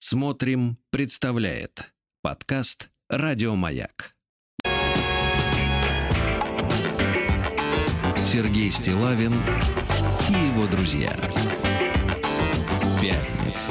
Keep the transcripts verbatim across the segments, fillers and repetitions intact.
Смотрим, представляет подкаст «Радиомаяк». Сергей Стиллавин и его друзья. Пятница.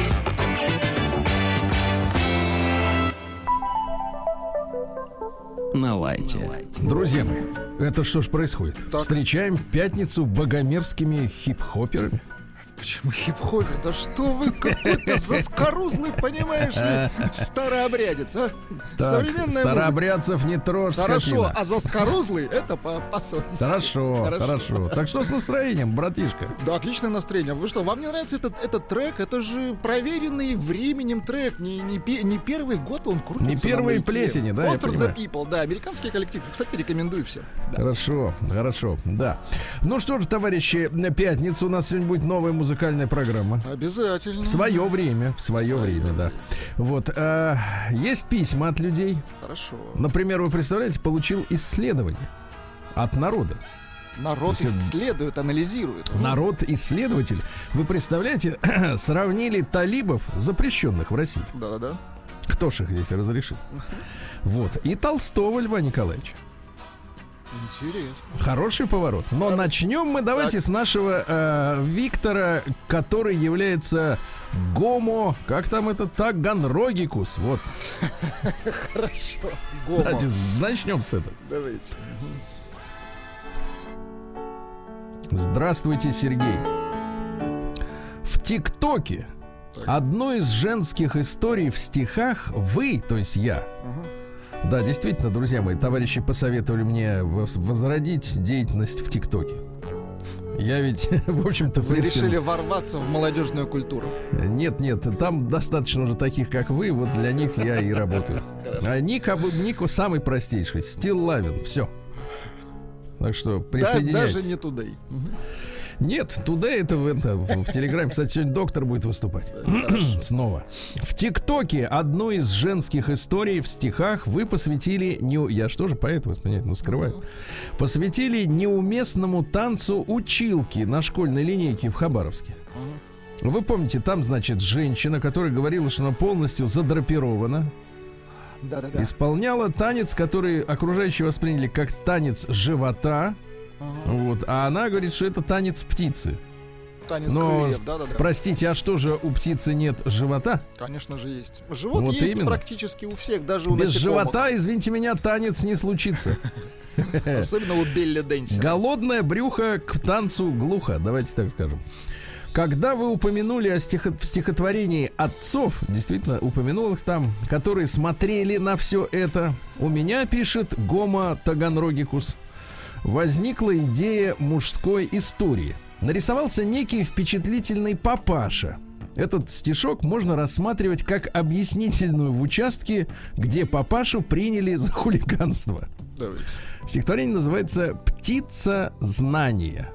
На лайте. Друзья мои, это что ж происходит? Так. Встречаем пятницу богомерзкими хип-хоперами. Почему хип-хоп? Да что вы какой-то заскорузлый, понимаешь ли, старообрядец, а? Так, Современная старообрядцев не трожь, музыка. Хорошо, скотина. а заскорузлый это по, по совести. Хорошо, хорошо, Хорошо. Так что с настроением, братишка? Да, отличное настроение. Вы что, вам не нравится этот, этот трек? Это же проверенный временем трек. Не, не, пе- не первый год он крутится. Не первые на маяке. плесени, да, я Foster the понимаю. People, да, американский коллектив. Кстати, рекомендую всем. Да. Хорошо, хорошо, да. Ну что ж, товарищи, пятница у нас сегодня будет новая музыкальная программа. Обязательно. В свое время, в свое В свое время, да. Вот, а, есть письма от людей. Хорошо. Например, вы представляете, получил исследование от народа. Народ То есть исследует, анализирует. Народ-исследователь. Вы представляете, сравнили талибов, запрещенных в России. Да-да-да. Кто ж их здесь разрешит? Вот. И Толстого Льва Николаевича. Интересно. Хороший поворот. Но начнем мы давайте Так. с нашего э, Виктора, который является гомо, как там это, таганрогикус. Вот. Хорошо. Гомо. Давайте начнем с этого. Давайте. Здравствуйте, Сергей. В ТикТоке Так. одной из женских историй в стихах вы, то есть я. Ага. Да, действительно, друзья мои, товарищи посоветовали мне воз- возродить деятельность в ТикТоке. Я ведь, в общем-то, в Вы принципе... решили ворваться в молодежную культуру. Нет, нет, там достаточно уже таких, как вы, вот для них я и работаю. А ник, об- ник самый простейший, Стиллавин, все. Так что Да, присоединяйтесь. даже не туда. Нет, туда это в, это, в, в Телеграме. Кстати, сегодня доктор будет выступать. Снова. В ТикТоке одной из женских историй в стихах вы посвятили... Не, я что же поэт, вы понимаете, ну скрываю. Посвятили неуместному танцу училки на школьной линейке в Хабаровске. Вы помните, там, значит, женщина, которая говорила, что она полностью задрапирована, Да-да-да. исполняла танец, который окружающие восприняли как танец живота. Ага. Вот, а она говорит, что это танец птицы. Танец Но, крыльев, да-да-да. простите, а что же у птицы нет живота? Конечно же есть. Живот Вот есть именно. практически у всех, даже у Без насекомых. живота, извините меня, танец не случится. Особенно у Белли Дэнси. Голодное брюхо к танцу глухо, давайте так скажем. Когда вы упомянули о стихо- в стихотворении отцов, действительно упомянул их там, которые смотрели на все это, у меня, пишет Гомо Таганрогикус, возникла идея мужской истории. Нарисовался некий впечатлительный папаша. Этот стишок можно рассматривать как объяснительную в участке, где папашу приняли за хулиганство. Давайте. Стихотворение называется «Птица знания».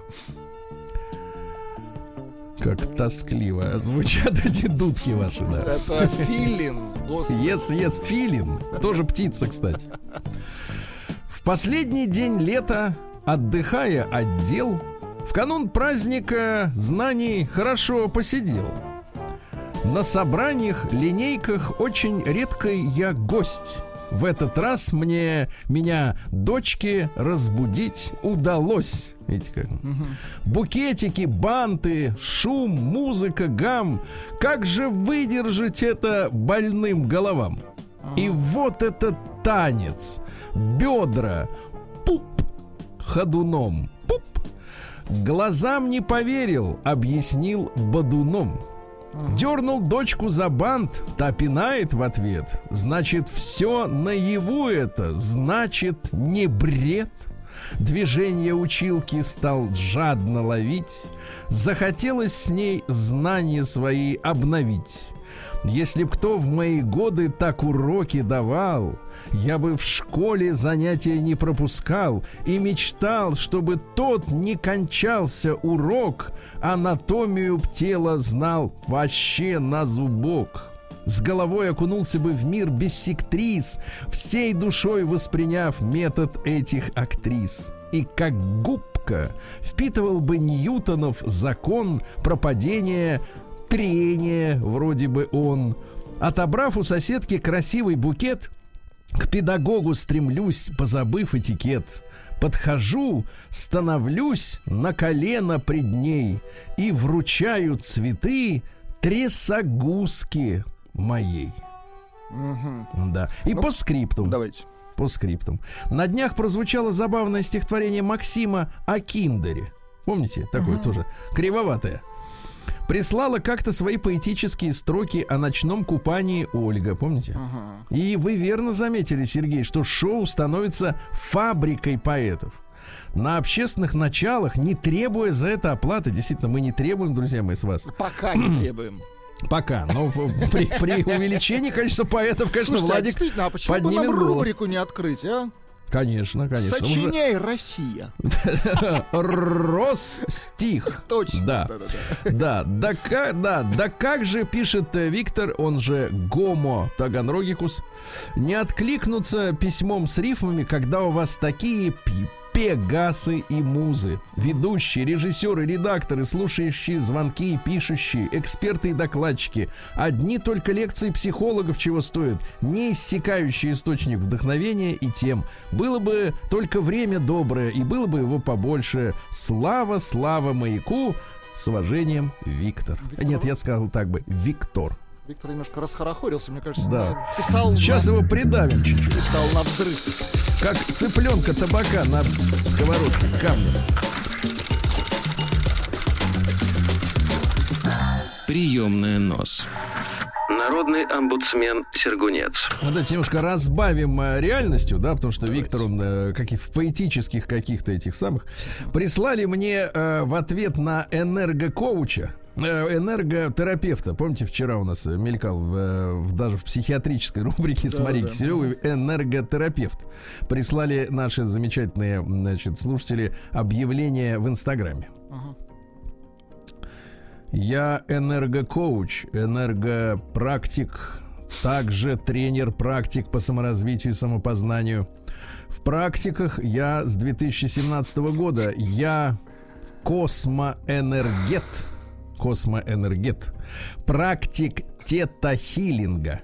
Как тоскливо звучат эти дудки ваши, да. Это филин, господи. Yes, yes, филин. Тоже птица, кстати. В последний день лета, отдыхая от дел, в канун праздника знаний хорошо посидел. На собраниях, линейках очень редкий я гость. В этот раз мне меня дочке разбудить удалось. Видите как? Букетики, банты, шум, музыка, гам. Как же выдержать это больным головам? И вот этот танец. Бедра. Пуп. Ходуном. Пуп. Глазам не поверил, объяснил бодуном. Дернул дочку за бант, та пинает в ответ. Значит, все наяву это, значит, не бред. Движение училки стал жадно ловить. Захотелось с ней знания свои обновить. Если б кто в мои годы так уроки давал, я бы в школе занятия не пропускал и мечтал, чтобы тот не кончался урок, анатомию б тела знал вообще на зубок. С головой окунулся бы в мир без сектрис, всей душой восприняв метод этих актрис. И как губка впитывал бы Ньютонов закон про падение трение, вроде бы он. Отобрав у соседки красивый букет, к педагогу стремлюсь, позабыв этикет. Подхожу, становлюсь на колено пред ней и вручаю цветы трясогузки моей. Угу. Да. И ну, по скрипту. Давайте. По скриптум. На днях прозвучало забавное стихотворение Максима о киндере. Помните? Такое uh-huh. тоже кривоватое. Прислала как-то свои поэтические строки о ночном купании Ольга. Помните? Uh-huh. И вы верно заметили, Сергей, что шоу становится фабрикой поэтов. На общественных началах, не требуя за это оплаты. Действительно, мы не требуем, друзья мои, с вас. Пока не требуем. Пока, но при, при увеличении количества поэтов, конечно, Слушайте, Владик а, а почему бы нам рубрику не открыть, а? Конечно, конечно. Сочиняй, уже... Россия. Росстих. Точно. Да. Да, да, да, да, да как же, пишет Виктор, он же Гомо Таганрогикус, не откликнуться письмом с рифмами, когда у вас такие пегасы и музы, ведущие, режиссеры, редакторы, слушающие звонки и пишущие, эксперты и докладчики. Одни только лекции психологов чего стоят, неиссякающий источник вдохновения и тем. Было бы только время доброе, и было бы его побольше. Слава, слава маяку. С уважением, Виктор. Виктор? Нет, я сказал так бы, Виктор. Виктор немножко расхорохорился, мне кажется. Да. Писал Сейчас на... его придавим чуть-чуть. Писал на взрыв. Как цыпленка табака на сковородке камня. Приемная нос. Народный омбудсмен Сергунец. Ну, давайте немножко разбавим э, реальностью, да, потому что Давайте. Виктор, он э, каких, в поэтических каких-то этих самых, прислали мне э, в ответ на энергокоуча, э, энерготерапевта. Помните, вчера у нас мелькал в, в, даже в психиатрической рубрике с да, Марией да. Киселевой энерготерапевт. Прислали наши замечательные, значит, слушатели объявление в Инстаграме. Ага. Я энергокоуч, энергопрактик, также тренер-практик по саморазвитию и самопознанию. В практиках я с две тысячи семнадцатого года. Я космоэнергет, космоэнергет, практик тета-хилинга,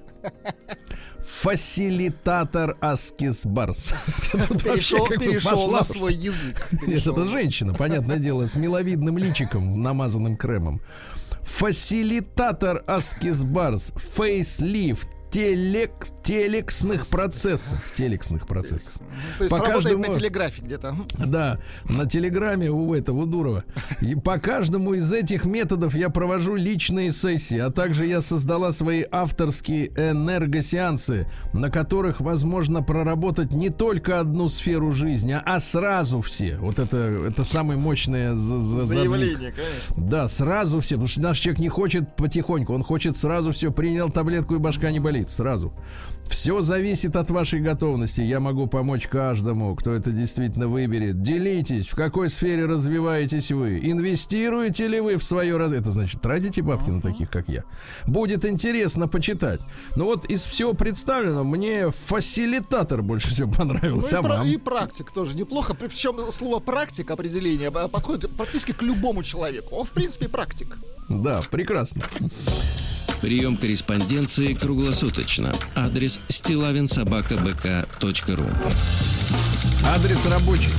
фасилитатор Аскис Барс. Перешел, перешел на свой язык. Перешел. Это женщина, понятное дело, с миловидным личиком, намазанным кремом. Фасилитатор Аскис Барс, фейслифт, телек, телексных процессов. Телексных процессов. То есть по работает каждому... на телеграфе где-то. Да, на телеграме у этого Дурова. И по каждому из этих методов я провожу личные сессии, а также я создала свои авторские энергосеансы, на которых возможно проработать не только одну сферу жизни, а сразу все. Вот это, это самое мощное за- за- заявление, конечно. Да, сразу все, потому что наш человек не хочет потихоньку, он хочет сразу все. Принял таблетку и башка не болит. Сразу. Все зависит от вашей готовности. Я могу помочь каждому, кто это действительно выберет. Делитесь, в какой сфере развиваетесь вы. Инвестируете ли вы в свое развитие? Это значит, тратите бабки uh-huh. на таких, как я. Будет интересно почитать. Но вот из всего представленного мне фасилитатор больше всего понравился. Ну, и, а и практик тоже неплохо. Причем слово практик, определение, подходит практически к любому человеку. Он, в принципе, практик. Да, прекрасно. Прием корреспонденции круглосуточно. Адрес стилавин собака бэ ка точка ру. Адрес рабочий.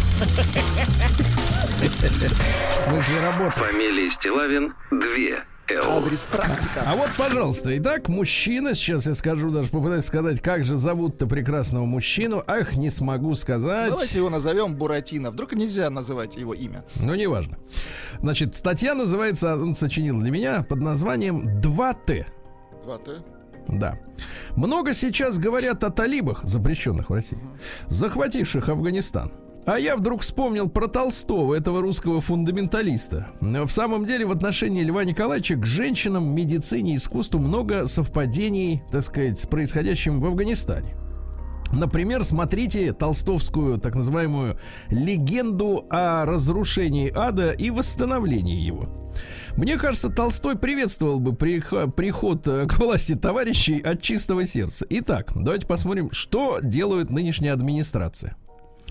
В смысле работы. Фамилия Стилавин два. Адрес практика. А вот, пожалуйста, итак, мужчина, сейчас я скажу, даже попытаюсь сказать, как же зовут-то прекрасного мужчину. Ах, не смогу сказать. Давайте его назовем Буратино. Вдруг нельзя называть его имя. Ну, неважно. Значит, статья называется, он сочинил для меня, под названием «два тэ». два тэ? Да. Много сейчас говорят о талибах, запрещенных в России, uh-huh. захвативших Афганистан. А я вдруг вспомнил про Толстого, этого русского фундаменталиста. В самом деле, в отношении Льва Николаевича к женщинам, медицине и искусству много совпадений, так сказать, с происходящим в Афганистане. Например, смотрите толстовскую, так называемую, легенду о разрушении ада и восстановлении его. Мне кажется, Толстой приветствовал бы приход к власти товарищей от чистого сердца. Итак, давайте посмотрим, что делает нынешняя администрация.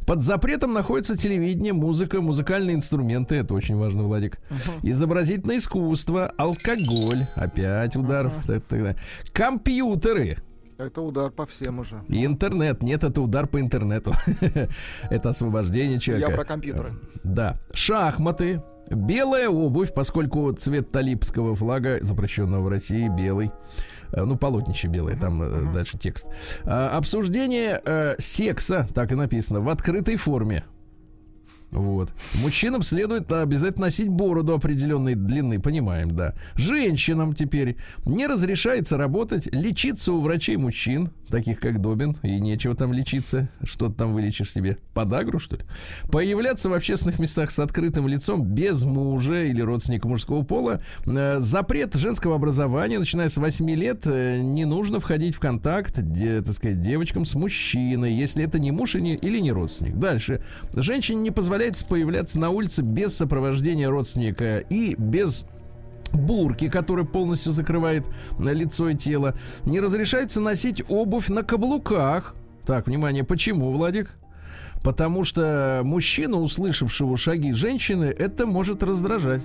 Под запретом находится телевидение, музыка, музыкальные инструменты. Это очень важно, Владик. Uh-huh. Изобразительное искусство, алкоголь. Опять удар. Uh-huh. Компьютеры. Это удар по всем уже. И интернет. Нет, это удар по интернету. Это освобождение человека. Я про компьютеры. Да. Шахматы. Белая обувь, поскольку цвет талибского флага, запрещенного в России, белый. Ну, полотнище белое, там uh-huh. дальше текст. А, обсуждение э, секса, так и написано, в открытой форме. Вот. Мужчинам следует обязательно носить бороду определенной длины, понимаем, да. Женщинам теперь не разрешается работать, лечиться у врачей мужчин, таких как Добин, и нечего там лечиться. Что ты там вылечишь себе? Подагру, что ли? Появляться в общественных местах с открытым лицом без мужа или родственника мужского пола. Запрет женского образования, начиная с восьми лет, не нужно входить в контакт, де, так сказать, девочкам с мужчиной, если это не муж и не, или не родственник. Дальше. Женщине не позволяется появляться на улице без сопровождения родственника и без бурки, которая полностью закрывает лицо и тело. Не разрешается носить обувь на каблуках. Так, внимание, почему, Владик? Потому что мужчину, услышавшего шаги женщины, это может раздражать.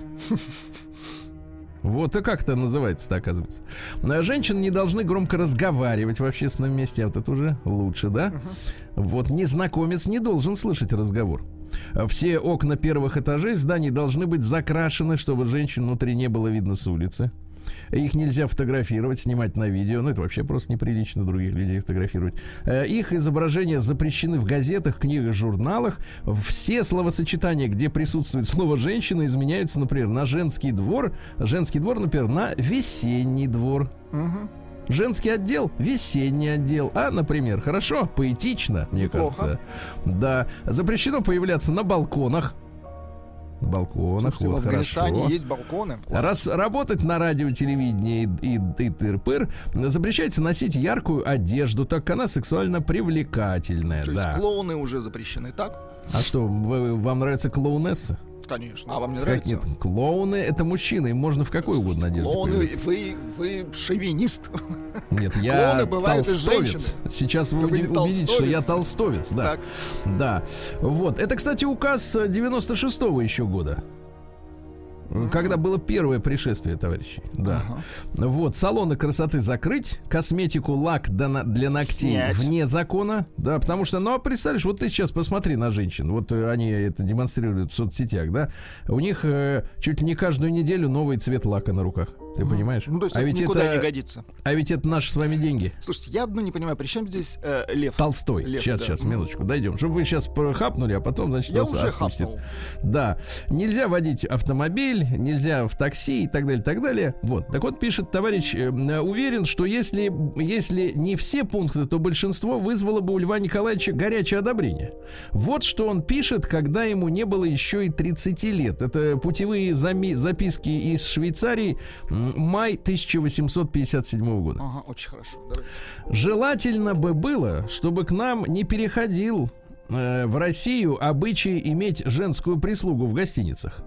Вот, и как это называется-то, оказывается. Женщины не должны громко разговаривать в общественном месте. А вот это уже лучше, да? Uh-huh. Вот, незнакомец не должен слышать разговор. Все окна первых этажей зданий должны быть закрашены, чтобы женщин внутри не было видно с улицы. Их нельзя фотографировать, снимать на видео. Ну, это вообще просто неприлично других людей фотографировать. Их изображения запрещены в газетах, книгах, журналах. Все словосочетания, где присутствует слово «женщина», изменяются, например, на «женский двор». Женский двор, например, на «весенний двор». Угу. Женский отдел, весенний отдел. А, например, хорошо, поэтично, мне Неплохо. кажется. Да. Запрещено появляться на балконах. На балконах, слушайте, вот, в Афганистане хорошо. есть балконы. Раз работать на радио, телевидении и, и, и тыр-пыр, запрещается носить яркую одежду, так как она сексуально привлекательная. То да. есть клоуны уже запрещены, так? А что, вы, вам нравится клоунесса? Конечно. А вам не Сказать, нравится? Нет, клоуны — это мужчины, им можно в какой угодно одежде Клоуны, появиться. вы, вы шовинист. Нет, я Клоуны бывают и толстовец. женщины. Сейчас вы, Да вы уди- не увидите, что я толстовец. толстовец, да. Так. Да. Вот. Это, кстати, указ девяносто шестого еще года. Когда было первое пришествие, товарищи. Да. Uh-huh. Вот, салоны красоты закрыть, косметику, лак для ногтей снять. Вне закона. Да, потому что, ну, а представляешь, вот ты сейчас посмотри на женщин. Вот они это демонстрируют в соцсетях, да. У них э, чуть ли не каждую неделю новый цвет лака на руках. Ты mm-hmm. понимаешь? Ну, то есть а это ведь никуда это, не годится. А ведь это наши с вами деньги. Слушайте, я одну не понимаю, при чем здесь э, Лев? Толстой. Лев, сейчас, да. сейчас, минуточку, дойдем. Чтобы вы сейчас хапнули, а потом, значит, я вас уже отпустит. хапнул. Да. Нельзя водить автомобиль, нельзя в такси и так далее, так далее. Вот. Так вот, пишет товарищ, э, уверен, что если, если не все пункты, то большинство вызвало бы у Льва Николаевича горячее одобрение. Вот что он пишет, когда ему не было еще и тридцати лет. Это путевые зами- записки из Швейцарии, май тысяча восемьсот пятьдесят седьмого года. Ага, очень хорошо. Давайте. Желательно бы было, чтобы к нам не переходил э, в Россию обычай иметь женскую прислугу в гостиницах.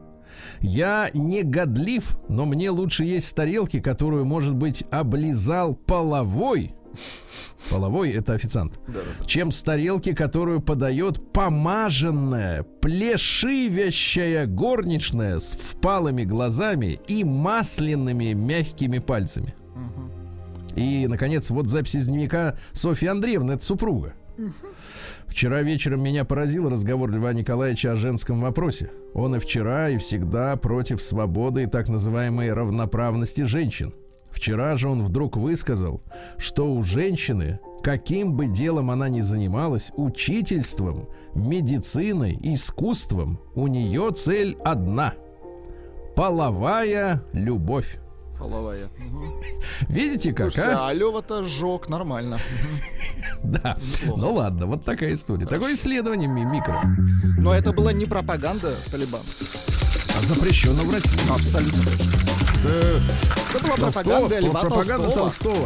Я не годлив, но мне лучше есть с тарелки, которую, может быть, облизал половой. Половой — это официант. Да, да, да. Чем с тарелки, которую подает помаженная, плешивящая горничная с впалыми глазами и масляными мягкими пальцами. Угу. И, наконец, вот запись из дневника Софьи Андреевны, это супруга. Угу. Вчера вечером меня поразил разговор Льва Николаевича о женском вопросе. Он и вчера, и всегда против свободы и так называемой равноправности женщин. Вчера же он вдруг высказал, что у женщины, каким бы делом она ни занималась, учительством, медициной, искусством, у нее цель одна – половая любовь. Половая. Видите, как, Слушайте, а? а Лёва-то сжёг нормально. Да. Ну ладно, вот такая история. Такое исследование микро. Но это была не пропаганда Талибан. А запрещено в России. Абсолютно. Это была пропаганда Льва Пропаганда Толстого. Толстого.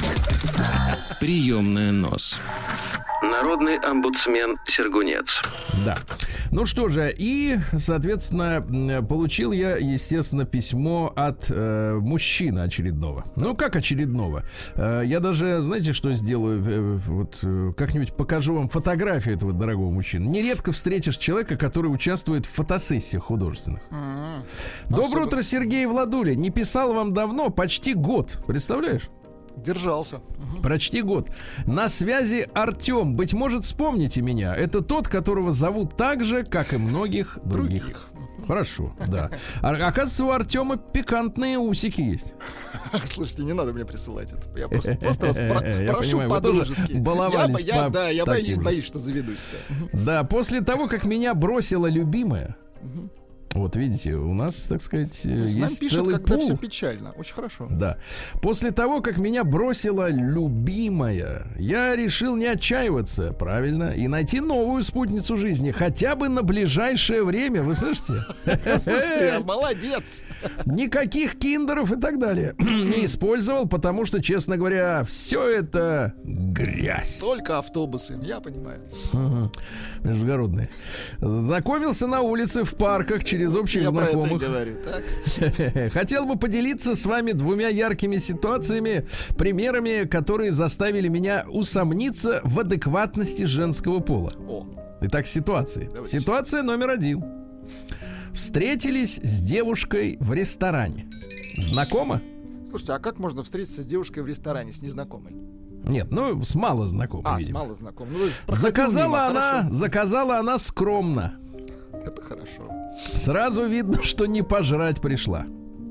Приемная нос. Народный омбудсмен Сергунец. Да. Ну что же, и, соответственно, получил я, естественно, письмо от э, мужчины очередного. Ну, как очередного? Э, я даже, знаете, что сделаю? Э, вот э, как-нибудь покажу вам фотографию этого дорогого мужчины. Нередко встретишь человека, который участвует в фотосессиях художественных. Mm-hmm. Доброе утро, Сергей Владуля. Не писал вам давно, почти год. Представляешь? Держался. Угу. Почти год. На связи Артем. Быть может, вспомните меня. Это тот, которого зовут так же, как и многих других. других. Хорошо, да. А, оказывается, у Артема пикантные усики есть. Слушайте, не надо мне присылать это. Я просто, просто вас про- прошу по-дружески. Баловались я, я, да, я боюсь, боюсь, что заведусь. Да, после того, как меня бросила любимая. Вот видите, у нас, так сказать, Нам есть пишет, целый когда пул. Все печально, очень хорошо. Да. После того, как меня бросила любимая, я решил не отчаиваться, правильно, и найти новую спутницу жизни, хотя бы на ближайшее время. Вы слышите? Слушайте, молодец. Никаких киндеров и так далее не использовал, потому что, честно говоря, все это грязь. Только автобусы, я понимаю. Угу. Междугородные. Знакомился на улице, в парках, через общих я знакомых. Про это и говорю, так? Хотел бы поделиться с вами двумя яркими ситуациями, примерами, которые заставили меня усомниться в адекватности женского пола. О. Итак, ситуации. Давайте. Ситуация номер один. Встретились с девушкой в ресторане. Знакомо? Слушайте, а как можно встретиться с девушкой в ресторане, с незнакомой? Нет, ну, с мало знакомой, а, видимо. с мало знакомой. Ну, заказала мимо, она, хорошо. заказала она скромно. Это хорошо. Сразу видно, что не пожрать пришла.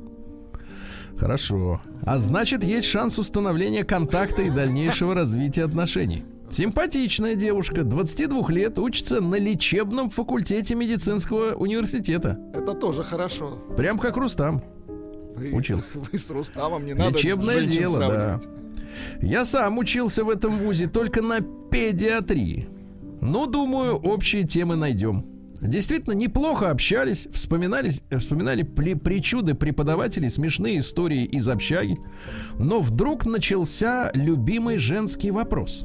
Хорошо. А значит, есть шанс установления контакта и дальнейшего развития отношений. Симпатичная девушка, двадцати двух лет, учится на лечебном факультете медицинского университета. Это тоже хорошо. Прям как Рустам. Вы, учился. Вы с Рустамом не надо. Лечебное дело, сравнивать. Да. Я сам учился в этом вузе только на педиатрии. Ну, думаю, общие темы найдем. Действительно, неплохо общались, вспоминали, вспоминали при, причуды преподавателей, смешные истории из общаги. Но вдруг начался любимый женский вопрос.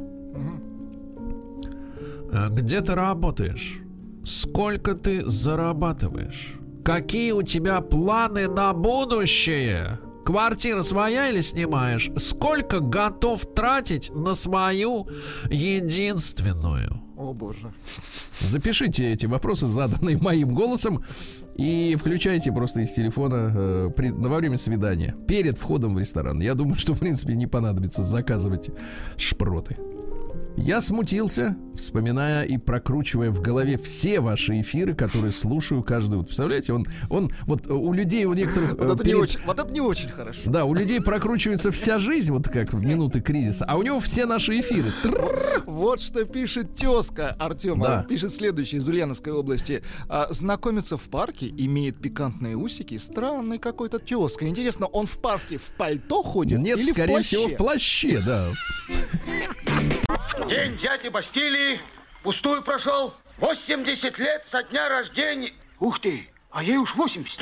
Где ты работаешь? Сколько ты зарабатываешь? Какие у тебя планы на будущее? Квартира своя или снимаешь? Сколько готов тратить на свою единственную? О, боже. Запишите эти вопросы, заданные моим голосом, и включайте просто из телефона э, при, во время свидания, перед входом в ресторан. Я думаю, что, в принципе, не понадобится заказывать шпроты. Я смутился, вспоминая и прокручивая в голове все ваши эфиры, которые слушаю каждый утро. Представляете, он, он вот у людей, у некоторых... Вот это, перед... не очень, вот это не очень хорошо. Да, у людей прокручивается вся жизнь, вот как в минуты кризиса, а у него все наши эфиры. Вот что пишет тезка Артема. Да. Пишет следующее из Ульяновской области. А, знакомится в парке, имеет пикантные усики, странный какой-то тезка. Интересно, он в парке в пальто ходит? Нет, или скорее в всего, в плаще, да. День дяди Бастилии пустую прошел. восемьдесят лет со дня рождения. Ух ты, а ей уж восемьдесят.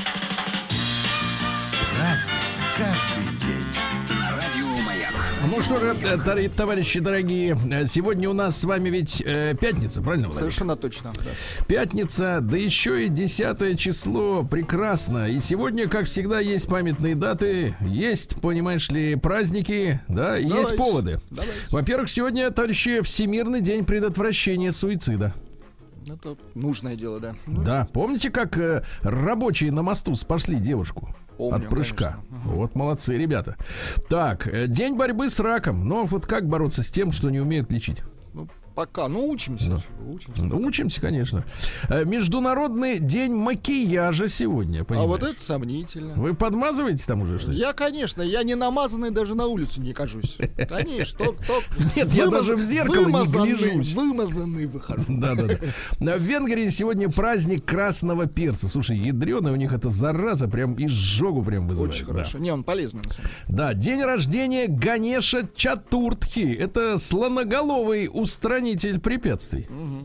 Разный, каждый день. На радио Маяк. Ну что же, товарищи дорогие, сегодня у нас с вами ведь э, пятница, правильно, Владимир? Совершенно точно, да. Пятница, да еще и десятое число, прекрасно. И сегодня, как всегда, есть памятные даты, есть, понимаешь ли, праздники, да, и есть поводы. Давайте. Во-первых, сегодня, товарищи, Всемирный день предотвращения суицида. Это нужное дело, да. Да, помните, как э, рабочие на мосту спасли девушку? Помню, от прыжка. Угу. Вот молодцы, ребята. Так, день борьбы с раком. Но вот как бороться с тем, что не умеют лечить? Ну, пока, ну учимся. Да. Учимся. Учимся, конечно. Международный день макияжа сегодня, понимаешь? А вот это сомнительно. Вы подмазываете там уже что-то? Я, конечно, я не намазанный, даже на улицу не кажусь. Конечно. Топ, топ. Нет, я даже в зеркало не гляжусь. Вымазанный выхожу. Да-да-да. В Венгрии сегодня праздник красного перца. Слушай, ядреный у них это зараза, прям изжогу прям вызывает. Очень хорошо. Не, он полезный, на самом деле. Да, день рождения Ганеша Чатуртхи. Это слоноголовый устранитель препятствий. Угу,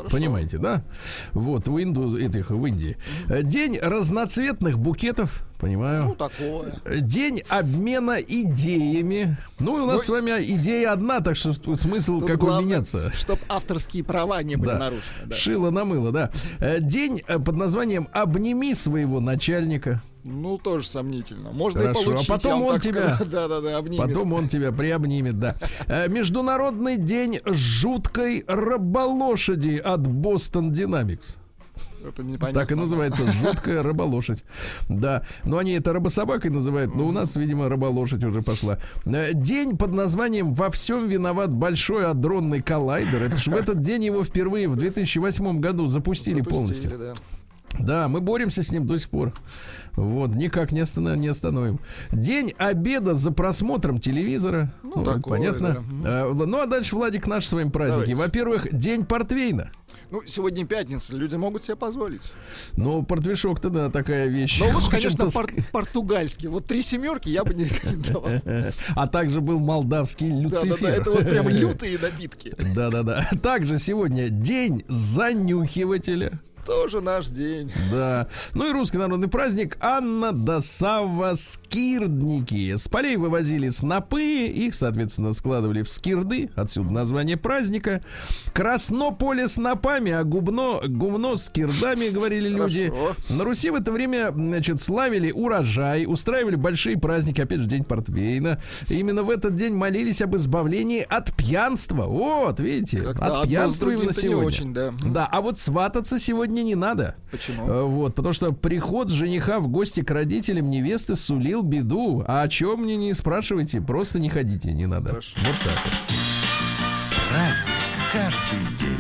Понимаете, да? Вот, в, Инду, этих, в Индии. День разноцветных букетов. Понимаю. Ну, такое. День обмена идеями. Ну, и у нас ну, с вами идея одна, так что смысл как бы меняться. Чтобы авторские права не были да. нарушены. Да. Шило на мыло, да. День под названием «Обними своего начальника». Ну, тоже сомнительно. Можно Хорошо. и получить. А потом он тебя, да, да, да, обнимет. Потом он тебя приобнимет, да. Международный день жуткой раболошади от Boston Dynamics. Это непонятно. Так и называется, жуткая раболошадь. Да, но они это рабособакой называют, но у нас, видимо, раболошадь уже пошла. День под названием «Во всем виноват большой адронный коллайдер». Это ж в этот день его впервые в две тысячи восьмом году запустили, запустили полностью. Да. Да, мы боремся с ним до сих пор. Вот, никак не, останов... не остановим. День обеда за просмотром телевизора. Ну, ну такое, понятно. Да. А, ну, а дальше, Владик, наши с вами праздники. Давайте. Во-первых, день портвейна. Ну, сегодня пятница, люди могут себе позволить. Ну, портвейшок-то, да, такая вещь. Ну, лучше, конечно, пор- португальский. Вот три семерки я бы не рекомендовал. А также был молдавский люцифер. Да-да-да, это вот прям лютые напитки. Да-да-да. Также сегодня день занюхивателя. Тоже наш день. Да. Ну и русский народный праздник Анна да Савва скирдники. С полей вывозили снопы, их, соответственно, складывали в скирды. Отсюда название праздника. Красно поле снопами, а гумно, гумно скирдами, говорили люди. Хорошо. На Руси в это время, значит, славили урожай, устраивали большие праздники, опять же, день портвейна. И именно в этот день молились об избавлении от пьянства. Вот, видите, Когда от пьянства именно сегодня. Очень, да. Да, а вот свататься сегодня не надо. Почему? Вот, потому что приход жениха в гости к родителям невесты сулил беду. А о чем мне не спрашивайте, просто не ходите, не надо. Хорошо. Вот так вот. Праздник каждый день.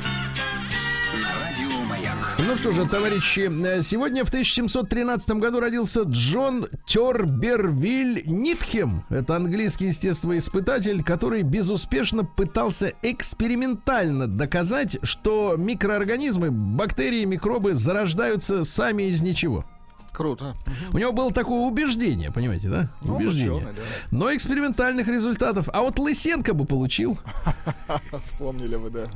Ну что же, товарищи, сегодня в тысяча семьсот тринадцатом году родился Джон Тербервиль Нитхем. Это английский естествоиспытатель, который безуспешно пытался экспериментально доказать, что микроорганизмы, бактерии, микробы зарождаются сами из ничего. Круто. У него было такое убеждение, понимаете, да? Ну, убеждение. Ученый, да. Но экспериментальных результатов. А вот Лысенко бы получил. Вспомнили вы, да.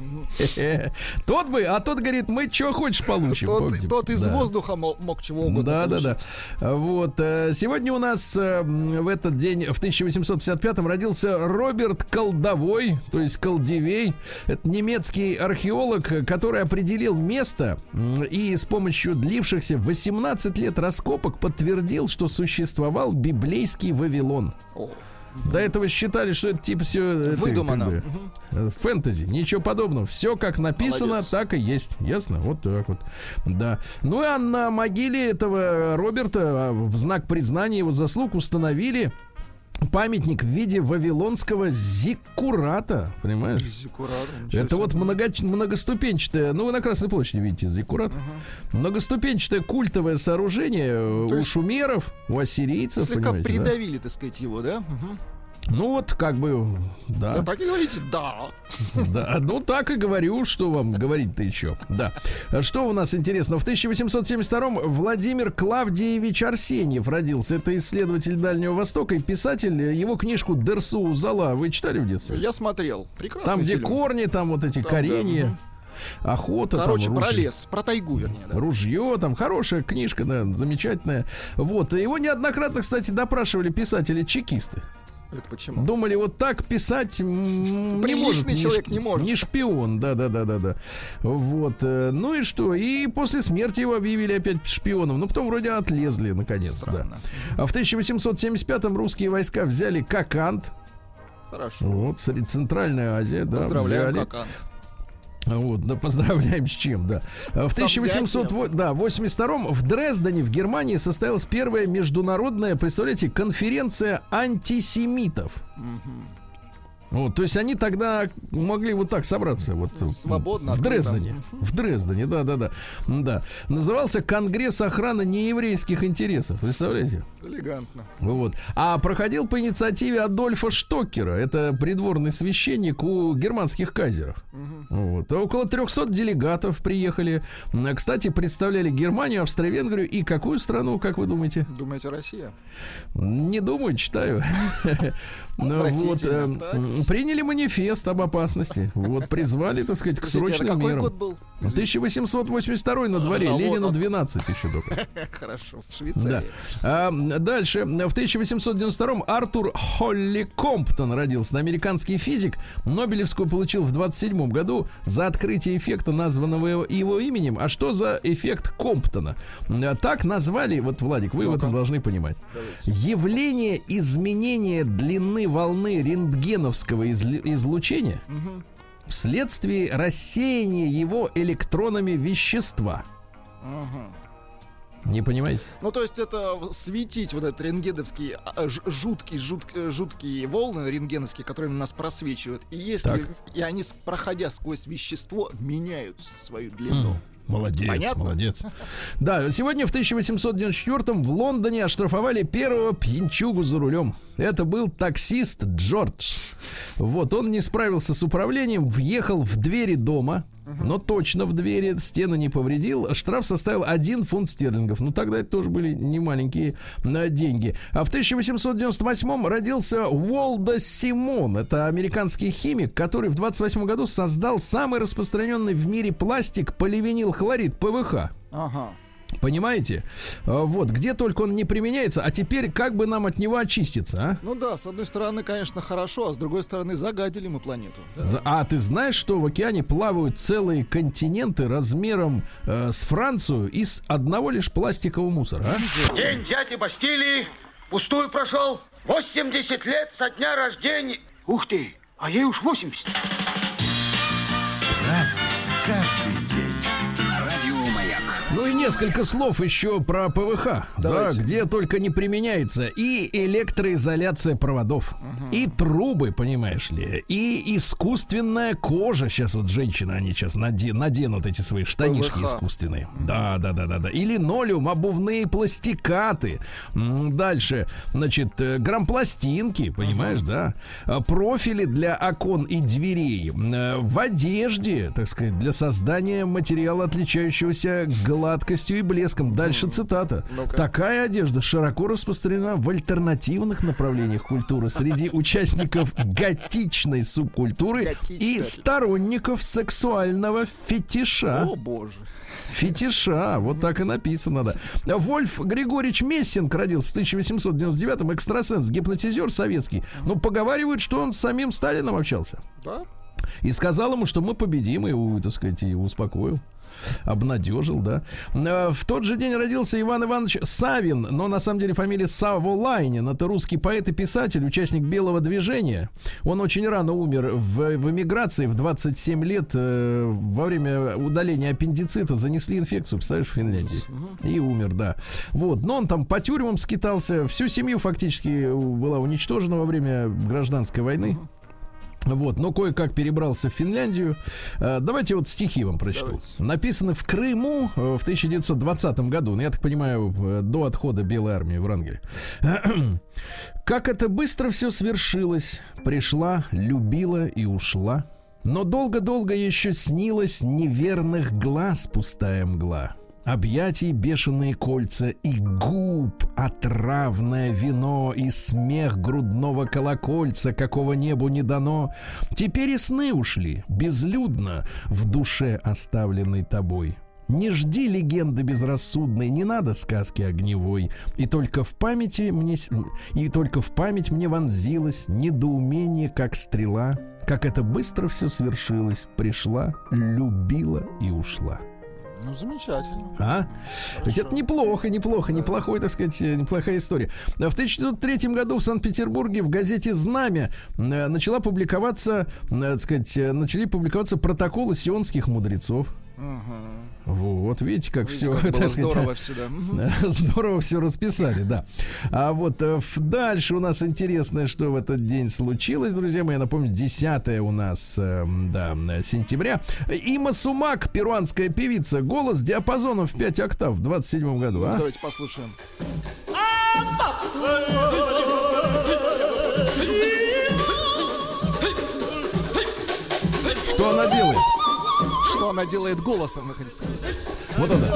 Тот бы, а тот говорит, мы что хочешь получим. Тот, тот из да. воздуха мог, мог чего угодно Да, получить. да, да. Вот. Сегодня у нас в этот день, в тысяча восемьсот пятьдесят пятом, родился Роберт Колдовой, то есть Колдивей. Это немецкий археолог, который определил место и с помощью длившихся восемнадцать лет раскопок подтвердил, что существовал библейский Вавилон. О. До этого считали, что это типа все выдумано. Это, как бы, фэнтези, ничего подобного. Все как написано, молодец. Так и есть. Ясно? Вот так вот. Да. Ну а на могиле этого Роберта в знак признания его заслуг установили памятник в виде вавилонского зиккурата, понимаешь? Зиккурат, это вот много, многоступенчатое, ну вы на Красной площади видите зиккурат. Uh-huh. Многоступенчатое культовое сооружение то у шумеров, у ассирийцев. Слегка придавили, да? Так сказать, его, да? Uh-huh. Ну вот, как бы, да. Да, так и говорите, да. Да, ну так и говорю, что вам говорить-то еще. Да. Что у нас интересно? В тысяча восемьсот семьдесят втором Владимир Клавдиевич Арсеньев родился. Это исследователь Дальнего Востока и писатель. Его книжку «Дерсу Зала» вы читали в детстве? Я смотрел. Прекрасный Там, где фильм. корни, там вот эти там, коренья. Да. Охота, короче, там, про руж... лес, про тайгу, вернее. Да. Ружье, там хорошая книжка, да, замечательная. Вот. Его неоднократно, кстати, допрашивали писатели-чекисты. Это почему? Думали, вот так писать не может, человек не, не может. Не шпион, да-да-да-да-да. Вот. Ну и что? И после смерти его объявили опять шпионом. Но потом вроде отлезли, наконец. Да. А в тысяча восемьсот семьдесят пятом русские войска взяли Коканд. Хорошо. Вот, Центральная Азия, да, поздравляем, взяли. Коканд. Вот, да, поздравляем с чем, да. В тысяча восемьсот восемьдесят втором в Дрездене, в Германии, состоялась первая международная, представляете, конференция антисемитов. Угу. Вот, то есть они тогда могли вот так собраться. Вот, свободно. В Дрездене. В Дрездене, да-да-да. Да. Назывался Конгресс охраны нееврейских интересов. Представляете? Элегантно. Вот. А проходил по инициативе Адольфа Штоккера. Это придворный священник у германских кайзеров. Угу. Вот. Около трехсот делегатов приехали. Кстати, представляли Германию, Австро-Венгрию и какую страну, как вы думаете? Думаете, Россия? Не думаю, читаю. Вот, приняли манифест об опасности. Вот, призвали, так сказать, к срочным мерам. Какой год был? тысяча восемьсот восемьдесят второй на дворе. Ленину двенадцать еще только. Хорошо, в Швейцарии. Да. А, дальше. В тысяча восемьсот девяносто втором Артур Холли Комптон родился. Американский физик. Нобелевскую получил в двадцать седьмом году за открытие эффекта, названного его, его именем. А что за эффект Комптона? Так назвали, вот, Владик, вы в этом должны понимать. Давайте. Явление изменения длины волны рентгеновского изл- излучения угу. вследствие рассеяния его электронами вещества. Угу. Не понимаете? Ну, то есть это светить вот этот рентгеновский жуткий, жуткие, жуткие волны рентгеновские, которые на нас просвечивают. И если так. и они, проходя сквозь вещество, меняют свою длину. Mm. Молодец, Понятно? молодец. Да, сегодня в тысяча восемьсот девяносто четвёртом в Лондоне оштрафовали первого пьянчугу за рулем. Это был таксист Джордж. Вот, он не справился с управлением, въехал в двери дома, но точно в двери, стены не повредил. Штраф составил один фунт стерлингов. Ну, тогда это тоже были немаленькие деньги. А в тысяча восемьсот девяносто восьмом родился Уолдо Симон. Это американский химик, который в двадцать восьмом году создал самый распространенный в мире пластик поливинилхлорид, ПВХ. Ага. Понимаете? Вот, где только он не применяется. А теперь как бы нам от него очиститься, а? Ну да, с одной стороны, конечно, хорошо, а с другой стороны, загадили мы планету. Да? А ты знаешь, что в океане плавают целые континенты размером э, с Францию из одного лишь пластикового мусора, а? День дяди Бастилии пустую прошел. восемьдесят лет со дня рождения. Ух ты, а ей уж восемьдесят. Разный, каждый день. Ну и несколько слов еще про ПВХ. Давайте. Да, где только не применяется. И электроизоляция проводов, угу. и трубы, понимаешь ли, и искусственная кожа. Сейчас вот женщины, они сейчас наден, наденут эти свои штанишки ПВХ. Искусственные. Угу. Да, да, да, да, да. И линолеум, обувные пластикаты. Дальше, значит, грампластинки, понимаешь, угу. да. Профили для окон и дверей. В одежде, так сказать, для создания материала, отличающегося гладкостью и блеском. Дальше цитата. Ну-ка. Такая одежда широко распространена в альтернативных направлениях культуры среди участников готичной субкультуры Готичная. И сторонников сексуального фетиша. О, боже. Фетиша, вот так и написано, да. Вольф Григорьевич Мессинг родился в тысяча восемьсот девяносто девятом, экстрасенс, гипнотизер советский. Ну, поговаривают, что он с самим Сталином общался. Да? И сказал ему, что мы победим, и его, так сказать, его успокоил. Обнадежил, да. В тот же день родился Иван Иванович Савин, но на самом деле фамилия Саволайнин. Это русский поэт и писатель, участник Белого движения. Он очень рано умер в, в эмиграции, в двадцать семь лет, э, во время удаления аппендицита занесли инфекцию, представляешь, в Финляндии. И умер, да. Вот, но он там по тюрьмам скитался, всю семью фактически была уничтожена во время гражданской войны. Вот, но кое-как перебрался в Финляндию. Давайте вот стихи вам прочту. Давайте. Написаны в Крыму в тысяча девятьсот двадцатом году, ну, я так понимаю, до отхода Белой армии в Врангеля. Как это быстро все свершилось. Пришла, любила и ушла. Но долго-долго еще снилась неверных глаз пустая мгла. Объятий бешеные кольца и губ отравное вино и смех грудного колокольца, какого небу не дано. Теперь и сны ушли, безлюдно, в душе оставленной тобой. Не жди легенды безрассудной, не надо сказки огневой. И только в памяти мне, и только в память мне вонзилось недоумение, как стрела. Как это быстро все свершилось, пришла, любила и ушла. Ну, замечательно. А? Ведь это неплохо, неплохо, неплохой, так сказать, неплохая история. В тысяча девятьсот третьем году в Санкт-Петербурге в газете «Знамя» начала публиковаться, так сказать, начали публиковаться протоколы сионских мудрецов. Угу. Вот, видите, как видите, все, как так здорово, сказать, все, здорово все расписали, да. А вот дальше у нас интересное, что в этот день случилось, друзья мои. Я напомню, десятое у нас, да, сентября. Има Сумак, перуанская певица, голос диапазоном в пять октав в двадцать седьмом году. Ну, а? Давайте послушаем. Что она делает? Что она делает голосом, вы хотите сказать? Вот она.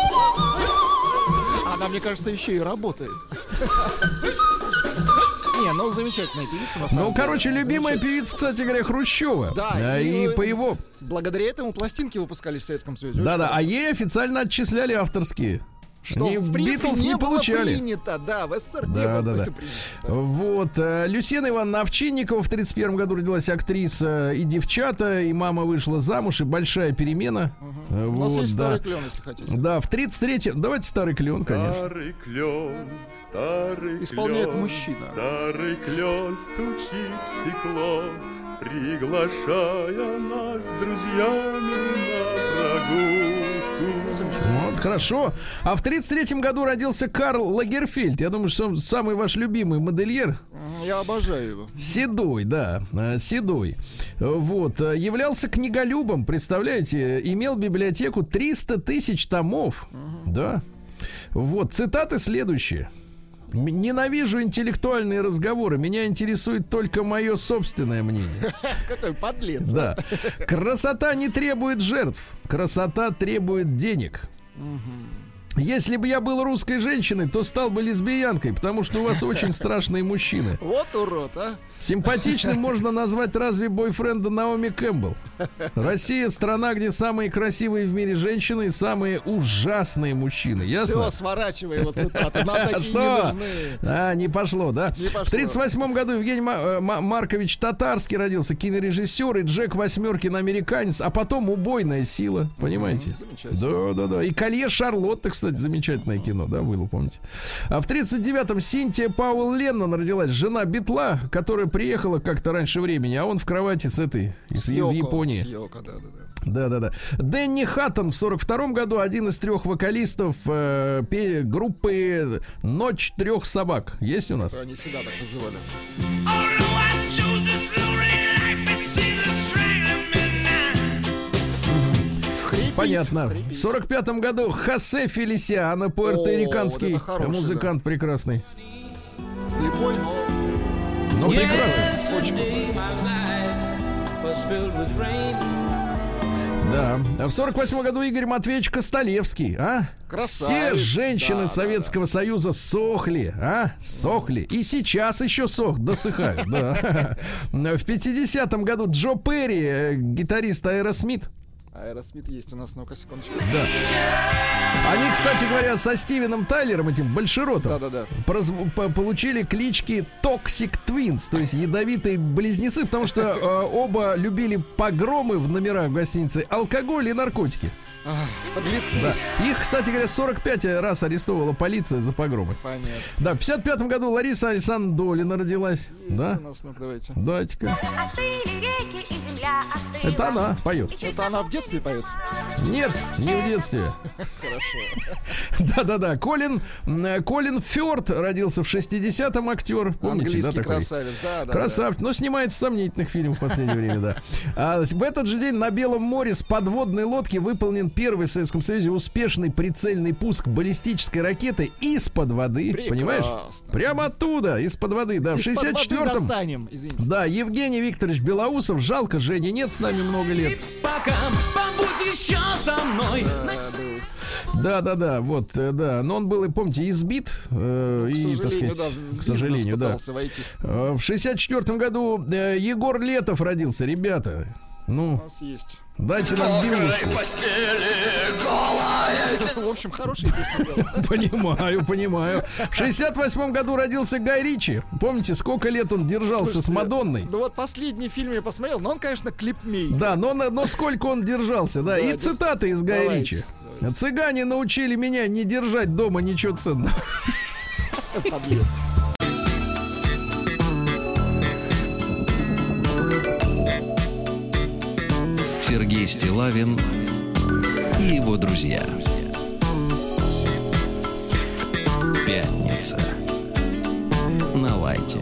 Она, мне кажется, еще и работает. Не, ну замечательная певица. На самом Ну, деле. короче, любимая певица, кстати говоря, Хрущева. Да, и, и по его... Благодаря этому пластинки выпускались в Советском Союзе. Да-да, а ей официально отчисляли авторские. Что, Они в принципе, Битлз не, не было получали. принято, да, в СССР не Да, было да, просто да. принято. Вот. э, Люсьена Ивановна Овчинникова в тридцать первом году родилась, актриса и девчата, и мама вышла замуж, и большая перемена. Угу. Э, У нас вот, есть да. старый клен, если хотите. Да, в тридцать третьем... Давайте старый клен, конечно. Старый клен, старый Исполняет клен, мужчина. Старый клен стучит в стекло, приглашая нас с друзьями на прогулку. Вот, хорошо. А в тридцать третьем году родился Карл Лагерфельд. Я думаю, что он самый ваш любимый модельер. Я обожаю его. Седой, да, э, седой. Вот, э, являлся книголюбом, представляете, имел библиотеку триста тысяч томов. Угу. Да. Вот, цитаты следующие. «М- Ненавижу интеллектуальные разговоры. Меня интересует только мое собственное мнение. Какой подлец. Да. Красота не требует жертв. Красота требует денег. Если бы я был русской женщиной, то стал бы лесбиянкой, потому что у вас очень страшные мужчины. Вот урод, а. Симпатичным можно назвать разве бойфренда Наоми Кэмпбелл. Россия — страна, где самые красивые в мире женщины и самые ужасные мужчины. Ясно? Все, сворачивай его цитаты. Нам такие не Что? нужны. А, не пошло, да? Не пошло. В тридцать восьмом году Евгений Ма- э, Ма- Маркович Татарский родился, кинорежиссер, и Джек Восьмеркин американец, а потом «Убойная сила». Понимаете? Мгм, замечательно. Да, да, да. И «Колье Шарлотты», кстати, замечательное кино, да, было, помните? А в тридцать девятом Синтия Пауэлл Леннон родилась, жена Битла, которая приехала как-то раньше времени, а он в кровати с этой, из, из Йоко, Японии. с Йоко, да, да, да. Да, да, да. Дэнни Хаттон в сорок втором году, один из трех вокалистов э, пе- группы «Ночь трех собак». Есть у нас? Они всегда так называли. Хрипит, Понятно. хрипит. В сорок пятом году Хосе Фелисиано, пуэрториканский О, вот это хороший, музыкант прекрасный. Слепой, но Ну, прекрасный. Да. А в сорок восьмом году Игорь Матвеевич Костолевский, а? Красавец, Все женщины да, Советского да, да. Союза сохли, а? Сохли. И сейчас еще сох, досыхают, да. В пятидесятом году Джо Перри, э, гитарист Аэросмит. Аэросмит есть у нас, ну-ка, секундочку. Да. Они, кстати говоря, со Стивеном Тайлером, этим большеротом, Да-да-да. прозв- по- получили клички Toxic Twins, то есть ядовитые близнецы, потому что э, оба любили погромы в номерах гостиницы, алкоголь и наркотики. Ах, подлецы. Да. Их, кстати говоря, сорок пять раз арестовала полиция за погромы. Понятно. Да, в пятьдесят пятом году Лариса Александровна родилась. Есть Да? у нас, ну давайте. Дайте-ка. Остыли реки и земля остыла. Это она поет. Это она в детстве поет? Нет, не в детстве. Хорошо. Да-да-да. Колин, м, Колин Фёрд родился в шестидесятом, актер. Помните, да, Английский такой? красавец, да, да. Красавчик, но снимается в сомнительных фильмах в последнее время, да. А в этот же день на Белом море с подводной лодки выполнен первый в Советском Союзе успешный прицельный пуск баллистической ракеты из-под воды. Прекрасно. Понимаешь? Прямо оттуда, из-под воды, да. В Из-под шестьдесят воды четвёртом. достанем, извините. Да, Евгений Викторович Белоусов. Жалко, Жени нет с нами много лет. Пока побудь еще со мной. Да, был. Да, да, да, вот, э, да. Но он был, и помните, избит. э, К и, так сожалению, сказать, да, в к сожалению, бизнес да. пытался войти. Э, В шестьдесят четвёртом году э, Егор Летов родился, ребята. У Ну, нас есть. дайте нам бирюшку. В общем, хорошие песни делал. Понимаю, понимаю. В шестьдесят восьмом году родился Гай Ричи. Помните, сколько лет он держался с Слушайте, Мадонной? Ну вот последний фильм я посмотрел, но он, конечно, клипмей. Да, но, но сколько он держался, да. Да, И да. цитаты из Гая Давайте, Ричи. давайте. Цыгане научили меня не держать дома ничего ценного. Подлец. Сергей Стиллавин и его друзья. Пятница. На лайте.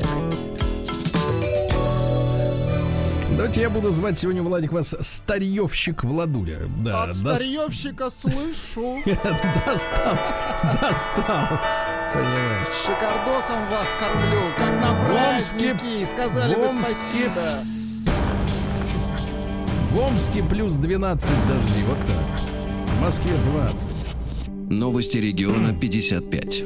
Давайте я буду звать сегодня, Владик, вас старьевщик Владуля. Да, От дос- старьевщика слышу. достал, достал. Понимаешь. Шикардосом вас кормлю, как на В Омске- праздники. Сказали в бы Омске- спасибо. В Омске плюс двенадцать дождей. Вот так. В Москве двадцать. Новости региона пятьдесят пять.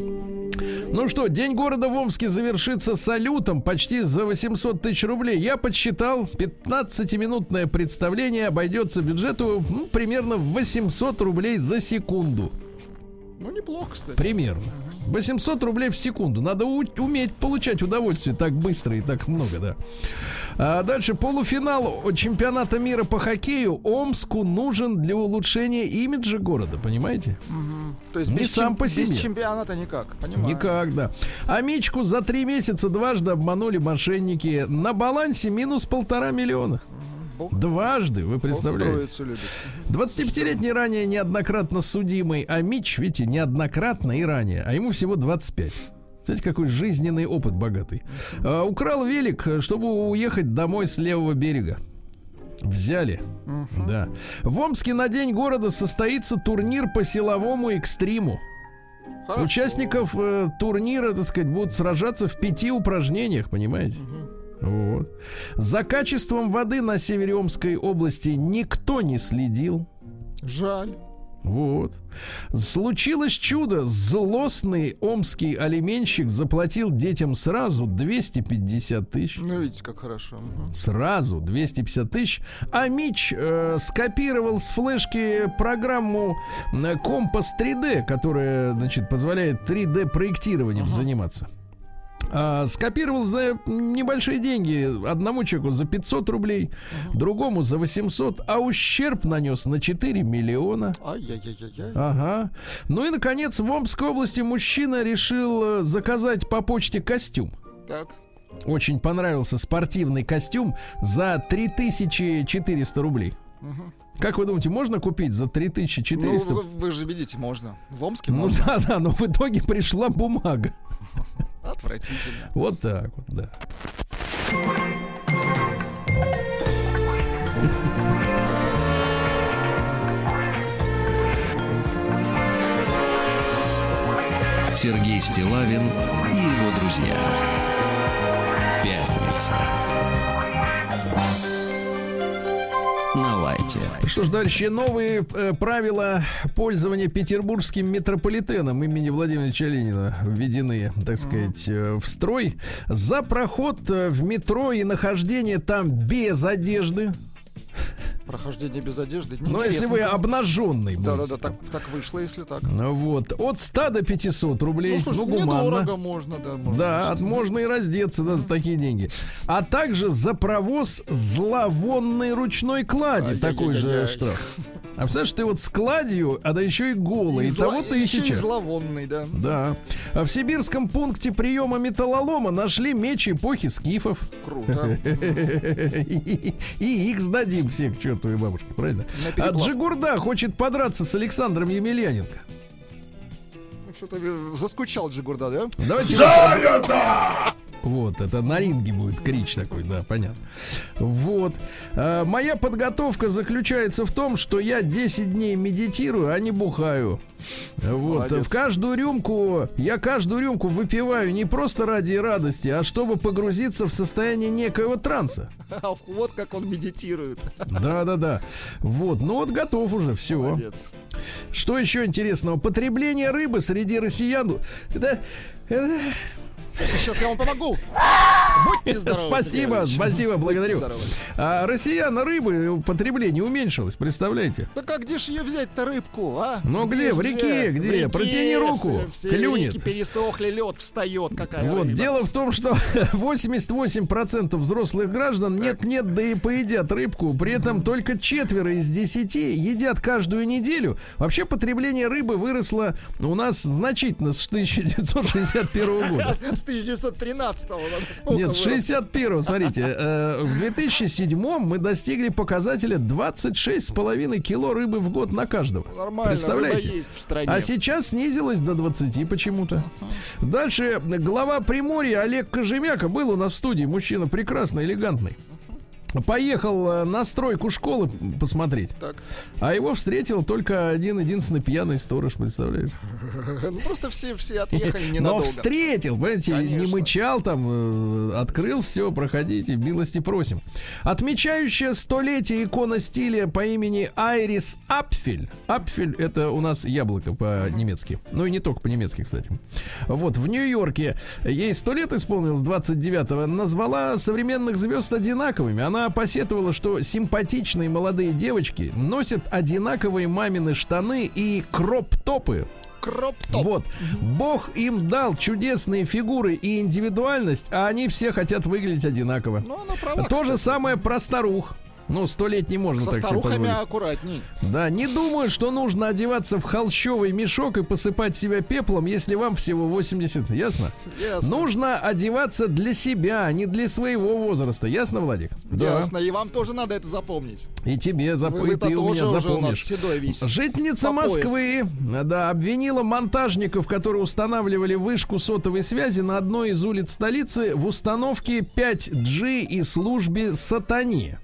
Ну что, День города в Омске завершится салютом почти за восемьсот тысяч рублей. Я подсчитал, пятнадцатиминутное представление обойдется бюджету ну, примерно в восемьсот рублей за секунду. Ну, неплохо, кстати. Примерно. восемьсот рублей в секунду. Надо у- уметь получать удовольствие так быстро и так много, да. А дальше полуфинал чемпионата мира по хоккею Омску нужен для улучшения имиджа города, понимаете? Угу. То есть Не без, сам чем- по себе. без чемпионата никак, понимаю. Никак, да. А Мичку за три месяца дважды обманули мошенники. На балансе минус полтора миллиона. Бог, Дважды, вы Бог представляете? троицу любит. двадцатипятилетний ранее неоднократно судимый Амич, видите, неоднократно и ранее, а ему всего двадцать пять. Знаете, какой жизненный опыт богатый. А, украл велик, чтобы уехать домой с левого берега. Взяли. Uh-huh. Да. В Омске на День города состоится турнир по силовому экстриму. Хорошо. Участников э, турнира, так сказать, будут сражаться в пяти упражнениях, понимаете? Uh-huh. Вот. За качеством воды на севере Омской области никто не следил. Жаль. Вот. Случилось чудо. Злостный омский алименщик заплатил детям сразу двести пятьдесят тысяч. Ну, видите, как хорошо. Угу. Сразу двести пятьдесят тысяч. А Мич э, скопировал с флешки программу э, Компас три дэ, которая, значит, позволяет три дэ проектированием ага. заниматься. А, скопировал за небольшие деньги. Одному человеку за пятьсот рублей, uh-huh. другому за восемьсот, а ущерб нанес на четыре миллиона. Ай-яй-яй-яй. Ага. Ну и, наконец, в Омской области мужчина решил заказать по почте костюм. Так. Очень понравился спортивный костюм за три тысячи четыреста рублей. Uh-huh. Как вы думаете, можно купить за три тысячи четыреста? Ну, вы, вы же видите, можно. В Омске ну, можно. Ну да-да, но в итоге пришла бумага. Отвратительно. Вот так вот, да. Сергей Стиллавин и его друзья. Пятница. На лайте. Что ж, дальше новые э, правила пользования петербургским метрополитеном имени Владимира Ильича Ленина введены, так сказать, э, в строй. За проход э, в метро и нахождение там без одежды. Прохождение без одежды. Ну, если вы обнаженный. Да-да-да, так, так вышло, если так. Вот. От ста до пятисот рублей. Ну, слушай, ну гуманно. Недорого можно, да. Можно да, от, можно и раздеться, да, за такие деньги. А также за провоз зловонной ручной клади. А, такой я, я, же я, штраф. А представляешь, ты вот с кладью, а да еще и голый. И, и того ты и сейчас. Зловонный, да. Да. А в сибирском пункте приема металлолома нашли меч эпохи скифов. Круто. И их сдадим всех к чертовой бабушке, правильно? А Джигурда хочет подраться с Александром Емельяненко. Что-то заскучал Джигурда, да? Давайте. Занято! Вот, это на ринге будет крич такой, да, понятно. Вот. А, моя подготовка заключается в том, что я десять дней медитирую, а не бухаю. Вот. Молодец. В каждую рюмку, я каждую рюмку выпиваю не просто ради радости, а чтобы погрузиться в состояние некоего транса. Вот как он медитирует. Да-да-да. Вот, ну вот готов уже, все. Молодец. Что еще интересного? Потребление рыбы среди россиян. Это... это... Сейчас я вам помогу. Будьте здоровы. Спасибо, спасибо, благодарю. А, россиян рыбы потребление уменьшилось, представляете? Так а где же ее взять-то рыбку, а? Ну где? В реке, где? В реке, Протяни руку, все, все клюнет. Реки пересохли, лед встает, какая Вот, рыба. дело в том, что восемьдесят восемь процентов взрослых граждан нет-нет, да и поедят рыбку. При этом только четверо из десяти едят каждую неделю. Вообще потребление рыбы выросло у нас значительно с тысяча девятьсот шестьдесят первого года. С тысяча девятьсот тринадцатого. Нет, с шестьдесят первого, смотрите, э, в две тысячи седьмом мы достигли показателя двадцать шесть с половиной кило рыбы в год на каждого. Нормально, представляете? Есть в стране. А сейчас снизилось до двадцати почему-то. Uh-huh. Дальше глава Приморья Олег Кожемяка был у нас в студии, мужчина прекрасный, элегантный. поехал на стройку школы посмотреть, Так. а его встретил только один единственный пьяный сторож, представляешь? Ну просто все, все отъехали Но ненадолго. встретил, понимаете, не Конечно. мычал там, э, открыл все, проходите, милости просим. Отмечающая столетие икона стиля по имени Айрис Апфель. Апфель — это у нас яблоко по-немецки. Ну и не только по-немецки, кстати. Вот, в Нью-Йорке ей сто лет исполнилось, двадцать девятого, назвала современных звезд одинаковыми. Она посетовала, что симпатичные молодые девочки носят одинаковые мамины штаны и кроп-топы. Кроп-топ. Вот. Бог им дал чудесные фигуры и индивидуальность, а они все хотят выглядеть одинаково. Ну, она права, То же кстати. самое про старух. Ну, сто лет не можно Со так себе старухами позволить. аккуратней. Да, не думаю, что нужно одеваться в холщовый мешок и посыпать себя пеплом, если вам всего восемьдесят. Ясно? Ясно. Нужно одеваться для себя, а не для своего возраста. Ясно, Владик? Ясно. И вам тоже надо это запомнить. И тебе Вы- запомни, вы-то ты у тоже меня уже у нас запомнишь. седой весь. Жительница По пояс. Москвы, да, обвинила монтажников, которые устанавливали вышку сотовой связи на одной из улиц столицы, в установке пять джи и службе сатане.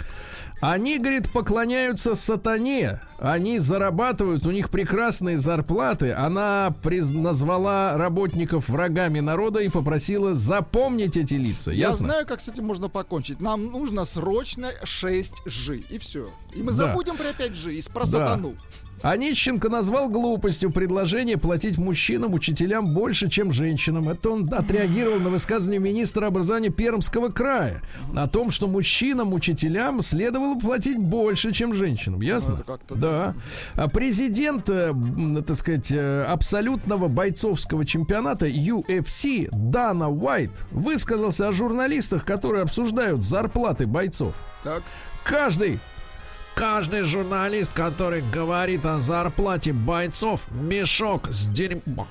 Они, говорит, поклоняются сатане. Они зарабатывают, у них прекрасные зарплаты. Она приз... назвала работников врагами народа и попросила запомнить эти лица. Я Ясно? знаю, как с этим можно покончить. Нам нужно срочно шесть джи. И все. И мы Да. забудем про пять джи и про Да. сатану. Онищенко назвал глупостью предложение платить мужчинам, учителям больше, чем женщинам. Это он отреагировал на высказывание министра образования Пермского края о том, что мужчинам, учителям следовало платить больше, чем женщинам. Ясно? Ну, это как-то Да. А президент, э, м, так сказать, э, абсолютного бойцовского чемпионата ю эф си Дана Уайт высказался о журналистах, которые обсуждают зарплаты бойцов. Так. Каждый Каждый журналист, который говорит о зарплате бойцов, мешок с дерьмом.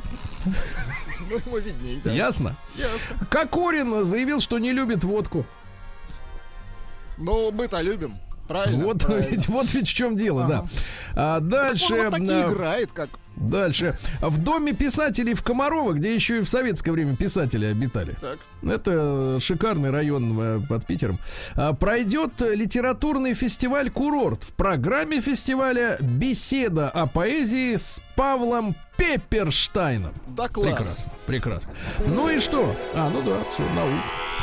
Ну, ему видней, да. Ясно? Ясно. Кокорин заявил, что не любит водку. Ну, мы-то любим. Правильно? Вот Правильно. ведь, вот ведь в чем дело, Ага. да. А дальше... Так он вот так и а, играет, как... Дальше. В доме писателей в Комарово, где еще и в советское время писатели обитали. Так. Это шикарный район э, под Питером. А, Пройдет литературный фестиваль «Курорт». В программе фестиваля беседа о поэзии с Павлом Пепперштайном. Да, класс. Прекрасно, прекрасно. Ну и что? А, ну да, все, наука.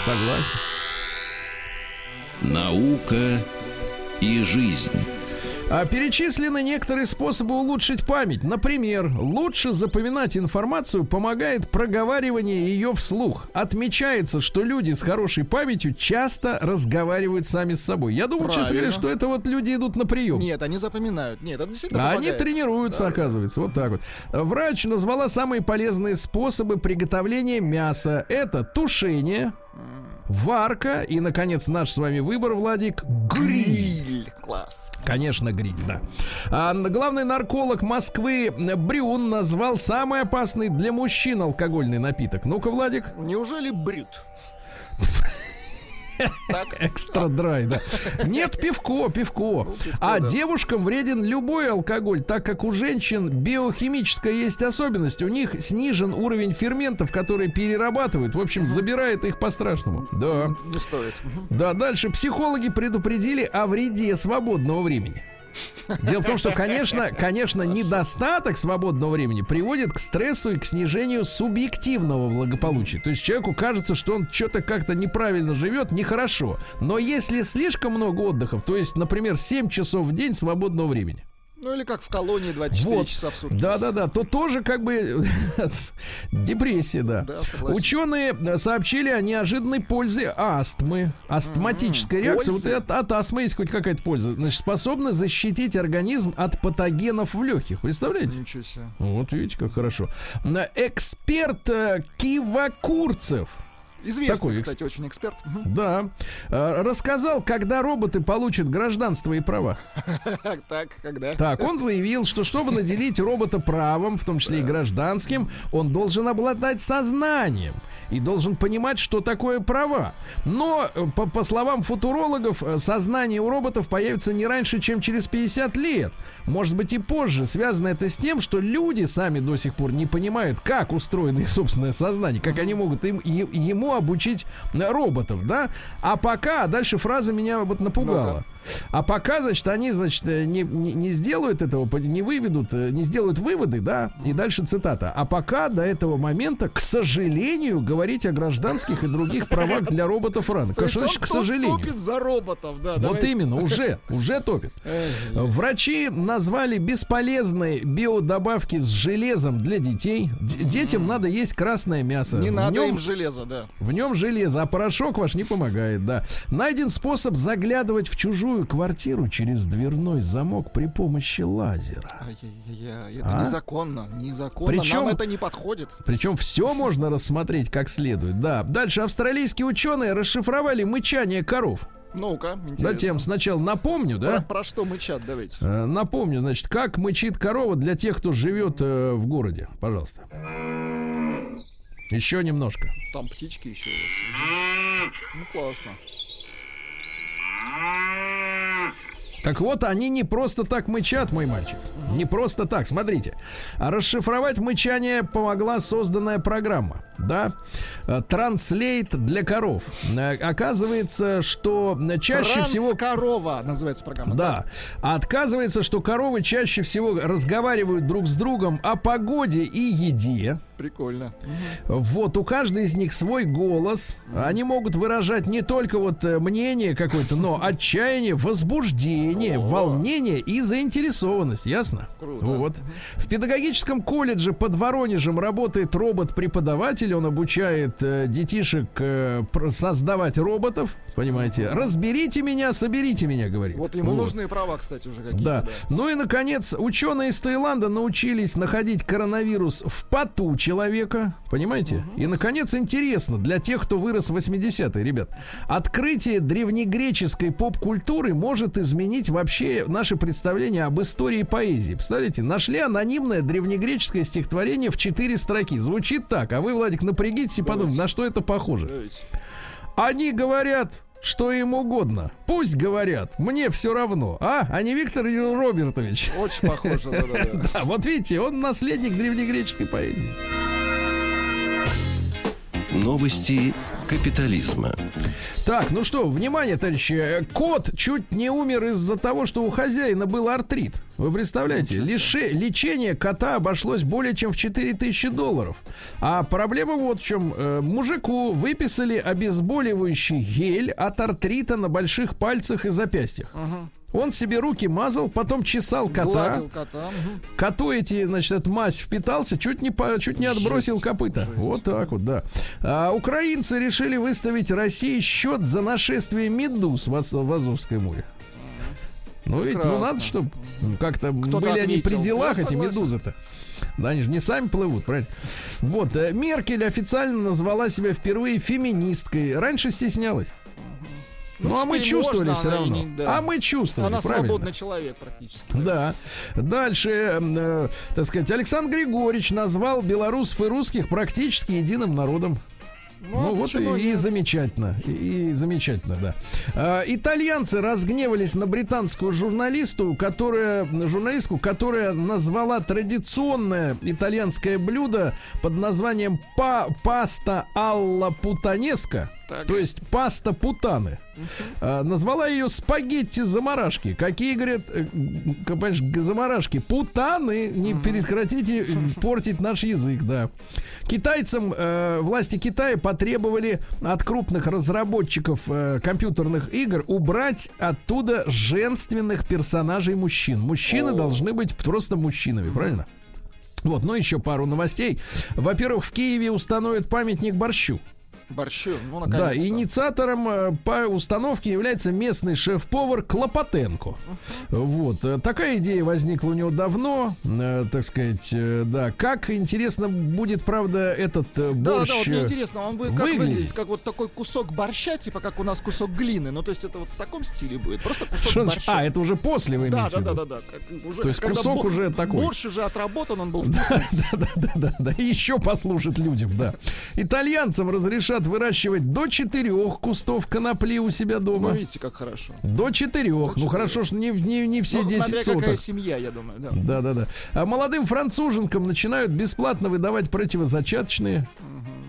Согласен. Наука и жизнь. А перечислены некоторые способы улучшить память. Например, лучше запоминать информацию помогает проговаривание ее вслух. Отмечается, что люди с хорошей памятью часто разговаривают сами с собой. Я думал, честно Правильно. говоря, что это вот люди идут на прием. Нет, они запоминают. Нет, это действительно А они помогает. тренируются, Да. оказывается. Вот так вот. Врач назвала самые полезные способы приготовления мяса. Это тушение, варка и, наконец, наш с вами выбор, Владик, гриль. Гриль. Класс. Конечно, гриль, да. А главный нарколог Москвы Брюн назвал самый опасный для мужчин алкогольный напиток. Ну-ка, Владик. Неужели брют? Так. Экстра драй, да. Нет, пивко, пивко. Ну, пивко, А да. девушкам вреден любой алкоголь, так как у женщин биохимическая есть особенность. У них снижен уровень ферментов, которые перерабатывают. В общем, забирает их по-страшному. Да. Не стоит. Мгм. Да, дальше. Психологи предупредили о вреде свободного времени. Дело в том, что, конечно, конечно, недостаток свободного времени приводит к стрессу и к снижению субъективного благополучия. То есть человеку кажется, что он что-то как-то неправильно живет, нехорошо. Но если слишком много отдыхов, то есть, например, семь часов в день свободного времени, Ну или как в колонии двадцать четыре вот. часа в сутки. Да-да-да, то тоже как бы депрессия, да. Да, согласен. Ученые сообщили о неожиданной пользе астмы. Астматическая М-м, реакция. Вот пользы? от, от астмы есть хоть какая-то польза. Значит, способна защитить организм от патогенов в легких. Представляете? Ничего себе. Вот видите, как хорошо. На- Эксперт э, Кива Курцев. Известный, Такой эксп- кстати, очень эксперт. Мгм. Да. э, Рассказал, когда роботы получат гражданство и права. Так, когда? Так, он заявил, что чтобы наделить робота правом, в том числе и гражданским, он должен обладать сознанием и должен понимать, что такое права. Но, э, по, по словам футурологов, э, сознание у роботов появится не раньше, чем через пятьдесят лет. Может быть и позже. Связано это с тем, что люди сами до сих пор не понимают, как устроено их собственное сознание, как они могут им, е- ему всему обучить роботов, да? А пока, дальше фраза меня вот напугала. Ну-ка. А пока, значит, они, значит, не, не, не сделают этого, не выведут, не сделают выводы, да, и дальше цитата. А пока до этого момента, к сожалению, говорить о гражданских и других правах для роботов рано. Что значит, к сожалению? Топит за роботов, да. Вот давайте. именно, уже, уже топит. Врачи назвали бесполезной биодобавки с железом для детей. Д- детям надо есть красное мясо. Не В надо нем- им железо, да. В нем железо, а порошок ваш не помогает, да. Найден способ заглядывать в чужую квартиру через дверной замок при помощи лазера. Ай-яй-яй, это А? незаконно, незаконно. Причем- Нам это не подходит. Причем все можно рассмотреть как следует, да. Дальше австралийские ученые расшифровали мычание коров. Ну-ка, интересно. Затем сначала напомню, Про, да. про что мычат, давайте. Э, Напомню, значит, как мычит корова для тех, кто живет э, в городе. Пожалуйста. Еще немножко. Там птички еще есть. Ну, классно. Так вот, они не просто так мычат, мой мальчик. Не просто так, смотрите. А расшифровать мычание помогла созданная программа. Да? Транслейт для коров. Э, Оказывается, что чаще всего... Корова называется программа. Да. А оказывается, что коровы чаще всего разговаривают друг с другом о погоде и еде. Прикольно. Вот, у каждой из них свой голос. Они могут выражать не только вот э, мнение какое-то, но отчаяние, возбуждение, волнение и заинтересованность. Ясно? Круто. Вот. В педагогическом колледже под Воронежем работает робот-преподаватель. Он обучает э, детишек э, пр- создавать роботов. Понимаете? Разберите меня, соберите меня, говорит. Вот ему Вот. нужны права, кстати, уже какие-то. Да. Ну и, наконец, ученые из Таиланда научились находить коронавирус в поту человека. Понимаете? И, наконец, интересно для тех, кто вырос в восьмидесятые, ребят. Открытие древнегреческой поп-культуры может изменить вообще наше представление об истории поэзии. Представляете? Нашли анонимное древнегреческое стихотворение в четыре строки. Звучит так. А вы, Владик, напрягитесь и подумайте, на что это похоже. Давайте. Они говорят, что им угодно. Пусть говорят, мне все равно. А? А не Виктор Робертович. Очень похоже, да-да-да. Да, вот видите, он наследник древнегреческой поэзии. Новости капитализма. Так, ну что, внимание, товарищи. Кот чуть не умер из-за того, что у хозяина был артрит. Вы представляете? Лише, лечение кота обошлось более чем в четыре тысячи долларов. А проблема вот в чем. Э, мужику выписали обезболивающий гель от артрита на больших пальцах и запястьях. Ага. Он себе руки мазал, потом чесал кота. Гладил кота. Мгм. Коту эти, значит, эта мазь впитался, чуть не, по, чуть не отбросил Жесть. копыта. Вот так вот, да. А, украинцы решили выставить России счет за нашествие медуз в, Аз- в Азовское море. Ну ведь, ну Прекрасно. надо, чтобы как-то Кто-то были они при отметил. делах, Я эти согласен. медузы-то. Да, они же не сами плывут, правильно? Вот, э, Меркель официально назвала себя впервые феминисткой. Раньше стеснялась. Ну, Ну, а мы теперь чувствовали можно, все она и равно. не- да. А мы чувствовали, Она правильно? свободный человек практически. Да. Дальше, э, так сказать, Александр Григорьевич назвал белорусов и русских практически единым народом. Ну, а вот и, почему и нет? замечательно. И, и замечательно, да. А, итальянцы разгневались на британскую журналисту, которая, журналистку, которая назвала традиционное итальянское блюдо под названием па, паста алла путанеска. Так. То есть паста путаны. А, назвала ее спагетти заморашки. Какие, говорят, э, понимаешь, заморашки? Путаны. Не прекратите портить наш язык, да. Китайцам э, власти Китая потребовали от крупных разработчиков э, компьютерных игр убрать оттуда женственных персонажей мужчин. Мужчины О. должны быть просто мужчинами, правильно? Вот, ну еще пару новостей. Во-первых, в Киеве установят памятник борщу. Борщу, ну, Да, наконец-то. инициатором э, по установке является местный шеф-повар Клопотенко. Вот. э, Такая идея возникла у него давно, э, так сказать, э, да. Как, интересно, будет, правда, этот э, Да, борщ... да, вот мне э, интересно, он будет как выглядеть. выглядеть, как вот такой кусок борща, типа как у нас кусок глины. Ну, то есть это вот в таком стиле будет. Просто кусок что значит- борща. А, это уже после вы Да, имеете да, в да, виду? да, да. Как уже- То есть когда кусок бо- уже такой. Борщ уже отработан, он был вкусный. Да, да, да, да, да. И еще послушать людям, да. Итальянцам разрешат выращивать до четырех кустов конопли у себя Ну, дома. видите, как хорошо. До четырех. Ну хорошо, что не, не, не все Ну, десять смотря соток. какая семья, я думаю, да. Да, да, да. А молодым француженкам начинают бесплатно выдавать противозачаточные.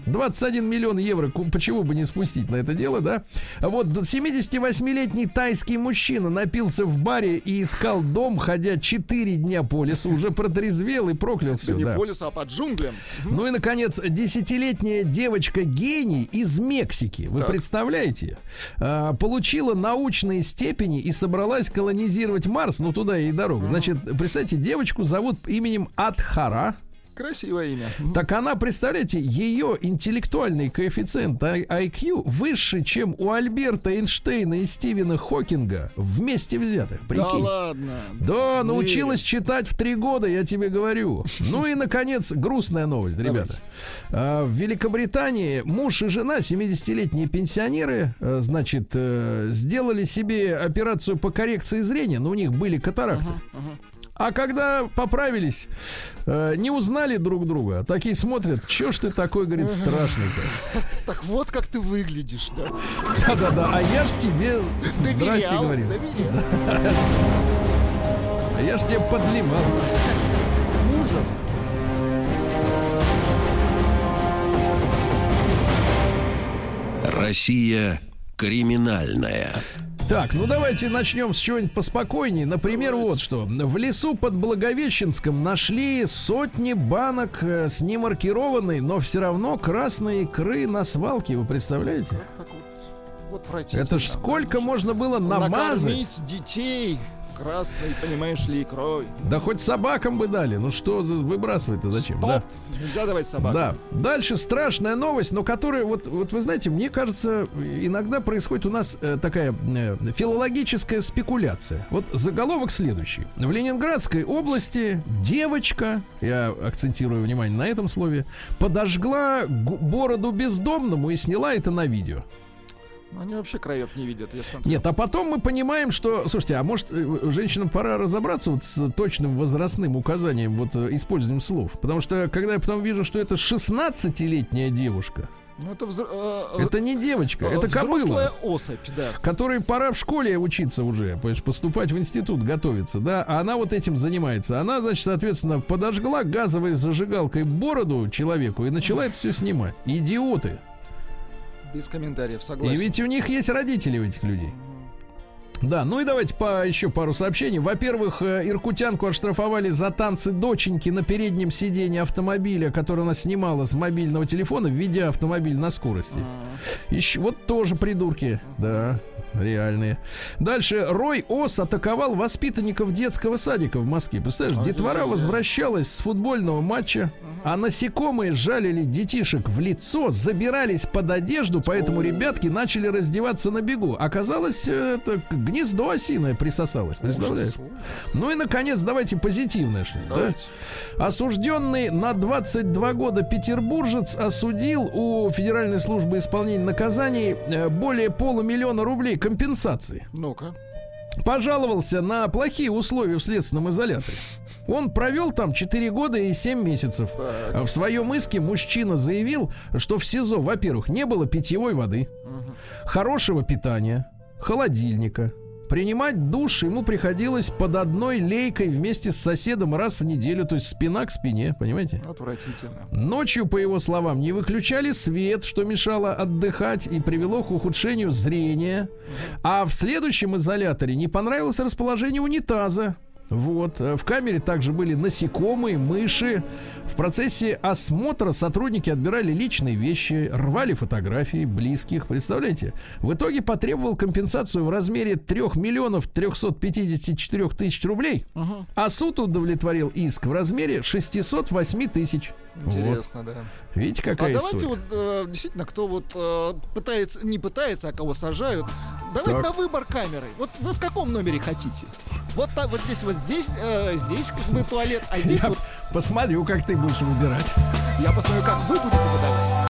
двадцать один миллион евро, почему бы не спустить на это дело, да? Вот семидесятивосьмилетний тайский мужчина напился в баре и искал дом, ходя четыре дня по лесу, уже протрезвел и проклял все. Да не да. по лесу, а под джунглям. Ну и, наконец, десятилетняя девочка-гений из Мексики, вы Так. представляете, а, получила научные степени и собралась колонизировать Марс, ну туда и дорогу. Значит, представьте, девочку зовут именем Адхара. Красивое имя. Так она, представляете, ее интеллектуальный коэффициент ай кью выше, чем у Альберта Эйнштейна и Стивена Хокинга вместе взятых. Да Прикинь. ладно. Да, научилась Верю. читать в три года, я тебе говорю. Ну и, наконец, грустная новость, ребята. А, в Великобритании муж и жена, семидесятилетние пенсионеры, а, значит, э, сделали себе операцию по коррекции зрения, но у них были катаракты. Ага, ага. А когда поправились, э, не узнали друг друга. Такие смотрят, чё ж ты такой, говорит, страшный-то. Так вот как ты выглядишь, да? Да-да-да, а я ж тебе здрасте Доверял, говорит. доверял. А я ж тебе подливал. Ужас. Россия криминальная. Так, ну давайте начнем с чего-нибудь поспокойнее. Например, вот что. В лесу под Благовещенском нашли сотни банок э, с немаркированной, но все равно красной икры на свалке. Вы представляете? Так вот, вот отвратительно. Это ж сколько можно было намазать? Накормить детей красной, понимаешь ли, икрой. Да хоть собакам бы дали. Ну что за- выбрасывать-то зачем? Стоп. Да. Нельзя давать собаку. Да. Дальше страшная новость, но которая, вот, вот вы знаете, мне кажется, иногда происходит у нас э, такая э, филологическая спекуляция. Вот заголовок следующий. В Ленинградской области девочка, я акцентирую внимание на этом слове, подожгла гу- бороду бездомному и сняла это на видео. Они вообще краев не видят, я смотрю. Нет, а потом мы понимаем, что, слушайте, а может э, женщинам пора разобраться вот с точным возрастным указанием вот э, использованием слов, потому что когда я потом вижу, что это шестнадцатилетняя девушка, Ну, это, взр... э, это не девочка, э, это взрослая кобыла, особь, да. которой пора в школе учиться уже, понимаешь, поступать в институт, готовиться, да, а она вот этим занимается. Она, значит, соответственно, подожгла газовой зажигалкой бороду человеку и начала это все снимать. Идиоты. Без комментариев, согласен. И ведь у них есть родители у этих людей. Да, ну и давайте по еще пару сообщений. Во-первых, э, иркутянку оштрафовали за танцы доченьки на переднем сиденье автомобиля, который она снимала с мобильного телефона, введя автомобиль на скорости. Еще, вот тоже придурки, да, реальные. Дальше, Рой Ос атаковал воспитанников детского садика в Москве. Представляешь, Ай-яй-яй. детвора возвращалась с футбольного матча, а насекомые жалили детишек в лицо, забирались под одежду, поэтому ребятки начали раздеваться на бегу. Оказалось, э, это гнездо осиное присосалось, представляешь? Ну и, наконец, давайте позитивное что-нибудь, да? Давайте. Осужденный на двадцать два года петербуржец осудил у Федеральной службы исполнения наказаний э, более полумиллиона рублей компенсации. Ну-ка. Пожаловался на плохие условия в следственном изоляторе. Он провел там четыре года и семь месяцев. Так. В своем иске мужчина заявил, что в СИЗО, во-первых, не было питьевой воды, хорошего питания, холодильника. Принимать душ ему приходилось под одной лейкой вместе с соседом раз в неделю, то есть спина к спине, понимаете? Отвратительно. Ночью, по его словам, не выключали свет, что мешало отдыхать и привело к ухудшению зрения. А в следующем изоляторе не понравилось расположение унитаза. Вот. В камере также были насекомые, мыши. В процессе осмотра сотрудники отбирали личные вещи, рвали фотографии близких. Представляете? В итоге потребовал компенсацию в размере трёх миллионов трёхсот пятидесяти четырёх тысяч рублей. Угу. А суд удовлетворил иск в размере шестьсот восемь тысяч. Интересно, да. Вот. Видите, А какая давайте история? вот э, действительно, кто вот э, пытается, не пытается, а кого сажают, давайте Так. на выбор камеры. Вот вы в каком номере хотите? Вот так, вот здесь, вот здесь, э, здесь как бы туалет, а здесь Я вот посмотрю, как ты будешь выбирать. я посмотрю, как вы будете выдавать.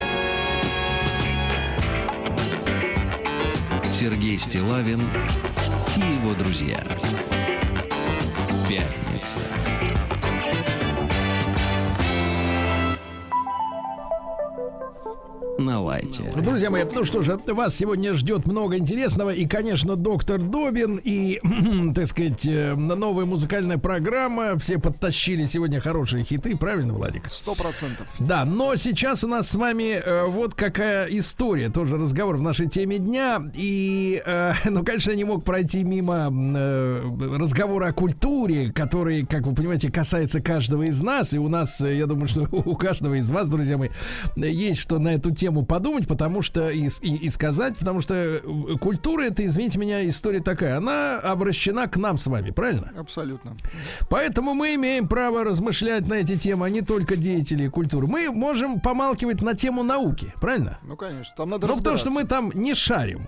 Сергей Стиллавин и его друзья. Пятница. на лайте. Друзья мои, ну что же, вас сегодня ждет много интересного. И, конечно, доктор Добин и, так сказать, новая музыкальная программа. Все подтащили сегодня хорошие хиты, правильно, Владик? Сто процентов. Да, но сейчас у нас с вами э, вот какая история. Тоже разговор в нашей теме дня. И, э, ну, конечно, я не мог пройти мимо э, разговора о культуре, который, как вы понимаете, касается каждого из нас. И у нас, я думаю, что у каждого из вас, друзья мои, есть что на эту тему подумать, потому что и, и, и сказать, потому что культура — это, извините меня, история такая. Она обращена к нам с вами, правильно? Абсолютно. Поэтому мы имеем право размышлять на эти темы, а не только деятели культуры. Мы можем помалкивать на тему науки, правильно? Ну, конечно, там надо Ну, потому что мы там не шарим.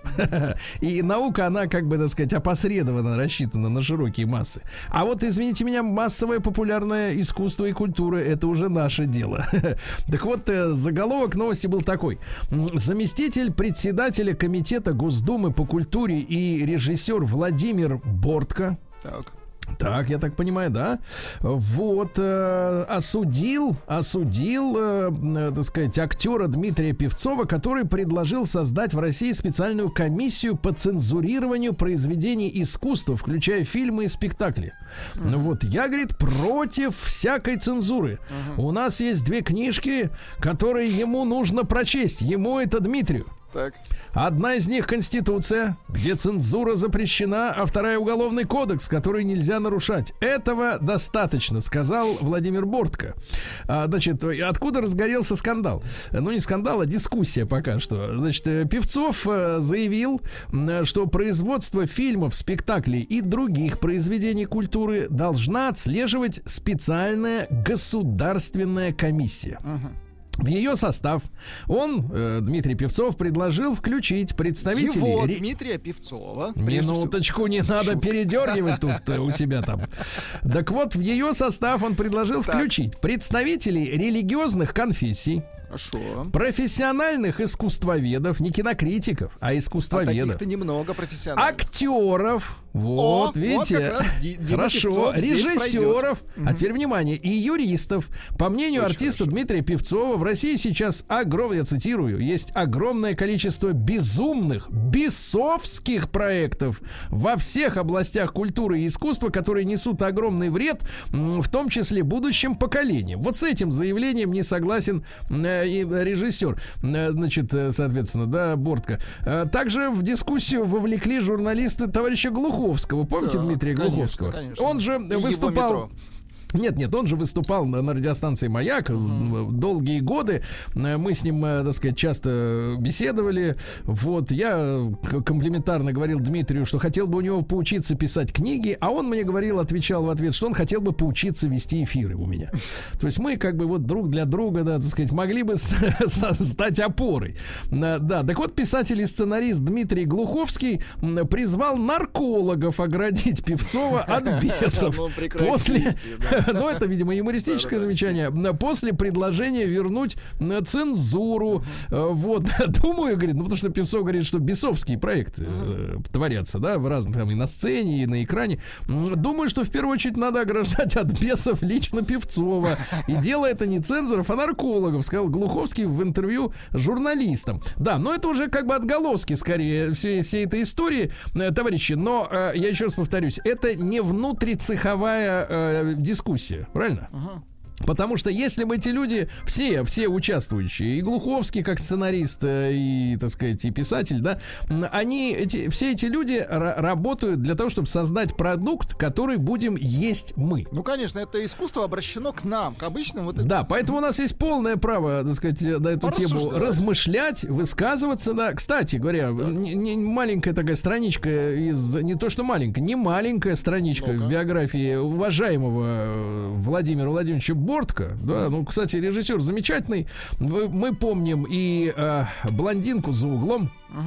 И наука, она, как бы, так сказать, опосредованно рассчитана на широкие массы. А вот, извините меня, массовое популярное искусство и культура — это уже наше дело. Так вот, заголовок новости был такой. Заместитель председателя комитета Госдумы по культуре и режиссер Владимир Бортко. Так. Так, я так понимаю, да. Вот, э, осудил, осудил, э, э, так сказать, актера Дмитрия Певцова, который предложил создать в России специальную комиссию по цензурированию произведений искусства, включая фильмы и спектакли. Uh-huh. Ну вот, я, говорит, против всякой цензуры. Uh-huh. У нас есть две книжки, которые ему нужно прочесть. Ему — это Дмитрию. Так. Одна из них — Конституция, где цензура запрещена, а вторая — Уголовный кодекс, который нельзя нарушать. Этого достаточно, сказал Владимир Бортко. А, значит, откуда разгорелся скандал? Ну, не скандал, а дискуссия пока что. Значит, Певцов заявил, что производство фильмов, спектаклей и других произведений культуры должна отслеживать специальная государственная комиссия. Uh-huh. В ее состав он, э, Дмитрий Певцов, предложил включить представителей... Его, Дмитрия Певцова. Минуточку, не надо Шутка. передергивать тут у себя там. Так вот, в ее состав он предложил так. включить представителей религиозных конфессий, Хорошо. профессиональных искусствоведов, не кинокритиков, а искусствоведов. А таких-то немного профессиональных. Актеров, вот, О, видите, вот хорошо, режиссеров, а теперь внимание, и юристов. По мнению Очень артиста хорошо. Дмитрия Певцова, в России сейчас огромное, я цитирую, есть огромное количество безумных, бесовских проектов во всех областях культуры и искусства, которые несут огромный вред, в том числе будущим поколениям. Вот с этим заявлением не согласен и режиссер, значит, соответственно, да, Бортко. Также в дискуссию вовлекли журналисты товарища Глуховского. Помните, да, Дмитрия конечно, Глуховского? Конечно. Он же и выступал... Нет, нет, он же выступал на, на радиостанции «Маяк» uh-huh. долгие годы. Мы с ним, так сказать, часто беседовали. Вот, я комплиментарно говорил Дмитрию, что хотел бы у него поучиться писать книги, а он мне говорил, отвечал в ответ, что он хотел бы поучиться вести эфиры у меня. То есть мы как бы вот друг для друга, да, так сказать, могли бы стать опорой. Да, так вот, писатель и сценарист Дмитрий Глуховский призвал наркологов оградить Певцова от бесов. После... Ну, это, видимо, юмористическое замечание. После предложения вернуть цензуру. Вот. Думаю, говорит, ну, потому что Певцов говорит, что бесовские проекты э, творятся, да, в разных, там, и на сцене, и на экране. Думаю, что в первую очередь надо ограждать от бесов лично Певцова. И дело это не цензоров, а наркологов, сказал Глуховский в интервью журналистам. Да, но это уже как бы отголоски, скорее, всей, всей этой истории, товарищи. Но, э, я еще раз повторюсь, это не внутрицеховая э, дискуссия. Правильно? Uh-huh. Потому что если бы эти люди, все, все участвующие, и Глуховский как сценарист, и, так сказать, и писатель, да, они, эти, все эти люди р- работают для того, чтобы создать продукт, который будем есть мы. Ну, конечно, это искусство обращено к нам, к обычным вот этим. Да, поэтому у нас есть полное право, так сказать, на эту тему размышлять, высказываться, да. Кстати говоря, да. не, не маленькая такая страничка из, не то что маленькая, не маленькая страничка Ну-ка. в биографии уважаемого Владимира Владимировича Бортко, да, ну, кстати, режиссер замечательный. Мы помним и э, «Блондинку за углом». Uh-huh.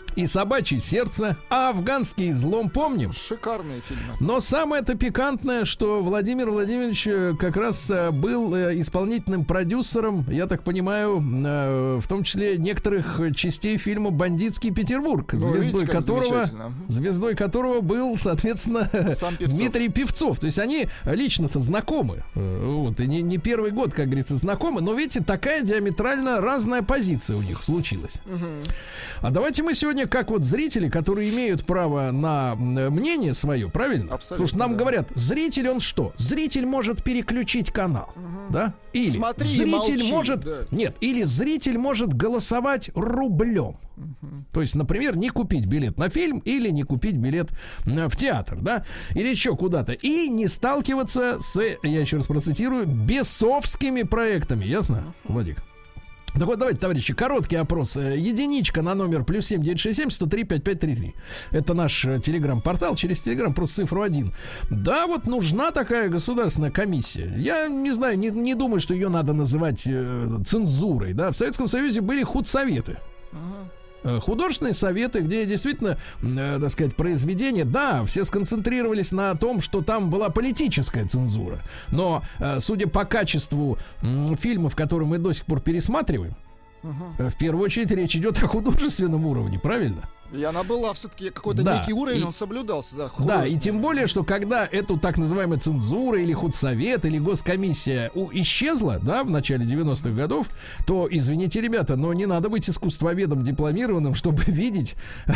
и «Собачье сердце», а «Афганский излом» помним? Шикарные фильмы. Но самое-то пикантное, что Владимир Владимирович как раз был исполнительным продюсером, я так понимаю, в том числе некоторых частей фильма «Бандитский Петербург», ну, звездой, видите, которого, звездой которого был, соответственно, Дмитрий Певцов. То есть они лично-то знакомы. Вот, и не, не первый год, как говорится, знакомы. Но, видите, такая диаметрально разная позиция у них случилась. Угу. А давайте мы сегодня, как вот зрители, которые имеют право на мнение свое, правильно? Абсолютно, потому что нам да. говорят, зритель он что? Зритель может переключить канал, угу. да? Или Смотри, зритель молчи, может... Да. Нет, или зритель может голосовать рублем. Угу. То есть, например, не купить билет на фильм или не купить билет в театр, да? Или еще куда-то. И не сталкиваться с, я еще раз процитирую, бесовскими проектами. Ясно, Владик? Так вот, давайте, товарищи, короткий опрос. Единичка на номер плюс семь девять шесть семь сто три пять пять три три. Это наш телеграм-портал. Через телеграм просто цифру один. Да, вот нужна такая государственная комиссия. Я не знаю, не, не думаю, что ее надо называть э, цензурой. Да? В Советском Союзе были худсоветы. Художественные советы, где действительно, э, так сказать, произведения, да, все сконцентрировались на том, что там была политическая цензура. Но, э, судя по качеству э, фильмов, которые мы до сих пор пересматриваем, uh-huh. э, в первую очередь речь идет о художественном уровне, правильно? И она была все-таки какой-то да, некий уровень, и, он соблюдался, да. Да, и тем более, что когда эту так называемую цензуру или худсовет или госкомиссия у, исчезла, да, в начале девяностых годов, то, извините, ребята, но не надо быть искусствоведом дипломированным, чтобы видеть,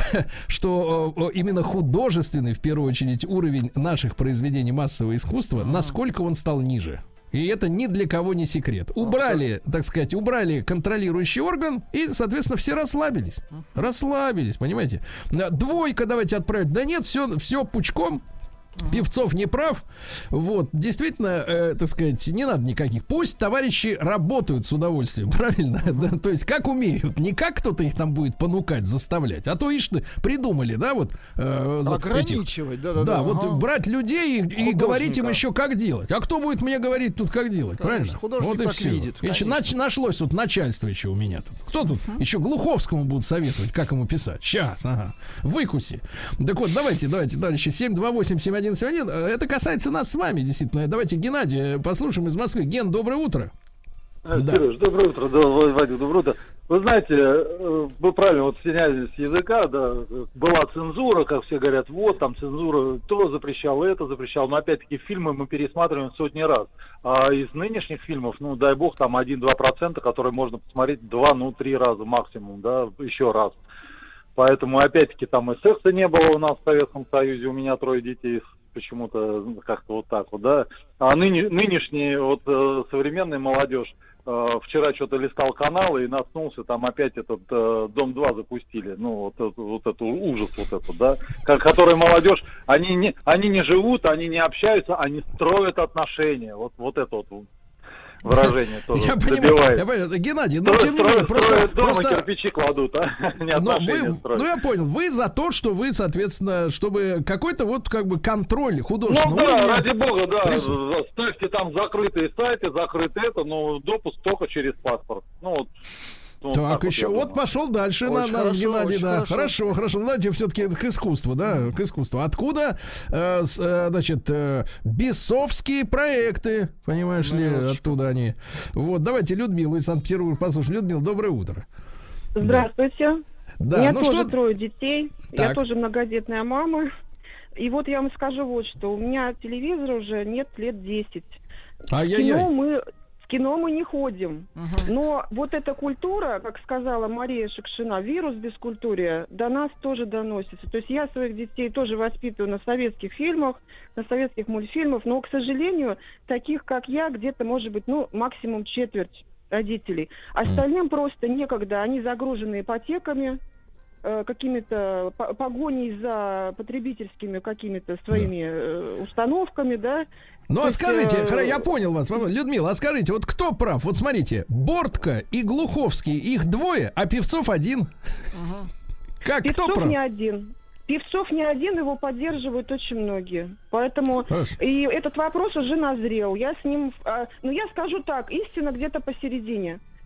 что именно художественный, в первую очередь, уровень наших произведений массового искусства, насколько он стал ниже. И это ни для кого не секрет. Убрали, так сказать, убрали контролирующий орган, и, соответственно, все расслабились. Расслабились, понимаете? Двойка давайте отправить. Да нет, все, все пучком. Певцов не прав. Вот, действительно, э, так сказать, не надо никаких. Пусть товарищи работают с удовольствием, правильно? Да, то есть, как умеют. Не как кто-то их там будет понукать, заставлять. А то ишь придумали, да, вот. Э, ограничивать, да, да, да. Да, вот ага. брать людей и, и говорить им еще, как делать. А кто будет мне говорить тут, как делать, конечно, правильно? Вот и все. Видит, еще нач, нашлось вот начальство еще у меня тут. Кто тут? Uh-huh. Еще Глуховскому будут советовать, как ему писать. Сейчас, ага. Выкуси. Так вот, давайте, давайте, товарищи, семь два восемь семь один. Это касается нас с вами, действительно. Давайте Геннадия послушаем из Москвы. Ген, доброе утро. А, да. Сереж, доброе утро. Да, Вадик, доброе утро. Вы знаете, вы правильно вот сняли с языка, да, была цензура, как все говорят, вот там цензура, то запрещал, это запрещал, но опять-таки фильмы мы пересматриваем сотни раз. А из нынешних фильмов, ну дай бог, там один-два процента, которые можно посмотреть два, ну три раза максимум, да, еще раз. Поэтому опять-таки там и секса не было у нас в Советском Союзе, у меня трое детей, почему-то как-то вот так вот, да. А ныне, нынешняя вот э, современная молодежь, э, вчера что-то листал каналы и наткнулся, там опять этот э, Дом два запустили, ну вот, вот этот ужас вот этот, да, как, который молодежь, они не, они не живут, они не общаются, они строят отношения, вот, вот это вот. Выражение тоже я понимаю, я понимаю, Геннадий, но тем не менее, просто, просто кирпичи кладут, а не отношения строят. Ну я понял, вы за то, что вы, соответственно, чтобы какой-то вот как бы контроль художественного уровня. Ну да, ради бога, да, присутств... ставьте там закрытые сайты, закрыты это, но допуск только через паспорт. Ну вот. Вот так, так еще вот, вот пошел дальше на, на Геннадий, да. Хорошо, хорошо, хорошо. Ну, давайте все-таки к искусству, да, к искусству. Откуда, э, с, э, значит, э, бесовские проекты, понимаешь ли, оттуда они. Вот, давайте Людмилу из Санкт-Петербурга послушаем. Людмила, доброе утро. Здравствуйте. Да. У меня ну тоже что... трое детей. Так. Я тоже многодетная мама. И вот я вам скажу вот что. У меня телевизора уже нет лет десять. Ай-яй-яй. Кино мы... В кино мы не ходим, uh-huh. но вот эта культура, как сказала Мария Шукшина, вирус бескультурия до нас тоже доносится. То есть я своих детей тоже воспитываю на советских фильмах, на советских мультфильмах, но, к сожалению, таких, как я, где-то, может быть, ну, максимум четверть родителей. Остальным uh-huh. просто некогда, они загружены ипотеками, э, какими-то погоней за потребительскими какими-то своими э, установками, да. Ну, а скажите, э... я понял вас, Людмила, а скажите, вот кто прав? Вот смотрите, Бортко и Глуховский, их двое, а Певцов один. Ага. Как, Певцов кто прав? не один. Певцов не один, его поддерживают очень многие. Поэтому Хорошо. И этот вопрос уже назрел. Я с ним, ну, я скажу так, истина где-то посередине.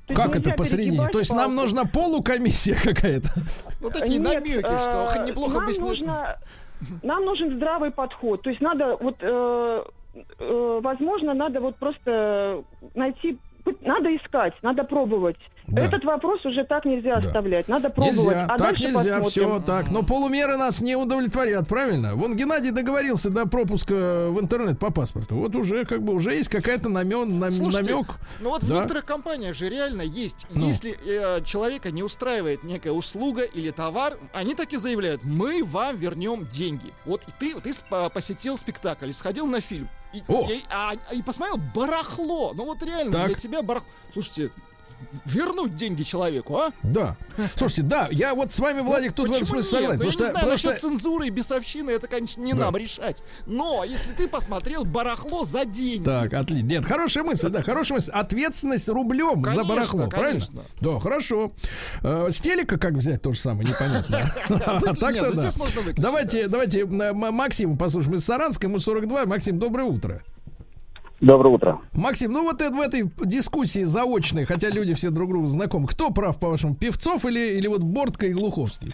То Как есть это посредине? То есть нам палку. нужна полукомиссия какая-то? Ну, такие Нет, намеки, э, что неплохо нам бы... нужно, нам нужен здравый подход. То есть надо вот, э, э, возможно, надо вот просто найти, надо искать, надо пробовать. Да. Этот вопрос уже так нельзя Да. оставлять. Надо пробовать. Нельзя, а так дальше нельзя, посмотрим. все так. Но полумеры нас не удовлетворят, правильно? Вон Геннадий договорился до пропуска в интернет по паспорту. Вот уже как бы уже есть какая-то намен, нам, Слушайте, намек. ну вот в Да. некоторых компаниях же реально есть, Ну. если э, человека не устраивает некая услуга или товар, они так и заявляют: мы вам вернем деньги. Вот и ты, ты спа- посетил спектакль, сходил на фильм и, О! и, а- и посмотрел барахло. Ну вот реально Так. для тебя барахло. Слушайте, вернуть деньги человеку, а? Да. Слушайте, да, я вот с вами, Владик, тут в этом Почему смысле нет? согласен. Ну, я Потому не что, знаю, потому насчет что- цензуры и бесовщины, это, конечно, не Да. нам решать. Но если ты посмотрел барахло за деньги... Так, отлично. Нет, хорошая мысль, да, хорошая мысль. Ответственность рублем за Конечно, барахло, правильно? конечно. Да, хорошо. Э, С телека как взять то же самое, непонятно. А Нет, так-то ну да. здесь можно выключить, Давайте, давайте э, М- Максиму послушаем из Саранска, ему сорок два. Максим, доброе утро. Доброе утро. Максим, ну вот это, в этой дискуссии заочной, хотя люди все друг другу знакомы, кто прав, по-вашему, Певцов или, или вот Бортко и Глуховский?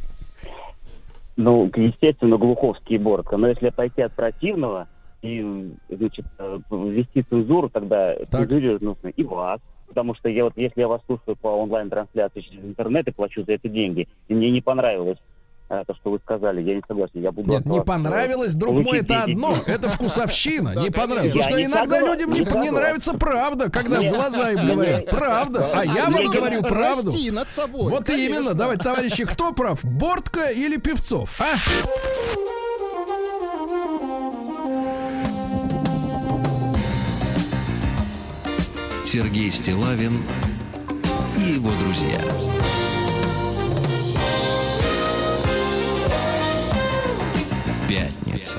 Ну, естественно, Глуховский и Бортко. Но если пойти от противного и, значит, э, ввести цензуру, тогда Так. цензурировать нужно и вас. Потому что я вот, если я вас слушаю по онлайн-трансляции через интернет и плачу за это деньги, и мне не понравилось э, то, что вы сказали, я не согласен. Я буду Нет, от не вас, понравилось, э, друг мой, получить это деньги. одно, это вкусовщина, Да, не понравилось. конечно. Потому что Я не иногда согласен, людям не не, не согласен. нравится правда, когда в Нет. глаза им Нет. говорят правда, а я вам Нужно говорю правду. расти над собой. Вот конечно. именно, давайте, товарищи, кто прав, Бортко или Певцов, а? Сергей Стиллавин и его друзья. Пятница.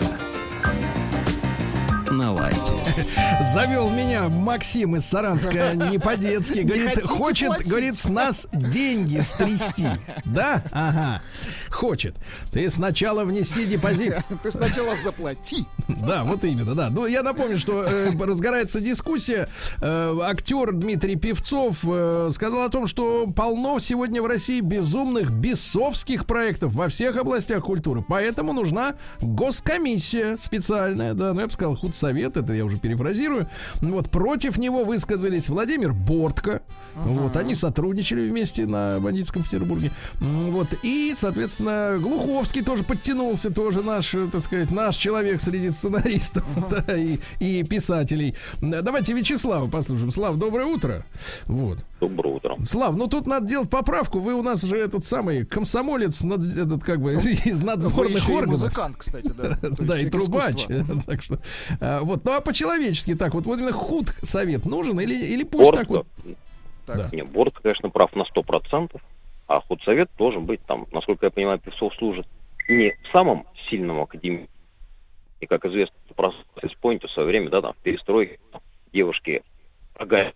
На лайте. Завел меня Максим из Саранска не по-детски. Говорит, хотите хочет, платить? говорит, с нас деньги стрясти. Да? Ага. Хочет. Ты сначала внеси депозит. Ты сначала заплати. Да, вот именно, да. Ну, я напомню, что э, разгорается дискуссия. Э, актер Дмитрий Певцов э, сказал о том, что полно сегодня в России безумных бесовских проектов во всех областях культуры. Поэтому нужна госкомиссия специальная, да, ну, я бы сказал, худсовет, это я уже перефразирую. Вот, против него высказались Владимир Бортко. Uh-huh. Вот, они сотрудничали вместе на бандитском Петербурге. Вот, и, соответственно, Глуховский тоже подтянулся, тоже наш, так сказать, наш человек среди сценаристов, uh-huh. да, и, и писателей. Давайте Вячеслава послушаем. Слав, доброе утро. Вот. Доброе утро. Слав, ну тут надо делать поправку. Вы у нас же этот самый комсомолец, над, этот как бы из надзорных Вы еще и органов. музыкант, кстати, да. Да, и трубач. Так что, вот, ну а по-человечески так, вот именно худсовет нужен или или пусть так вот. Не, Бортко, конечно, прав на сто процентов, а худсовет должен быть там, насколько я понимаю, Певцов служит не в самом сильном академии. И, как известно, просто вспомните в свое время, да, там, в перестройке девушки оголились.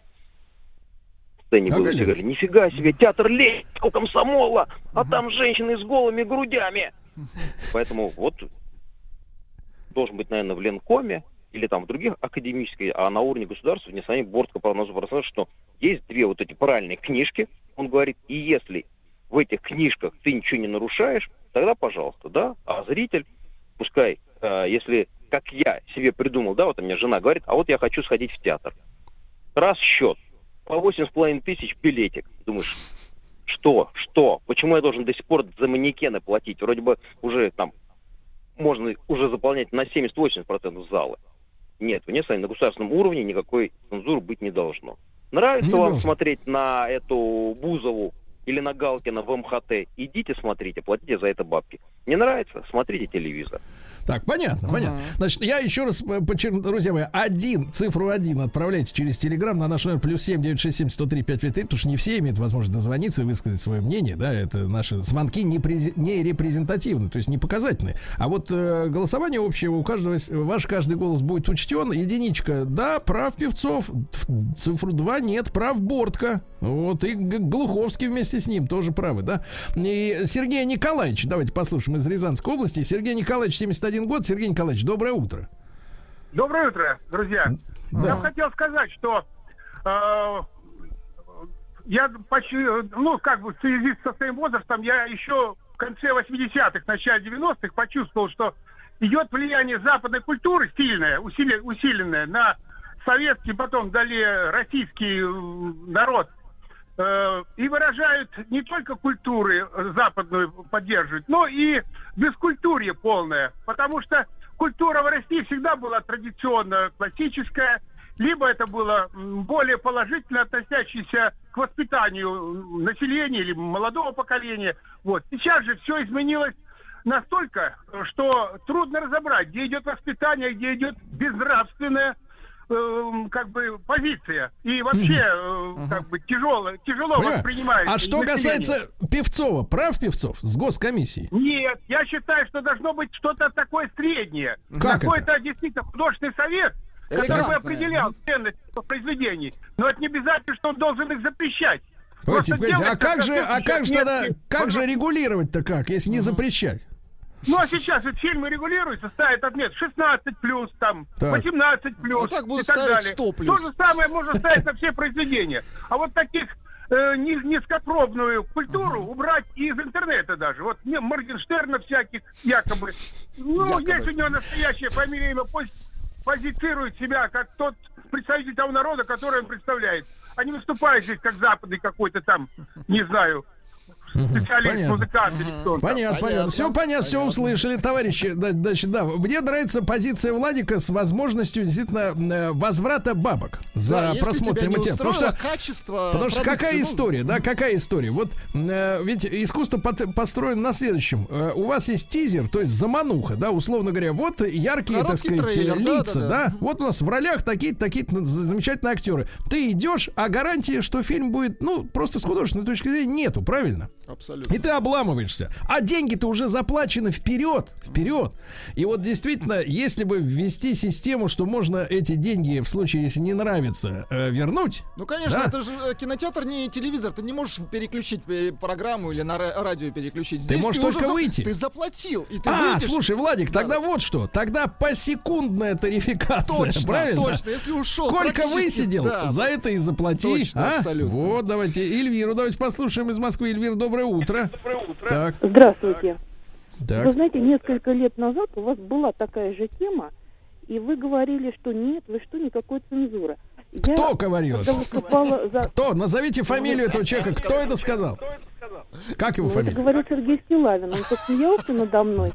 В сцене было, все говорили, нифига себе, театр летнего комсомола, а там женщины с голыми грудями. Поэтому вот должен быть, наверное, в Ленкоме или там в других академических, а на уровне государства не сами Бортко сказал, что есть две вот эти правильные книжки, он говорит, и если в этих книжках ты ничего не нарушаешь, тогда, пожалуйста, да, а зритель, пускай, э, если, как я себе придумал, да, вот у меня жена говорит, а вот я хочу сходить в театр. Раз счет, по восемь с половиной тысяч билетик. Думаешь, что, что, почему я должен до сих пор за манекены платить? Вроде бы уже там можно уже заполнять на семьдесят-восемьдесят процентов зала. Нет, вне сами на государственном уровне никакой цензуры быть не должно. Нравится Не вам должен. смотреть на эту Бузову или на Галкина в эм ха тэ? Идите смотрите, платите за это бабки. Не нравится? Смотрите телевизор. Так, понятно, понятно. Значит, я еще раз подчеркну, друзья мои, один, цифру один отправляйте через Телеграм на наш номер плюс семь девятьсот шестьдесят семь сто три пятьсот пятьдесят три, потому что не все имеют возможность дозвониться и высказать свое мнение, да, это наши звонки не, прези- не репрезентативны, то есть не показательны. А вот э, голосование общее у каждого, ваш каждый голос будет учтен. Единичка, да, прав Певцов, цифру два, нет, прав Бортко. Вот, и Г- Глуховский вместе с ним тоже правы, да. И Сергей Николаевич, давайте послушаем, из Рязанской области. Сергей Николаевич, семьдесят один год. Сергей Николаевич, доброе утро. Доброе утро, друзья. Да. Я бы хотел сказать, что э, я почти, ну, как бы в связи со своим возрастом, я еще в конце восьмидесятых, начале девяностых почувствовал, что идет влияние западной культуры сильное, усили, усиленное на советский, потом далее российский народ. И выражают не только культуры западную поддерживают, но и бескультурье полное. Потому что культура в России всегда была традиционно классическая, либо это было более положительно относящееся к воспитанию населения или молодого поколения. Вот. Сейчас же все изменилось настолько, что трудно разобрать, где идет воспитание, где идет безнравственное как бы позиция и вообще uh-huh. как бы тяжело тяжело воспринимается. А что касается Певцова, прав Певцов с госкомиссией? Нет, я считаю, что должно быть что-то такое среднее. Как Какой-то это? действительно художественный совет, который бы определял ценность произведений, но это не обязательно, что он должен их запрещать. Погодите, погодите, а как же, а как же тогда, как же регулировать-то как, если не запрещать? Ну, а сейчас ведь фильмы регулируются, ставят отмет шестнадцать плюс, там, так. восемнадцать плюс, ну, так будут и так ставить далее. сто плюс. То же самое можно ставить на все произведения. А вот таких э, низкопробную культуру uh-huh. убрать из интернета даже. Вот не, Моргенштерна всяких якобы. Ну, якобы. Есть у него настоящее фамилия, имя, пусть позицирует себя как тот представитель того народа, который он представляет. А не выступает здесь как западный какой-то там, не знаю... Понятно. Музыкант, понятно, понятно, понятно. Все понятно, понятно, все услышали, товарищи. Значит, да, мне нравится позиция Владика с возможностью действительно возврата бабок за да, просмотр материала. Потому что, качество потому что какая история, да, какая история? Вот э, ведь искусство построено на следующем. Э, у вас есть тизер, то есть замануха, да, условно говоря. Вот яркие, короткий так сказать, трейлер, лица, да, да, да. да. Вот у нас в ролях такие-то, такие-то замечательные актеры. Ты идешь, а гарантии, что фильм будет, ну, просто с художественной точки зрения нету, правильно? Абсолютно. И ты обламываешься. А деньги-то уже заплачены вперед, вперед. И вот действительно, если бы ввести систему, что можно эти деньги, в случае, если не нравится, э, вернуть. Ну, конечно, да? это же кинотеатр, не телевизор. Ты не можешь переключить программу или на радио переключить. Здесь ты можешь ты только выйти. Ты заплатил. И ты а, выйдешь. Слушай, Владик, да, тогда да. вот что. Тогда посекундная тарификация. Точно, правильно? Точно, если ушел. Сколько высидел, да, за это и заплати. Точно, а? абсолютно. Вот, давайте Эльвиру давайте послушаем из Москвы. Эльвира, доброе утро. Доброе утро. Так. Здравствуйте. Так. Вы знаете, несколько лет назад у вас была такая же тема, и вы говорили, что нет, вы что, никакой цензуры. Кто Я, говорил? За... Кто? Назовите фамилию этого человека. Кто это сказал? Как его фамилия? Это говорил Сергей Стилавин. Он посмеялся надо мной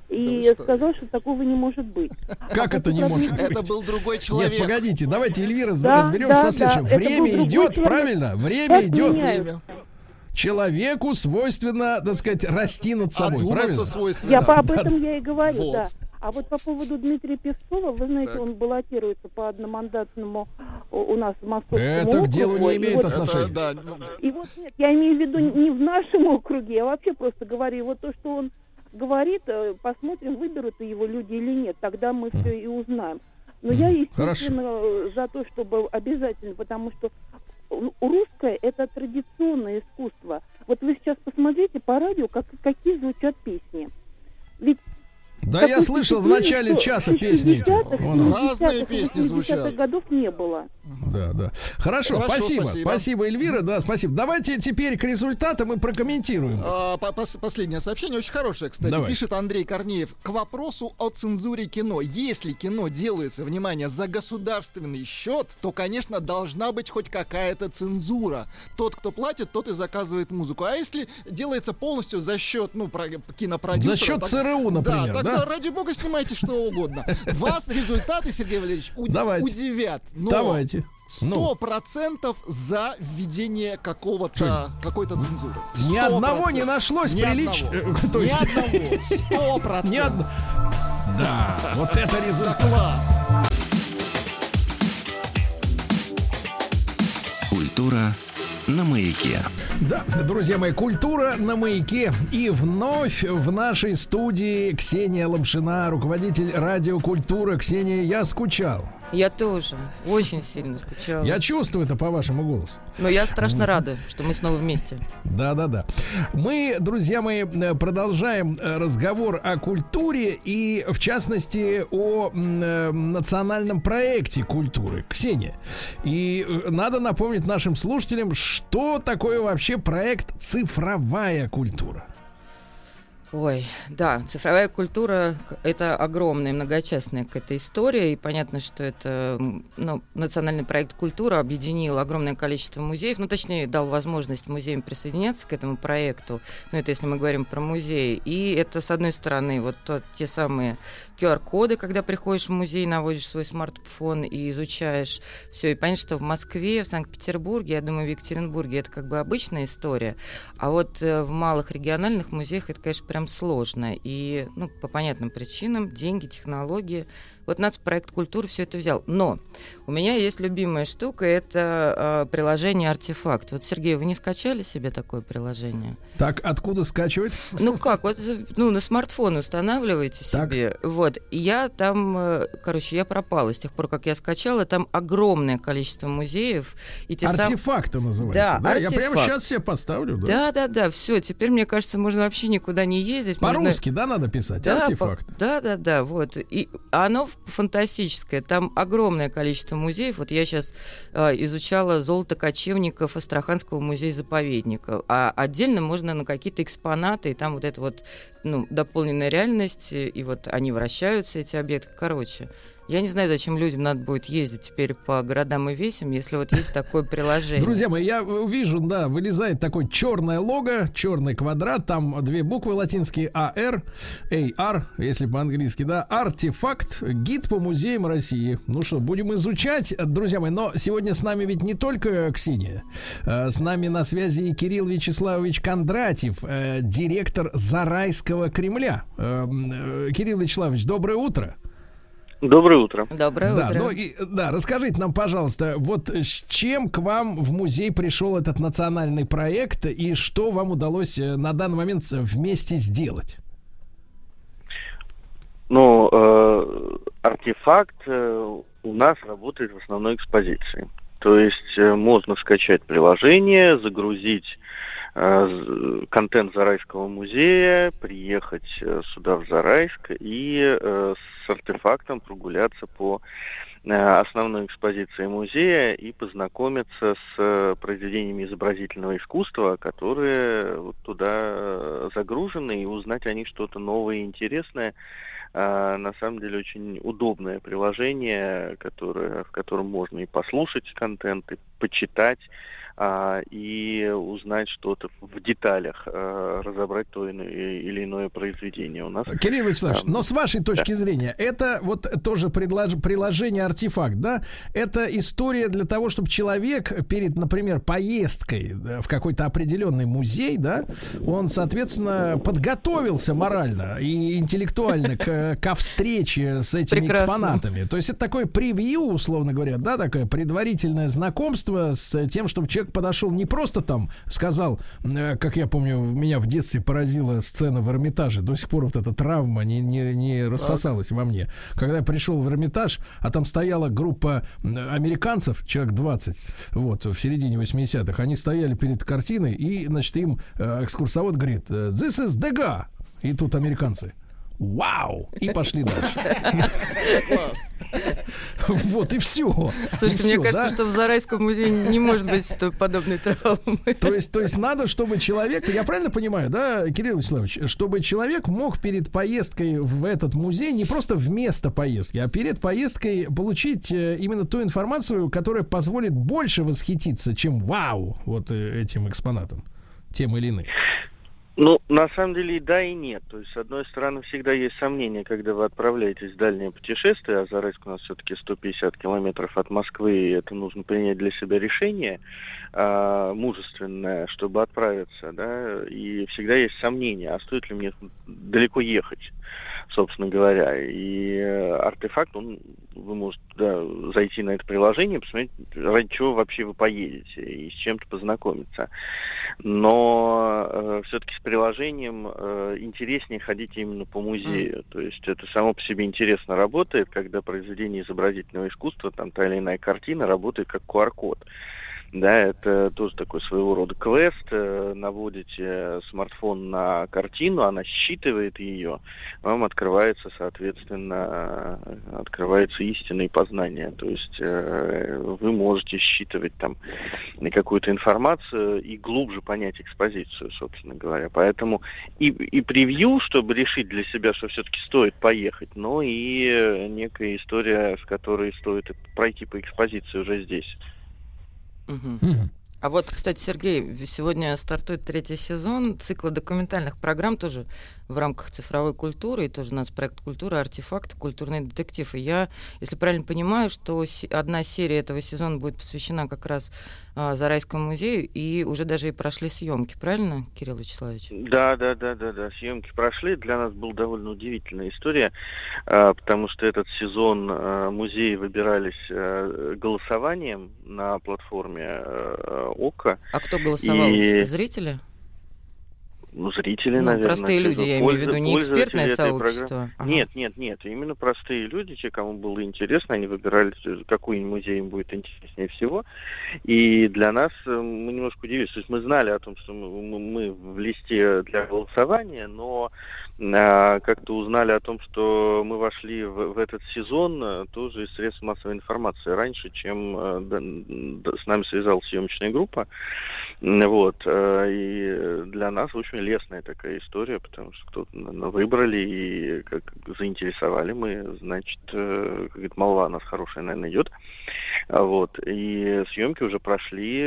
и да сказал, что такого не может быть. Как а это не может быть? Это был другой человек. Нет, погодите, давайте, Эльвира, да, разберемся да, со следующим. Да, время идет, человек. Правильно? Время идет. Время. Человеку свойственно, так сказать, расти над собой, правильно? Свойственно. Я да. об этом да. я и говорю, вот. да. А вот по поводу Дмитрия Пескова, вы знаете, так. он баллотируется по одномандатному у нас в Московском Это округе. к делу не имеет вот, отношения. Это, да. И вот нет, я имею в виду не в нашем округе, я вообще просто говорю, вот то, что он говорит, посмотрим, выберут его люди или нет, тогда мы mm. все и узнаем. Но mm. я, естественно, Хорошо. за то, чтобы обязательно, потому что русское — это традиционное искусство. Вот вы сейчас посмотрите по радио, как, какие звучат песни. Ведь да, я слышал в начале часа песни эти. Разные песни звучат. Годов не было. Да, да. Хорошо, Хорошо спасибо. спасибо. Спасибо, Эльвира. Да, спасибо. Давайте теперь к результатам и прокомментируем. А, последнее сообщение очень хорошее, кстати. Давай. Пишет Андрей Корнеев. К вопросу о цензуре кино. Если кино делается, внимание, за государственный счет, то, конечно, должна быть хоть какая-то цензура. Тот, кто платит, тот и заказывает музыку. А если делается полностью за счет, ну, кинопродюсера... За счет так, ЦРУ, например, да? да? Да, ради бога, снимайте что угодно. Вас результаты, Сергей Валерьевич, уд- удивят. Но Давайте. Сто процентов за введение какого-то какой-то цензуры. Ни одного не нашлось прилич. То есть... Ни одного. Сто процентов. Да, вот это результат. Класс. Культура на маяке. Да, друзья мои, культура на маяке. И вновь в нашей студии Ксения Ломшина, руководитель радио «Культура». Ксения, я скучал. Я тоже. Очень сильно скучала. Я чувствую это по вашему голосу. Но я страшно рада, что мы снова вместе. Да-да-да. Мы, друзья мои, продолжаем разговор о культуре и, в частности, о национальном проекте культуры. Ксения, и надо напомнить нашим слушателям, что такое вообще проект «Цифровая культура». Ой, да, цифровая культура — это огромная, многочастная какая-то история, и понятно, что это, ну, национальный проект «Культура» объединил огромное количество музеев, ну, точнее, дал возможность музеям присоединяться к этому проекту, ну, это если мы говорим про музеи, и это, с одной стороны, вот тот, те самые ку ар-коды, когда приходишь в музей, наводишь свой смартфон и изучаешь все, и понятно, что в Москве, в Санкт-Петербурге, я думаю, в Екатеринбурге это как бы обычная история, а вот э, в малых региональных музеях это, конечно, прям сложно. И, ну, по понятным причинам, деньги, технологии. Вот нацпроект культуры все это взял. Но у меня есть любимая штука, это э, приложение «Артефакт». Вот, Сергей, вы не скачали себе такое приложение? Так, откуда скачивать? Ну как, вот, ну, на смартфон устанавливаете себе. Так. Вот, и я там, э, короче, я пропала с тех пор, как я скачала. Там огромное количество музеев. И те «Артефакты» сам... называется, да? да? Я прямо сейчас себе поставлю. Да, да, да, да, все. Теперь, мне кажется, можно вообще никуда не ездить. По-русски, можно... да, надо писать? Да, «Артефакт». По... Да, да, да, вот. И оно фантастическое. Там огромное количество музеев. Вот я сейчас э, изучала золото кочевников Астраханского музея-заповедника. А отдельно можно на какие-то экспонаты, и там вот это вот, ну, дополненная реальность, и вот они вращаются, эти объекты. Короче, я не знаю, зачем людям надо будет ездить теперь по городам и весям, если вот есть такое приложение. Друзья мои, я вижу, да, вылезает такое черное лого, черный квадрат, там две буквы латинские эй ар, эй ар, если по-английски, да, «Артефакт», гид по музеям России. Ну что, будем изучать, друзья мои, но сегодня с нами ведь не только Ксения, с нами на связи и Кирилл Вячеславович Кондратьев, директор Зарайского Кремля. Кирилл Вячеславович, доброе утро. Доброе утро. Доброе да, утро. Ну и, да, расскажите нам, пожалуйста, вот с чем к вам в музей пришел этот национальный проект и что вам удалось на данный момент вместе сделать? Ну, э, артефакт э, у нас работает в основной экспозиции. То есть э, можно скачать приложение, загрузить э, контент Зарайского музея, приехать э, сюда в Зарайск и э, с артефактом прогуляться по э, основной экспозиции музея и познакомиться с э, произведениями изобразительного искусства, которые вот туда загружены, и узнать о них что-то новое и интересное. Uh, на самом деле очень удобное приложение, которое, в котором можно и послушать контент, и почитать, uh, и узнать что-то в деталях, uh, разобрать то или иное произведение у нас. Кирилл Вячеславович, uh, но с вашей точки да. зрения, это вот тоже предлож... приложение «Артефакт», да? Это история для того, чтобы человек перед, например, поездкой в какой-то определенный музей, да, он, соответственно, подготовился морально и интеллектуально к ко встрече с этими Прекрасно. экспонатами. То есть это такое превью, условно говоря, да, такое предварительное знакомство с тем, чтобы человек подошел не просто там сказал, как я помню, меня в детстве поразила сцена в Эрмитаже, до сих пор вот эта травма не, не, не рассосалась так. во мне. Когда я пришел в Эрмитаж, а там стояла группа американцев, человек двадцать, вот, в середине восьмидесятых, они стояли перед картиной, и, значит, им экскурсовод говорит: «This is Degas». И тут американцы: «Вау!» И пошли дальше. Вот и все. Слушайте, мне кажется, что в Зарайском музее не может быть подобной травмы. То есть, то есть надо, чтобы человек, я правильно понимаю, да, Кирилл Вячеславович, чтобы человек мог перед поездкой в этот музей не просто вместо поездки, а перед поездкой получить именно ту информацию, которая позволит больше восхититься, чем вау, вот этим экспонатом, тем или иным. Ну, на самом деле и да, и нет. То есть, с одной стороны, всегда есть сомнения, когда вы отправляетесь в дальнее путешествие, а Зарайск у нас все-таки сто пятьдесят километров от Москвы, и это нужно принять для себя решение э, мужественное, чтобы отправиться, да, и всегда есть сомнения, а стоит ли мне далеко ехать, собственно говоря. И э, артефакт, он, вы можете да, зайти на это приложение, посмотреть, ради чего вообще вы поедете, и с чем-то познакомиться. Но э, все-таки с приложением э, интереснее ходить именно по музею. Mm. То есть это само по себе интересно работает, когда произведение изобразительного искусства, там та или иная картина работает как ку ар код. Да, это тоже такой своего рода квест. Наводите смартфон на картину, она считывает ее, вам открывается, соответственно, открывается истинное познание. То есть вы можете считывать там какую-то информацию и глубже понять экспозицию, собственно говоря. Поэтому и, и превью, чтобы решить для себя, что все-таки стоит поехать, но и некая история, с которой стоит пройти по экспозиции уже здесь. Угу. А вот, кстати, Сергей, сегодня стартует третий сезон цикла документальных программ тоже в рамках цифровой культуры, и тоже у нас проект «Культура. Артефакт. Культурный детектив». И я, если правильно понимаю, что одна серия этого сезона будет посвящена как раз а, Зарайскому музею, и уже даже и прошли съемки, правильно, Кирилл Вячеславович? Да, да, да, да, да, съемки прошли. Для нас была довольно удивительная история, а, потому что этот сезон а, музеи выбирались а, голосованием на платформе а, ОККО. А кто голосовал? И... Зрители? Ну, зрители, ну, наверное. Простые люди, я имею в виду, не экспертное сообщество. Ага. Нет, нет, нет. Именно простые люди, те, кому было интересно, они выбирали, какой музей им будет интереснее всего. И для нас мы немножко удивились. То есть мы знали о том, что мы, мы в листе для голосования, но а, как-то узнали о том, что мы вошли в, в этот сезон тоже из средств массовой информации раньше, чем а, да, да, с нами связалась съемочная группа. Вот. А, и для нас, в общем, лестная такая история, потому что кто-то выбрали и как заинтересовали мы, значит, как молва у нас хорошая, наверное, идет. Вот. И съемки уже прошли,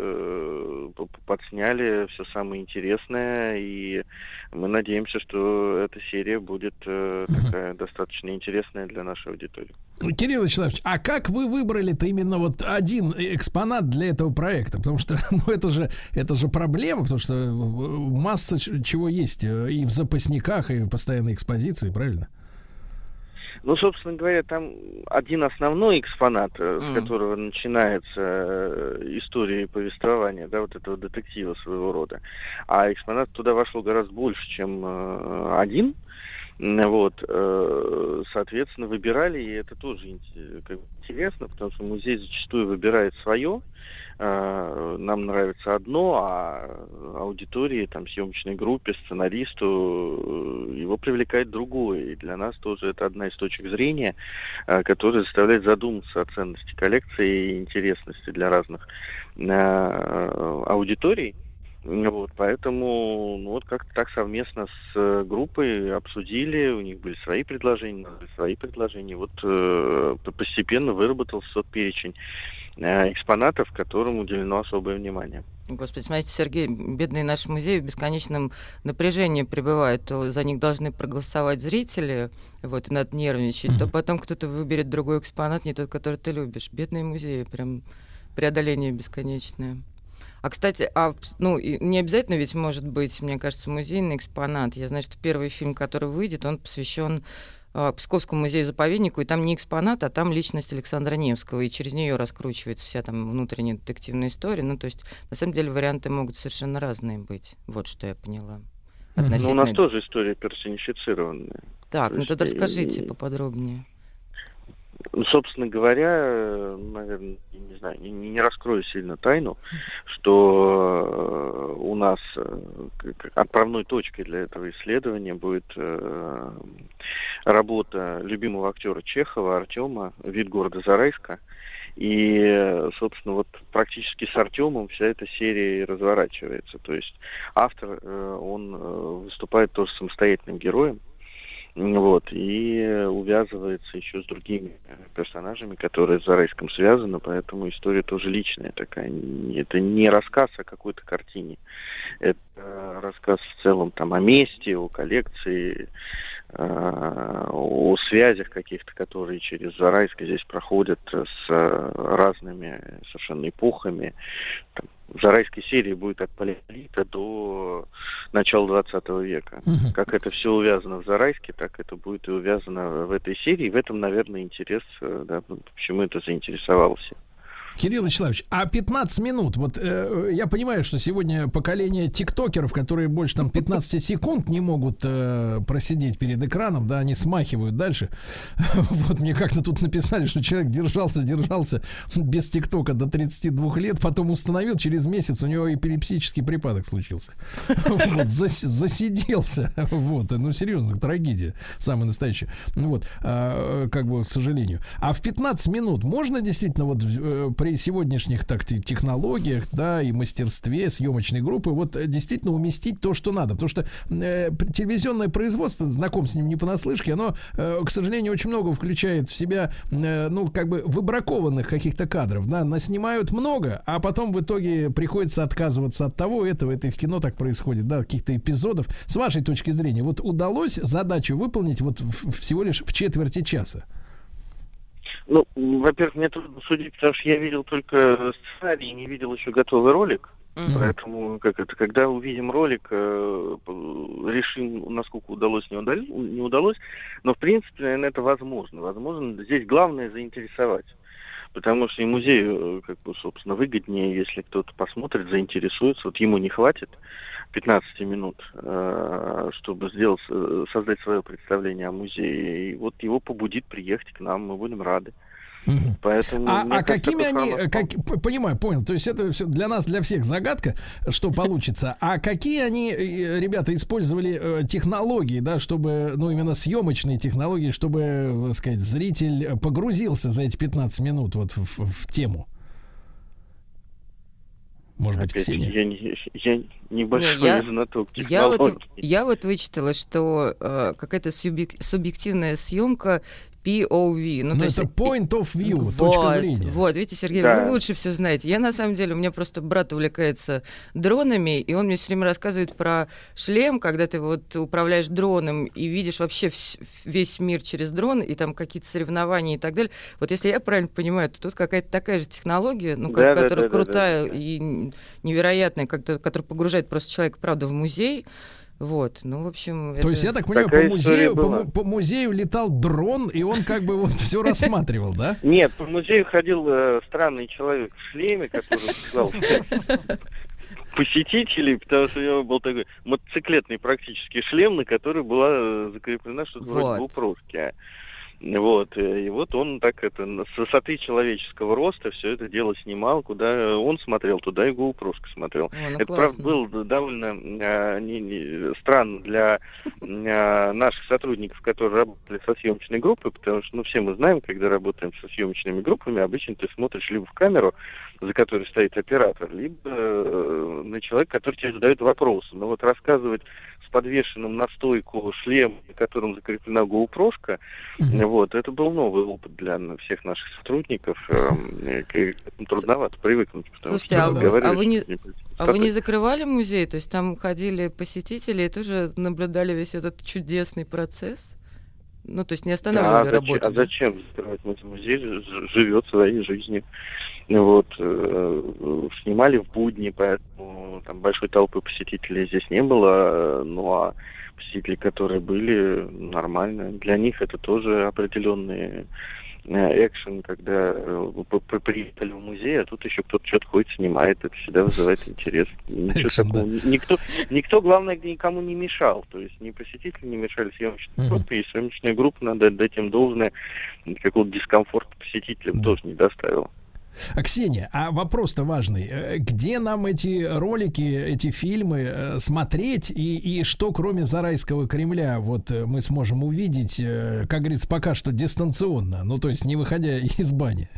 подсняли все самое интересное, и мы надеемся, что эта серия будет такая достаточно интересная для нашей аудитории. Кирилл Вячеславович, а как вы выбрали-то именно вот один экспонат для этого проекта? Потому что, ну, это же, это же проблема, потому что масса чего есть и в запасниках, и в постоянной экспозиции, правильно? Ну, собственно говоря, там один основной экспонат, mm. с которого начинается история повествования, да, вот этого детектива своего рода. А экспонат туда вошло гораздо больше, чем э, один. Вот, э, соответственно, выбирали, и это тоже интересно, потому что музей зачастую выбирает свое. Нам нравится одно, а аудитории, там, съемочной группе, сценаристу его привлекает другое. И для нас тоже это одна из точек зрения, которая заставляет задуматься о ценности коллекции и интересности для разных аудиторий. Вот, поэтому ну, вот как-то так совместно с группой обсудили, у них были свои предложения, свои предложения. Вот э, постепенно выработался тот перечень э, экспонатов, которым уделено особое внимание. Господи, смотрите, Сергей, бедные наши музеи в бесконечном напряжении пребывают. То за них должны проголосовать зрители, вот, и надо нервничать, то потом кто-то выберет другой экспонат, не тот, который ты любишь. Бедные музеи, прям преодоление бесконечное. А, кстати, а, ну, не обязательно ведь может быть, мне кажется, музейный экспонат. Я знаю, что первый фильм, который выйдет, он посвящен а, Псковскому музею-заповеднику, и там не экспонат, а там личность Александра Невского, и через нее раскручивается вся там внутренняя детективная история. Ну, то есть, на самом деле, варианты могут совершенно разные быть. Вот что я поняла. Относительно... Ну, у нас тоже история персонифицированная. Так, то ну тогда расскажите и... поподробнее. Ну, собственно говоря, наверное, не знаю, не, не раскрою сильно тайну, что у нас отправной точкой для этого исследования будет работа любимого актера Чехова Артема «Вид города Зарайска». И, собственно, вот практически с Артемом вся эта серия и разворачивается. То есть автор, он выступает тоже самостоятельным героем. Вот, и увязывается еще с другими персонажами, которые с Зарайском связаны, поэтому история тоже личная такая. Это не рассказ о какой-то картине, это рассказ в целом там о месте, о коллекции, о связях каких-то, которые через Зарайск здесь проходят с разными совершенно эпохами. Там, в Зарайской серии будет от палеолита до начала двадцатого века. Uh-huh. Как это все увязано в Зарайске, так это будет и увязано в этой серии. В этом, наверное, интерес, да, почему это заинтересовало всех. Кирилл Вячеславович, а пятнадцать минут, вот э, я понимаю, что сегодня поколение тиктокеров, которые больше там пятнадцать секунд не могут э, просидеть перед экраном, да, они смахивают дальше. Вот мне как-то тут написали, что человек держался, держался без тиктока до тридцати двух лет, потом установил, через месяц у него эпилептический припадок случился. Вот, зас, засиделся. Вот, ну серьезно, трагедия самая настоящая. Вот, а, как бы, к сожалению. А в пятнадцать минут можно действительно вот при сегодняшних так, технологиях, да, и мастерстве съемочной группы вот действительно уместить то, что надо. Потому что э, телевизионное производство, знаком с ним не понаслышке, оно, э, к сожалению, очень много включает в себя, э, ну, как бы выбракованных каких-то кадров, да, наснимают много, а потом в итоге приходится отказываться от того, этого, это и в кино так происходит, да, каких-то эпизодов. С вашей точки зрения, вот удалось задачу выполнить вот в, всего лишь в четверти часа? Ну, во-первых, мне трудно судить, потому что я видел только сценарий и не видел еще готовый ролик. Mm-hmm. Поэтому, как это, когда увидим ролик, э, решим, насколько удалось, не, удали, не удалось. Но, в принципе, наверное, это возможно. Возможно, здесь главное заинтересовать. Потому что и музею, как бы, собственно, выгоднее, если кто-то посмотрит, заинтересуется. Вот ему не хватит пятнадцать минут, э, чтобы сделать, создать свое представление о музее. И вот его побудит приехать к нам, мы будем рады. Mm-hmm. Поэтому, а а кажется, какими они, как, понимаю, понял, то есть это все для нас, для всех загадка, что получится. А какие они, ребята, использовали технологии, да, чтобы, ну, именно съемочные технологии, чтобы, так сказать, зритель погрузился за эти пятнадцать минут вот в, в тему? Может быть, Опять, Ксения? Я, не, я небольшой я, знаток я вот, я вот вычитала, что э, какая-то субъек, субъективная съемка пи о ви. Ну, то это есть, point of view, вот, точка зрения. Вот, видите, Сергей, да. вы лучше все знаете. Я, на самом деле, у меня просто брат увлекается дронами, и он мне все время рассказывает про шлем, когда ты вот управляешь дроном и видишь вообще вс- весь мир через дрон, и там какие-то соревнования и так далее. Вот если я правильно понимаю, то тут какая-то такая же технология, ну, как, да, которая да, да, крутая да, да. и невероятная, как-то, которая погружает просто человека, правда, в музей. Вот, ну, в общем... То это... есть, я так понимаю, по музею, по, по музею летал дрон, и он как бы вот все рассматривал, да? Нет, по музею ходил э, странный человек в шлеме, который сказал посетителей, потому что у него был такой мотоциклетный практически шлем, на который была закреплена что-то вроде GoPro-шки. Вот, и вот он так это с высоты человеческого роста все это дело снимал, куда он смотрел, туда и GoPro-шка смотрел. О, ну это, классно. правда, было довольно а, не, не, странно для а, наших сотрудников, которые работали со съемочной группой, потому что, ну, все мы знаем, когда работаем со съемочными группами, обычно ты смотришь либо в камеру, за которой стоит оператор, либо э, на человека, который тебе задает вопросы. Но вот рассказывать с подвешенным на стойку шлем, на котором закреплена GoPro-шка, mm-hmm. вот, это был новый опыт для всех наших сотрудников. Э, э, трудновато привыкнуть. Слушайте, что, а, вы, а, вы не, а вы не закрывали музей? То есть там ходили посетители и тоже наблюдали весь этот чудесный процесс? Ну, то есть не останавливали а работу? Зачем, а зачем закрывать музей? Живет своей жизнью. Вот, э, снимали в будни, поэтому там большой толпы посетителей здесь не было. Ну, а посетители, которые были, нормально. Для них это тоже определенный экшен, когда э, приехали в музей, а тут еще кто-то что-то ходит, снимает. Это всегда вызывает интерес. Ничего такого. Никто, никто, главное, никому не мешал. То есть ни посетители не мешали съемочной группе, и съемочная группа, надо отдать им должное, какого-то дискомфорта посетителям тоже не доставила. А, Ксения, а вопрос-то важный. Где нам эти ролики, эти фильмы смотреть и, и что, кроме Зарайского Кремля, вот мы сможем увидеть, как говорится, пока что дистанционно, ну, то есть не выходя из бани?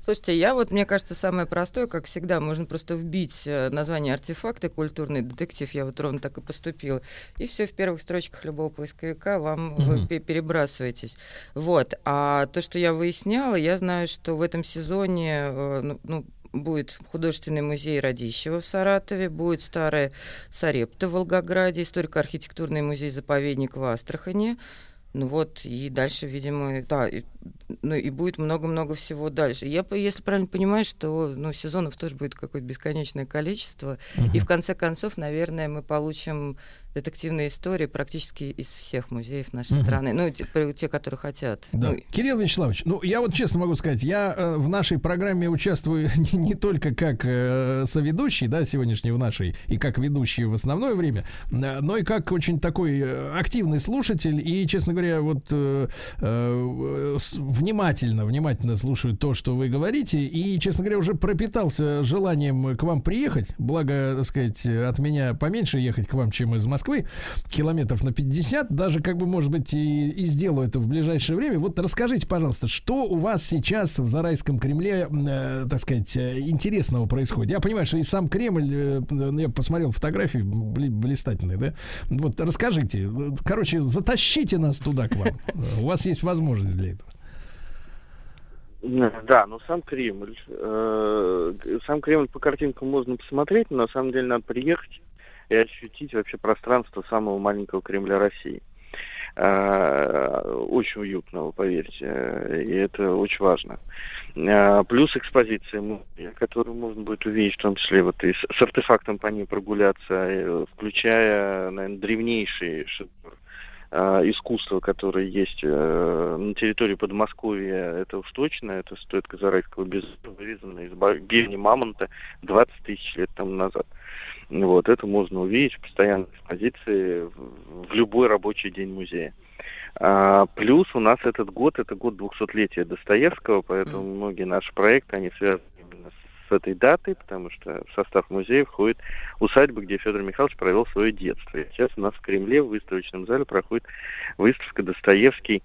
Слушайте, я вот, мне кажется, самое простое, как всегда, можно просто вбить название артефакты, культурный детектив, я вот ровно так и поступила, и все в первых строчках любого поисковика вам mm-hmm. вы перебрасываетесь. Вот. А то, что я выясняла, я знаю, что в этом сезоне, ну, ну будет художественный музей Радищева в Саратове, будет старая Сарепта в Волгограде, историко-архитектурный музей-заповедник в Астрахани. Ну вот, и дальше, видимо, да, и, ну и будет много-много всего дальше. Я, если правильно понимаю, что ну, сезонов тоже будет какое-то бесконечное количество, uh-huh. и в конце концов, наверное, мы получим детективные истории практически из всех музеев нашей uh-huh. страны, ну, те, те, которые хотят. Да. Ну, Кирилл Вячеславович, ну, я вот честно могу сказать, я э, в нашей программе участвую не, не только как э, соведущий, да, сегодняшней в нашей, и как ведущий в основное время, э, но и как очень такой э, активный слушатель, и, честно говоря, вот э, э, внимательно, внимательно слушаю то, что вы говорите, и, честно говоря, уже пропитался желанием к вам приехать, благо, так сказать, от меня поменьше ехать к вам, чем из Москвы, километров на пятьдесят, даже, как бы, может быть, и, и сделаю это в ближайшее время. Вот расскажите, пожалуйста, что у вас сейчас в Зарайском Кремле, э, так сказать, интересного происходит? Я понимаю, что и сам Кремль, э, я посмотрел фотографии, бли, блистательные, да? Вот расскажите, короче, затащите нас туда к вам. У вас есть возможность для этого. Да, но сам Кремль, э, сам Кремль по картинкам можно посмотреть, но на самом деле надо приехать и ощутить вообще пространство самого маленького Кремля России. Э, очень уютного, поверьте, и это очень важно. Э, плюс экспозиция, которую можно будет увидеть, в том числе вот и с, с артефактом по ней прогуляться, включая, наверное, древнейший шедевр искусство, которое есть э, на территории Подмосковья, это уж точно, это статуэтка Зарайского безумия, вырезанная из бивня мамонта двадцать тысяч лет тому назад. Вот, это можно увидеть в постоянной экспозиции в, в любой рабочий день музея. А, плюс у нас этот год, это год двухсотлетия Достоевского, поэтому mm. многие наши проекты, они связаны именно с этой датой, потому что в состав музея входит усадьба, где Федор Михайлович провел свое детство. И сейчас у нас в Кремле в выставочном зале проходит выставка «Достоевский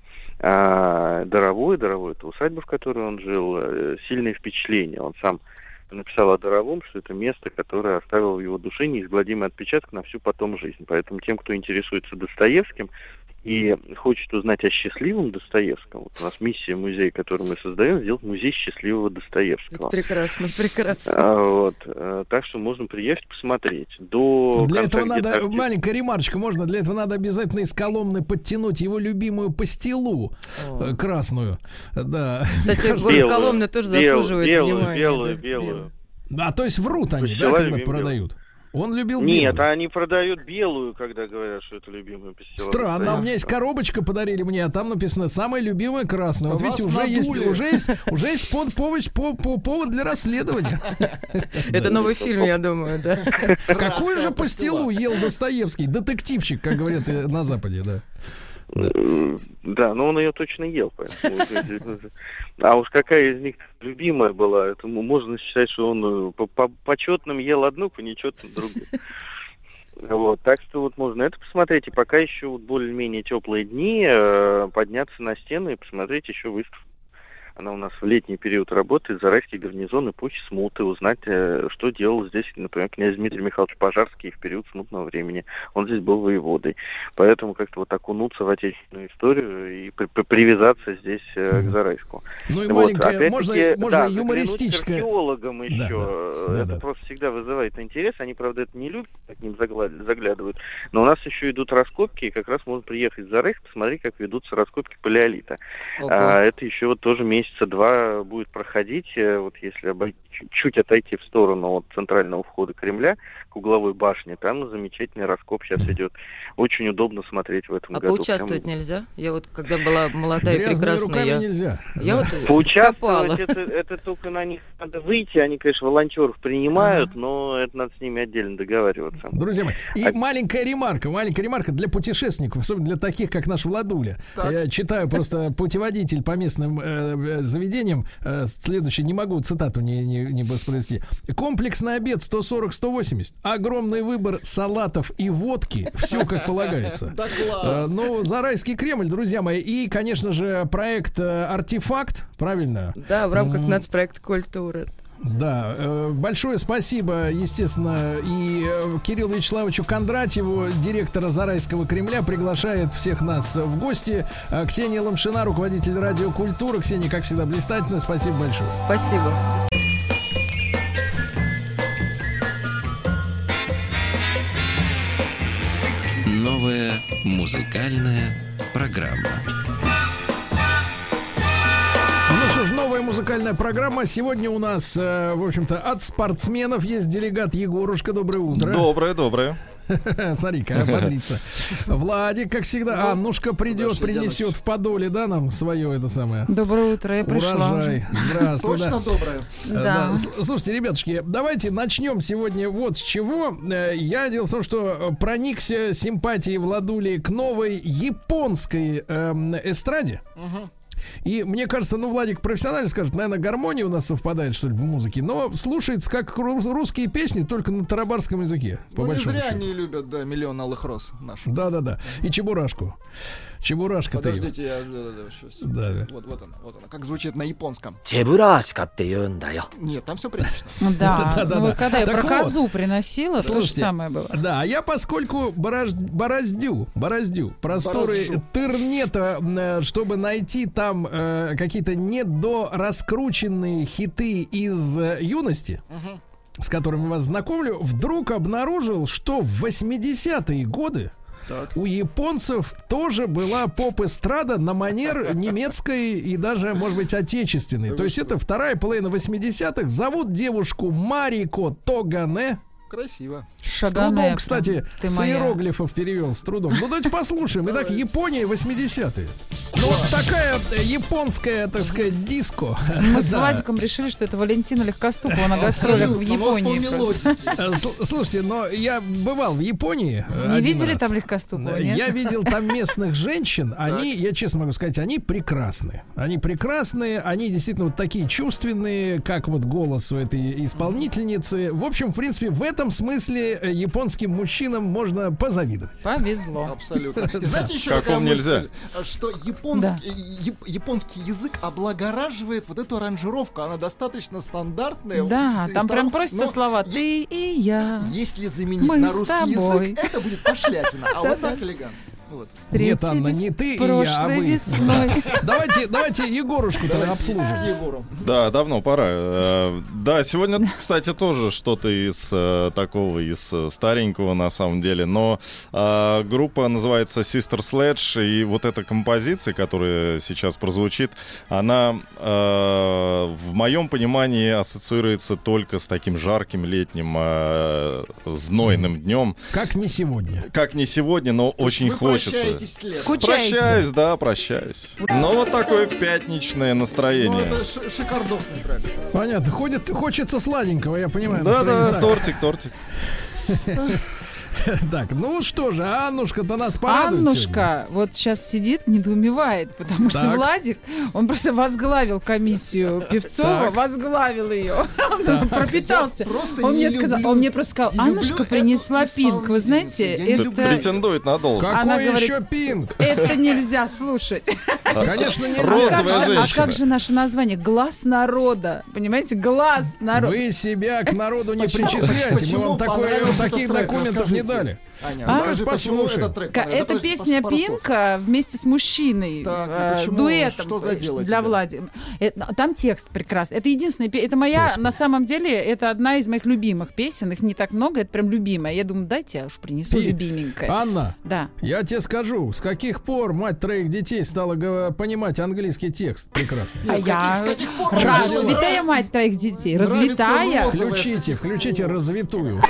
а, Доровой». Доровой — это усадьба, в которой он жил. Сильные впечатления. Он сам написал о Доровом, что это место, которое оставило в его душе неизгладимый отпечаток на всю потом жизнь. Поэтому тем, кто интересуется Достоевским и хочет узнать о счастливом Достоевском, вот у нас миссия музея, который мы создаем, сделать музей счастливого Достоевского. Это прекрасно, прекрасно. А, вот, а, так что можно приехать посмотреть. До для этого надо, октября... маленькая ремарочка, можно, для этого надо обязательно из Коломны подтянуть его любимую пастилу О. красную. Да. Кстати, город Коломна тоже заслуживает белую, внимания. Белую, да? белую. А то есть врут они, да, когда продают? Белую. Он любил белую. Нет, они продают белую, когда говорят, что это любимая пастила. Странно, у меня есть коробочка, подарили мне, а там написано «самая любимая красная». Вот видите, уже есть, уже есть, уже есть под повод, по, по, повод для расследования. Это новый фильм, я думаю, да. Какую же пастилу ел Достоевский? Детективчик, как говорят на Западе, да. Да. да, но он ее точно ел. Поэтому. А уж какая из них любимая была, это можно считать, что он по, по почетным ел одну, по нечетным другую. Вот, так что вот можно это посмотреть, и пока еще вот более-менее теплые дни, э, подняться на стену и посмотреть еще выставку. Она у нас в летний период работает, Зарайский гарнизон эпохи смуты, узнать, э, что делал здесь, например, князь Дмитрий Михайлович Пожарский в период смутного времени. Он здесь был воеводой. Поэтому как-то вот окунуться в отечественную историю и при- при- привязаться здесь э, к Зарайску. Ну и вот. маленькая, можно, можно да, юмористическая... археологам еще. Да, да, это да, просто да. всегда вызывает интерес. Они, правда, это не любят, к ним заглядывают. Но у нас еще идут раскопки, и как раз можно приехать в Зарайск, посмотреть, как ведутся раскопки палеолита. А, это еще вот тоже месяц месяца два будет проходить, вот если обойти, чуть отойти в сторону от центрального входа Кремля к угловой башне, там замечательный раскоп сейчас идет. Очень удобно смотреть в этом а году. А поучаствовать прям... нельзя? Я вот когда была молодая и прекрасная, я... нельзя. Я вот поучаствовать, это, это только на них надо выйти, они, конечно, волонтеров принимают, ага. но это надо с ними отдельно договариваться. Друзья мои, и а... маленькая ремарка, маленькая ремарка для путешественников, особенно для таких, как наш Владуля. Так. Я читаю просто путеводитель по местным э, заведением. Следующий, не могу цитату не, не, не воспроизвести. Комплексный обед сто сорок - сто восемьдесят. Огромный выбор салатов и водки. Все как полагается. Да класс. Ну, Зарайский Кремль, друзья мои. И, конечно же, проект «Артефакт». Правильно? Да, в рамках нацпроекта «Культура». Да, э, большое спасибо, естественно, и э, Кириллу Вячеславовичу Кондратьеву, директора Зарайского Кремля, приглашает всех нас в гости. Э, Ксения Ломшина, руководитель радио «Культура». Ксения, как всегда, блистательно. Спасибо большое. Спасибо. Новая музыкальная программа. Ну что ж, новая музыкальная программа. Сегодня у нас, э, в общем-то, от спортсменов есть делегат Егорушка. Доброе утро. Доброе, доброе. Смотри-ка, бодрится. Владик, как всегда, Аннушка придет, принесет в подоле, да, нам свое это самое. Доброе утро, я пришла. Урожай. Здравствуй. Точно доброе. Да. Слушайте, ребятушки, давайте начнем сегодня вот с чего. Я дело в том, что проникся симпатией Владули к новой японской эм, эстраде. Угу. И мне кажется, ну, Владик профессионально скажет, наверное, гармония у нас совпадает, что ли, в музыке, но слушается как русские песни, только на тарабарском языке, по ну, большому не зря счету. они любят, да, «Миллион алых роз» нашу. Да-да-да. И Чебурашку. Чебурашка-то Подождите, я... Да, да, да, сейчас. Да, да. Вот, вот она, вот она. Как звучит на японском. Чебурашка ты юндаю. Нет, там все прилично. Да, ну вот когда я про козу приносила, то же самое было. Да, а я поскольку бороздю, бороздю просторы интернета, чтобы найти там какие-то недораскрученные хиты из юности, с которыми вас знакомлю, вдруг обнаружил, что в восьмидесятые годы так. у японцев тоже была поп-эстрада на манер немецкой и даже, может быть, отечественной. То есть это вторая половина восьмидесятых. Зовут девушку Марико Тогане. Красиво. Шаганека. С трудом, кстати, Ты с моя. иероглифов перевел, с трудом. Ну, давайте послушаем. Итак, Япония, восьмидесятые. Ну, вот такая японская, так сказать, диско. Мы с Владиком решили, что это Валентина Легкоступова на гастролях в Японии. Слушайте, но я бывал в Японии. Не видели там Легкоступова, нет? Я видел там местных женщин. Они, я честно могу сказать, они прекрасны. Они прекрасные, они действительно вот такие чувственные, как вот голос у этой исполнительницы. В общем, в принципе, в этом В этом смысле японским мужчинам можно позавидовать. Повезло. Абсолютно. И знаете еще Каком такая нельзя? мысль, что японский, да. японский язык облагораживает вот эту аранжировку. Она достаточно стандартная. Да, там прям просятся слова «ты и я». Если заменить на русский язык, это будет пошлятина. А вот так элегантно. Вот. Нет, Анна, не ты и я, а вы. Давайте, давайте Егорушку-то обслужим. Егору. Да, давно пора. Да, сегодня, кстати, тоже что-то из такого, из старенького на самом деле. Но группа называется Sister Sledge, и вот эта композиция, которая сейчас прозвучит, она в моем понимании ассоциируется только с таким жарким летним знойным днем. Как не сегодня. Как не сегодня, но очень хочется. Прощаюсь, да, прощаюсь. Но вот такое пятничное настроение. Ну, это ш- шикардосный трек. Понятно. Ходит, хочется сладенького, я понимаю. Да, да, тортик, тортик. Так, ну что же, Аннушка-то нас порадует Аннушка сегодня. Вот сейчас сидит, недоумевает, потому что так. Владик, он просто возглавил комиссию Певцова, так. возглавил ее. Он пропитался. Он мне сказал, он мне просто сказал, Аннушка принесла пинк. Вы знаете, это... Претендует на должность. Какой еще пинк? Это нельзя слушать. Конечно, нельзя. Розовая женщина. А как же наше название? Глаз народа. Понимаете? Глаз народа. Вы себя к народу не причисляете. Мы вам таких документов не дали. Аня, а? Скажи, почему этот трек? Это, это песня Пинка вместе с мужчиной, так, э, дуэтом что за дело для тебя? Влади. Это, там текст прекрасный. Это единственная песня. Это моя, Господи. На самом деле, это одна из моих любимых песен. Их не так много, это прям любимая. Я думаю, дайте я уж принесу Пи. любименькое. Анна, да. я тебе скажу, с каких пор мать троих детей стала г- понимать английский текст прекрасно? А я развитая мать троих детей. Развитая. Включите, включите развитую.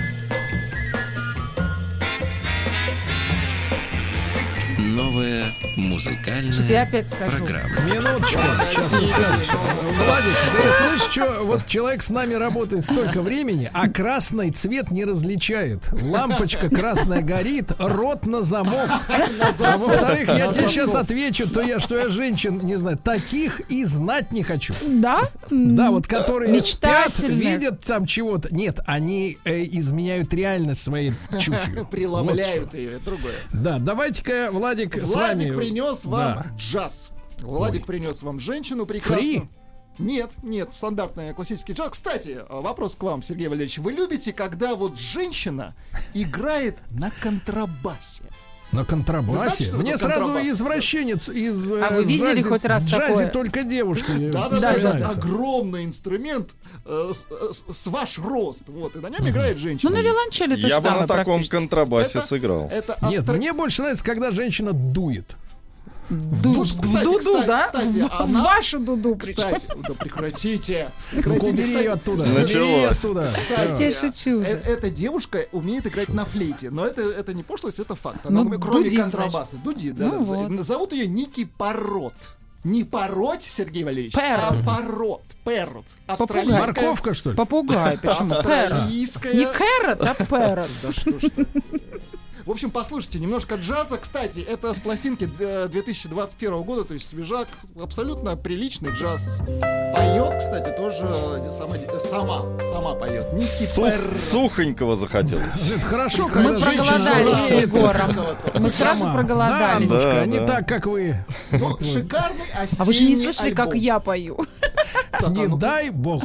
Новая Музыкальная Сейчас я опять скажу. программа. Минуточку, сейчас ты скажешь. Владик, ты слышишь, что вот человек с нами работает столько времени, а красный цвет не различает. Лампочка красная горит, рот на замок. А во-вторых, я тебе сейчас отвечу, то я, что я женщин, не знаю, таких и знать не хочу. Да? Да, вот которые спят, Мечтательных. видят там чего-то. Нет, они э, изменяют реальность своей чушью. Преломляют Вот ее, это другое. да, давайте-ка, Владик, с Владик вами... принес вам Да. джаз. Владик Ой. принес вам женщину прекрасную. Фри? Нет, нет, стандартный классический джаз. Кстати, вопрос к вам, Сергей Валерьевич. Вы любите, когда вот женщина играет на контрабасе? На контрабасе? Вы знаете, что Мне такое сразу контрабас? извращенец из э, А вы видели в джазе, хоть раз в джазе такое? только девушки Да, да, да, это вспоминаются. огромный инструмент э, с, с- с ваш рост, вот, и на нем играет женщина. Ну, на виолончели то же Я бы самое на таком практически. контрабасе Это- сыграл. Это Нет, австро- мне больше нравится, когда женщина дует. Ду- Слушай, в кстати, дуду, кстати, да? кстати, в, она- в вашу дуду причем. Кстати, да прекратите. Ну-ка, Прекратите, убери кстати. ее оттуда. Началось. Убери ее оттуда. Кстати, Я шучу. э- эта девушка умеет играть на флейте, но это, это не пошлость, это факт. Она, Ну, кроме дудит, контрабаса, дудит, да, Ну да. вот. Зовут ее Ники Паррот. Не пороть, Сергей Валерьевич, Паррот. а Паррот. Паррот. Попугай. Австралийская... Морковка, что ли? Попугай, почему? Пэрот. Австралийская... Не кэрот, а пэрот. Да что ж ты. В общем, послушайте, немножко джаза. Кстати, это с пластинки э, две тысячи двадцать первого года, то есть свежак, абсолютно приличный джаз. Поет, кстати, тоже э, сама, э, сама, сама поет. Ники Сух- Паррот. Сухонького захотелось. Это хорошо, Мы когда женщина проголодались с нравится. Егором. Мы сразу Сама. проголодались. Да, Аннушка, Да, не да. так, как вы. Ну, шикарный осенний А вы же не слышали, как альбом. я пою? Не ну, дай бог.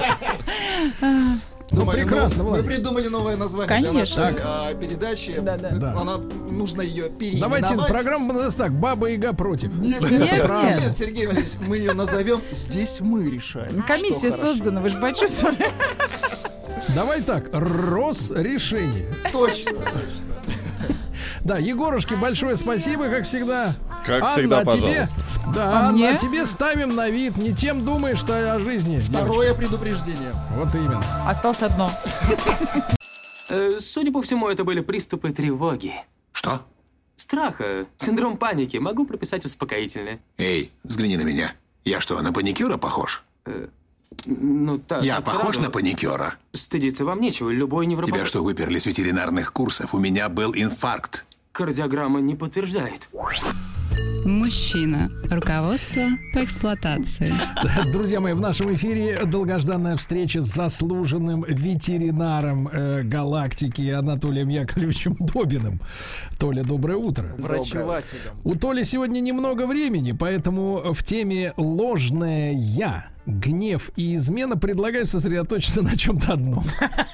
Ну, прекрасно, мы Владик. придумали новое название Конечно. для нашей а, передачи. Да-да. Да. Она, нужно ее переименовать. Давайте программу называется так: Баба Яга против. Нет, Нет, нет, нет. нет, Сергей Валерьевич, мы ее назовем «Здесь мы решаем». Комиссия что хорошо. создана, вы же почувствовали? Давай так, Росрешение. Точно. Да, Егорушке большое спасибо, как всегда. Как Анна, всегда, а тебе, пожалуйста. да, А Анна, мне? а тебе ставим на вид. Не тем думаешь, что о жизни. девочка. Второе предупреждение. Вот именно. Осталось одно. Э, Судя по всему, это были приступы тревоги. Что? Страха, синдром паники. Могу прописать успокоительное. Эй, взгляни на меня. Я что, на паникюра похож? Ну, так. Я так похож сразу. на паникюра? Стыдиться вам нечего. Любой невропат... Тебя что, выперли с ветеринарных курсов? У меня был инфаркт. Кардиограмма не подтверждает. Мужчина. Руководство по эксплуатации. Друзья мои, в нашем эфире долгожданная встреча с заслуженным ветеринаром э, галактики Анатолием Яковлевичем Добиным. Толя, доброе утро. Врачевателем. У Толи сегодня немного времени, поэтому в теме «Ложное я», гнев и измена предлагаю сосредоточиться на чем-то одном.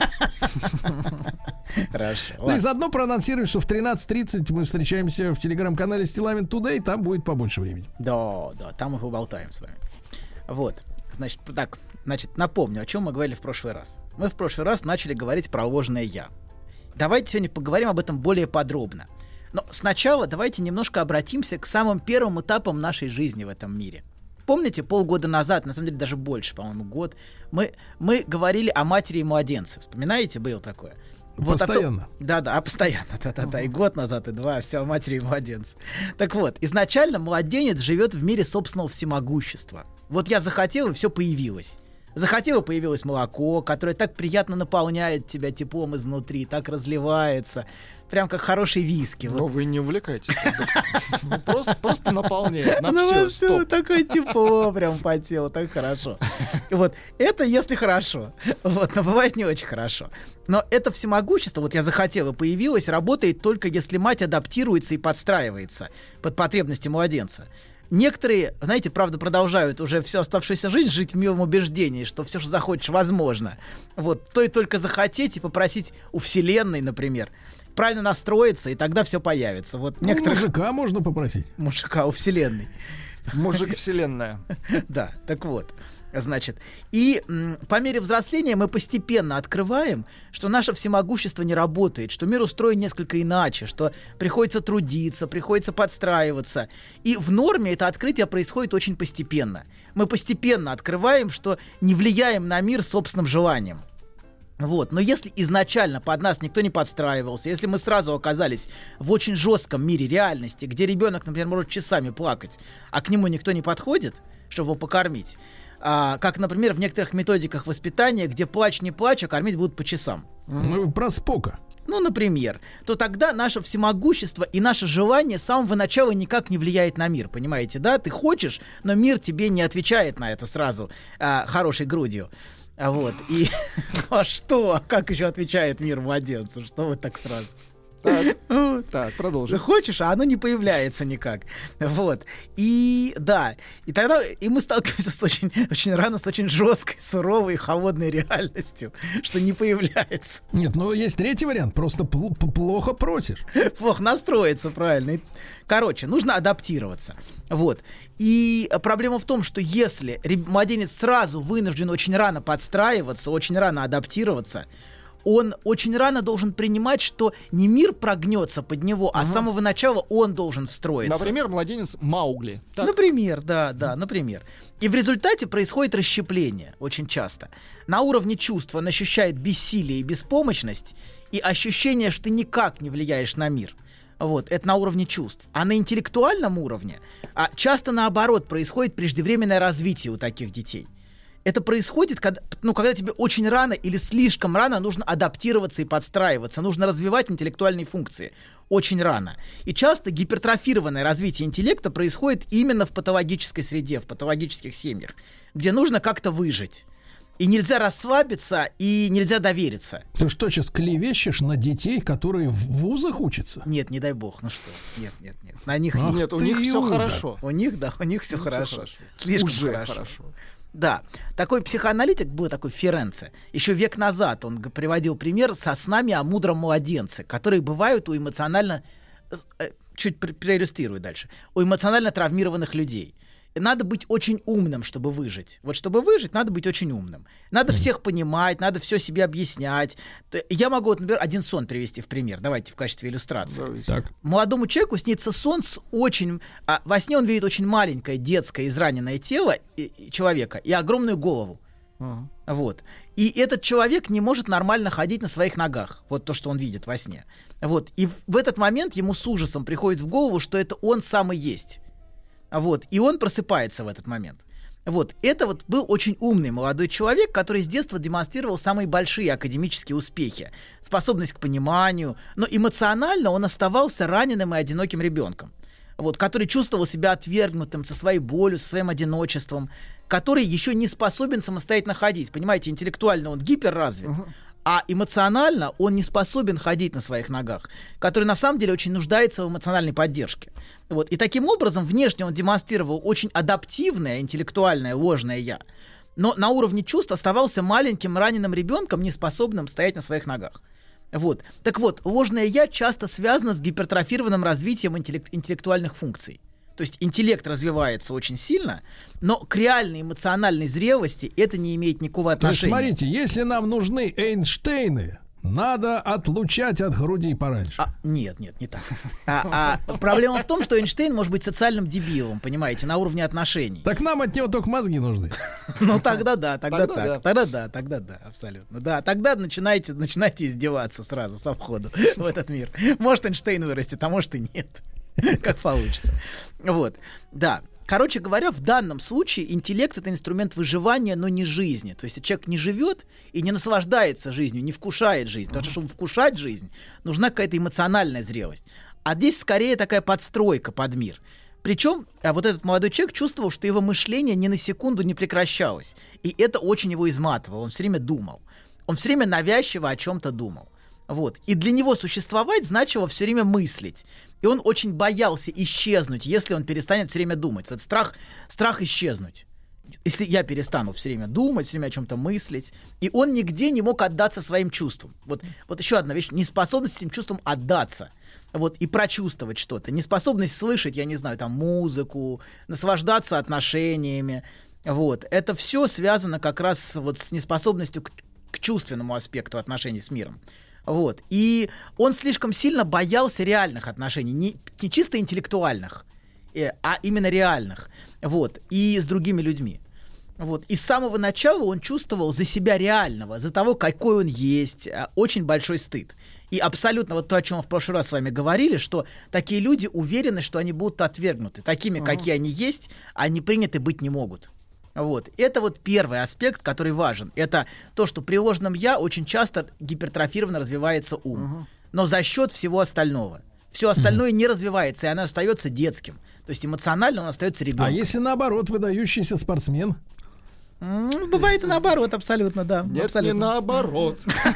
Хорошо. Ну и заодно проанонсировать, что в тринадцать тридцать мы встречаемся в телеграм-канале Стилавин Тудэй, там будет побольше времени. Да, да, там мы поболтаем с вами. Вот, значит, так, значит, напомню, о чем мы говорили в прошлый раз. Мы в прошлый раз начали говорить про ложное «я». Давайте сегодня поговорим об этом более подробно. Но сначала давайте немножко обратимся к самым первым этапам нашей жизни в этом мире. Помните, полгода назад, на самом деле даже больше, по-моему, год, мы, мы говорили о матери и младенце. Вспоминаете, было такое? Постоянно. Вот, а то, да, да, постоянно. Да-да-да, и год назад, и два, все о матери и младенце. Так вот, изначально младенец живет в мире собственного всемогущества. Вот я захотел, и все появилось. Захотел, и появилось молоко, которое так приятно наполняет тебя теплом изнутри, так разливается. Прям как хороший виски. Но Вот. вы не увлекайтесь. Ну, Просто просто наполняет на Ну все. вот всё, такое тепло прям по телу, так хорошо. Вот, это если хорошо. Вот, но бывает не очень хорошо. Но это всемогущество, вот я захотел, и появилось, работает только если мать адаптируется и подстраивается под потребности младенца. Некоторые, знаете, правда, продолжают уже всю оставшуюся жизнь жить в милом убеждении, что все, что захочешь, возможно. Вот, то и только захотеть и попросить у Вселенной, например, правильно настроиться, и тогда все появится. Вот Ну, некоторых... мужика можно попросить. Мужика у Вселенной. Мужик вселенная. Да, так вот. Значит, и м, по мере взросления мы постепенно открываем, что наше всемогущество не работает, что мир устроен несколько иначе, что приходится трудиться, приходится подстраиваться. И в норме это открытие происходит очень постепенно. Мы постепенно открываем, что не влияем на мир собственным желанием. Вот. Но если изначально под нас никто не подстраивался, если мы сразу оказались в очень жестком мире реальности, где ребенок, например, может часами плакать, а к нему никто не подходит, чтобы его покормить, а, как, например, в некоторых методиках воспитания, где плач не плач, а кормить будут по часам. Ну, про Спока. Ну, например, то тогда наше всемогущество и наше желание с самого начала никак не влияет на мир, понимаете, да? Ты хочешь, но мир тебе не отвечает на это сразу а, хорошей грудью. А вот, и а что? Как еще отвечает мир младенцу? Что вы так сразу? Так, так, продолжим. Ты хочешь, а оно не появляется никак. Вот. И да, и тогда и мы сталкиваемся с очень, очень рано с очень жесткой, суровой, холодной реальностью, что не появляется. Нет, ну есть третий вариант, просто пл- плохо просишь. Плохо настроиться, правильно. Короче, нужно адаптироваться. Вот. И проблема в том, что если младенец сразу вынужден очень рано подстраиваться, очень рано адаптироваться, он очень рано должен принимать, что не мир прогнется под него, а ага. с самого начала он должен встроиться. Например, младенец Маугли. Так? Например, да, да, например. И в результате происходит расщепление очень часто. На уровне чувств он ощущает бессилие и беспомощность, и ощущение, что ты никак не влияешь на мир. Вот, это на уровне чувств. А на интеллектуальном уровне а часто наоборот происходит преждевременное развитие у таких детей. Это происходит, когда, ну, когда тебе очень рано или слишком рано нужно адаптироваться и подстраиваться, нужно развивать интеллектуальные функции очень рано. И часто гипертрофированное развитие интеллекта происходит именно в патологической среде, в патологических семьях, где нужно как-то выжить. И нельзя расслабиться, и нельзя довериться. Ты что, сейчас клевещешь на детей, которые в вузах учатся? Нет, не дай бог, ну что. Нет, нет, нет. На них Ах, нет, у них все хорошо. У них, да, у них все хорошо. хорошо. Слишком Уже хорошо. хорошо. Да, такой психоаналитик был, такой Ференце. Еще век назад он приводил пример со снами о мудром младенце, которые бывают у эмоционально... Чуть проиллюстрирую дальше. У эмоционально травмированных людей. Надо быть очень умным, чтобы выжить. Вот чтобы выжить, надо быть очень умным. Надо всех понимать, надо все себе объяснять. Я могу, вот, например, один сон привести в пример. Давайте в качестве иллюстрации. Так. Молодому человеку снится сон с очень... А, во сне он видит очень маленькое, детское, израненное тело и, и человека и огромную голову. Uh-huh. Вот. И этот человек не может нормально ходить на своих ногах. Вот то, что он видит во сне. Вот. И в, в этот момент ему с ужасом приходит в голову, что это он сам и есть. Вот, и он просыпается в этот момент. Вот, это вот был очень умный молодой человек, который с детства демонстрировал самые большие академические успехи, способность к пониманию, но эмоционально он оставался раненым и одиноким ребенком, вот, который чувствовал себя отвергнутым со своей болью, со своим одиночеством, который еще не способен самостоятельно ходить. Понимаете, интеллектуально он гиперразвит, uh-huh. а эмоционально он не способен ходить на своих ногах, который на самом деле очень нуждается в эмоциональной поддержке. Вот. И таким образом внешне он демонстрировал очень адаптивное, интеллектуальное, ложное «я», но на уровне чувств оставался маленьким раненым ребенком, не способным стоять на своих ногах. Вот. Так вот, ложное «я» часто связано с гипертрофированным развитием интеллект- интеллектуальных функций. То есть интеллект развивается очень сильно, но к реальной эмоциональной зрелости это не имеет никакого отношения. То есть, смотрите, если нам нужны Эйнштейны, надо отлучать от груди пораньше. А, нет, нет, не так. А, а проблема в том, что Эйнштейн может быть социальным дебилом, понимаете, на уровне отношений. Так нам от него только мозги нужны. Ну тогда да, тогда так, тогда да, тогда да, абсолютно. Да, тогда начинайте, начинайте издеваться сразу со входу в этот мир. Может Эйнштейн вырастет, а может и нет. Как получится. Вот, да. Короче говоря, в данном случае интеллект — это инструмент выживания, но не жизни. То есть человек не живет и не наслаждается жизнью, не вкушает жизнь. Потому что, чтобы вкушать жизнь, нужна какая-то эмоциональная зрелость. А здесь скорее такая подстройка под мир. Причем а вот этот молодой человек чувствовал, что его мышление ни на секунду не прекращалось. И это очень его изматывало. Он все время думал. Он все время навязчиво о чем-то думал. Вот. И для него существовать значило все время мыслить. И он очень боялся исчезнуть, если он перестанет все время думать. Это страх, страх исчезнуть. Если я перестану все время думать, все время о чем-то мыслить. И он нигде не мог отдаться своим чувствам. Вот, вот еще одна вещь. Неспособность этим чувствам отдаться. Вот, и прочувствовать что-то. Неспособность слышать, я не знаю, там, музыку, наслаждаться отношениями. Вот. Это все связано как раз вот с неспособностью к, к чувственному аспекту отношений с миром. Вот. И он слишком сильно боялся реальных отношений, не, не чисто интеллектуальных, э, а именно реальных, вот, и с другими людьми. Вот. И с самого начала он чувствовал за себя реального, за того, какой он есть, очень большой стыд. И абсолютно вот то, о чем мы в прошлый раз с вами говорили, что такие люди уверены, что они будут отвергнуты. Такими, uh-huh. какие они есть, они приняты быть не могут. Вот. Это вот первый аспект, который важен. Это то, что при ложном «я» очень часто гипертрофированно развивается ум. Uh-huh. Но за счет всего остального. Все остальное uh-huh. не развивается, и оно остается детским. То есть эмоционально он остается ребенком. А если наоборот, выдающийся спортсмен? Mm, бывает и наоборот, абсолютно, да. Нет, абсолютно. не наоборот.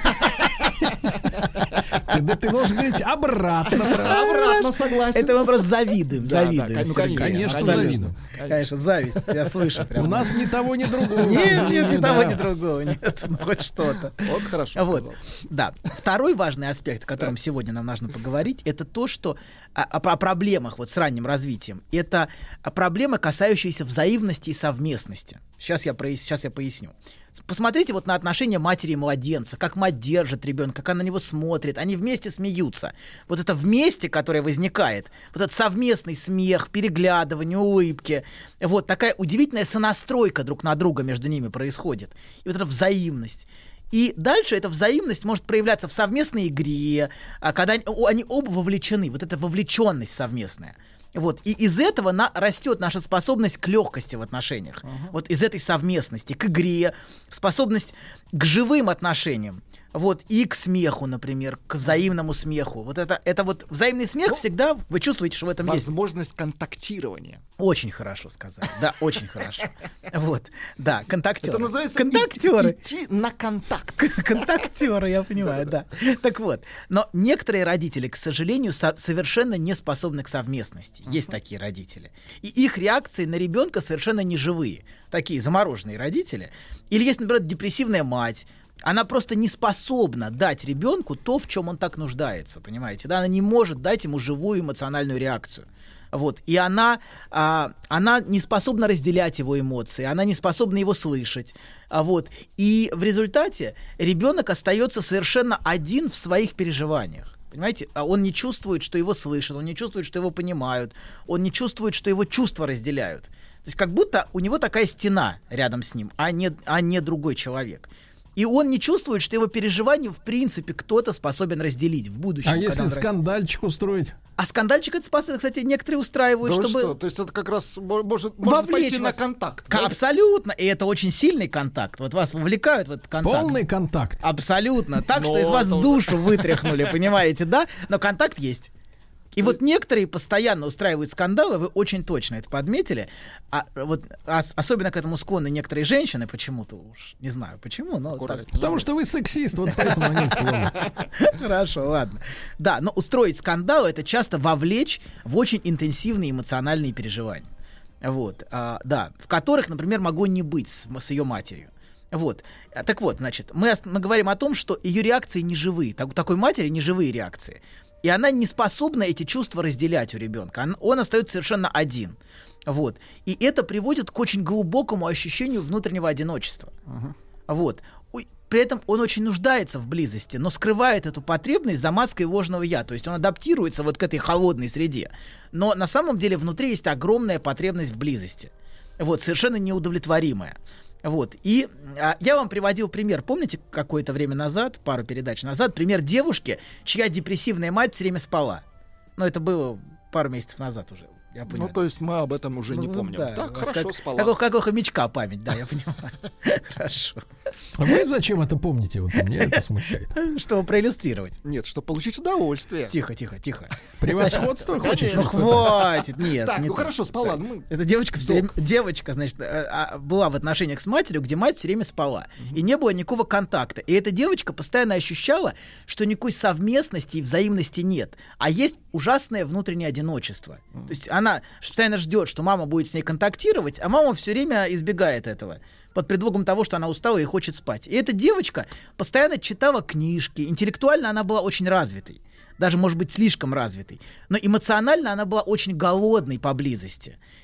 Ты, ты должен говорить обратно. Обратно, согласен. Это мы просто завидуем, да, завидуем. Да, ну, конечно, конечно, конечно, завидуем. Конечно, зависть, я слышу. Прям. У нас ни того, ни другого. Нет, нет, ни того, ни другого, нет, ну хоть что-то. Вот хорошо вот. сказал. Да. Второй важный аспект, о котором сегодня нам нужно поговорить, это то, что о, о проблемах вот с ранним развитием. Это проблемы, касающиеся взаимности и совместности. Сейчас я, прояс... Сейчас я поясню. Посмотрите вот на отношения матери и младенца, как мать держит ребенка, как она на него смотрит, они вместе смеются. Вот это вместе, которое возникает, вот этот совместный смех, переглядывание, улыбки, вот такая удивительная сонастройка друг на друга между ними происходит. И вот эта взаимность. И дальше эта взаимность может проявляться в совместной игре, когда они, они оба вовлечены, вот эта вовлеченность совместная. Вот. И из этого на, растет наша способность к легкости в отношениях. Uh-huh. Вот из этой совместности, к игре, способность к живым отношениям. Вот, и к смеху, например, к взаимному смеху. Вот это, это вот взаимный смех ну, всегда, вы чувствуете, что в этом возможность есть. Возможность контактирования. Очень хорошо сказали. Да, очень хорошо. Вот, да, контактеры. Это называется контактеры. Идти на контакт. Контактеры, я понимаю, да. Так вот, но некоторые родители, к сожалению, совершенно не способны к совместности. Есть такие родители. И их реакции на ребенка совершенно неживые. Такие замороженные родители. Или есть, например, депрессивная мать. Она просто не способна дать ребенку то, в чем он так нуждается, понимаете? Да? Она не может дать ему живую эмоциональную реакцию. Вот. И она, а, она не способна разделять его эмоции, она не способна его слышать. А вот. И в результате ребенок остается совершенно один в своих переживаниях. Понимаете, он не чувствует, что его слышат, он не чувствует, что его понимают, он не чувствует, что его чувства разделяют. То есть как будто у него такая стена рядом с ним, а не, а не другой человек. И он не чувствует, что его переживания в принципе кто-то способен разделить в будущем. А если скандальчик устроить? А скандальчик это способен, кстати, некоторые устраивают, да чтобы... Что? То есть это как раз может, может пойти вас на контакт. Да? Абсолютно. И это очень сильный контакт. Вот вас вовлекают в этот контакт. Полный контакт. Абсолютно. Так, что из вас душу вытряхнули, понимаете, да? Но контакт есть. И вот некоторые постоянно устраивают скандалы, вы очень точно это подметили. А вот ос- особенно к этому склонны некоторые женщины почему-то уж. Не знаю почему, но так. Потому что вы сексист, вот поэтому они склонны. Хорошо, ладно. Да, но устроить скандал — это часто вовлечь в очень интенсивные эмоциональные переживания. Вот, а, да, в которых, например, могло не быть с, с ее матерью. Вот. Так вот, значит, мы, мы говорим о том, что ее реакции не живые. Так, у такой матери не живые реакции. И она не способна эти чувства разделять у ребенка. Он, он остается совершенно один. Вот. И это приводит к очень глубокому ощущению внутреннего одиночества. Uh-huh. Вот. При этом он очень нуждается в близости, но скрывает эту потребность за маской ложного «я». То есть он адаптируется вот к этой холодной среде. Но на самом деле внутри есть огромная потребность в близости. Вот. Совершенно неудовлетворимая. Вот. И а, я вам приводил пример, помните, какое-то время назад, пару передач назад, пример девушки, чья депрессивная мать все время спала. Но это было пару месяцев назад уже. Я ну, то есть мы об этом уже ну, не помним. Да, так, хорошо, как, спала. Как, как у хомячка память, да, я понимаю. Хорошо. А вы зачем это помните? Вот меня это смущает. Чтобы проиллюстрировать. Нет, чтобы получить удовольствие. Тихо, тихо, тихо. Превосходство хочешь? Ну, хватит, нет. Так, ну хорошо, спала. Эта девочка все время, девочка, значит, была в отношениях с матерью, где мать все время спала. И не было никакого контакта. И эта девочка постоянно ощущала, что никакой совместности и взаимности нет. А есть ужасное внутреннее одиночество. То есть она постоянно ждет, что мама будет с ней контактировать, а мама все время избегает этого под предлогом того, что она устала и хочет спать. И эта девочка постоянно читала книжки, интеллектуально она была очень развитой, даже, может быть, слишком развитой, но эмоционально она была очень голодной по близости.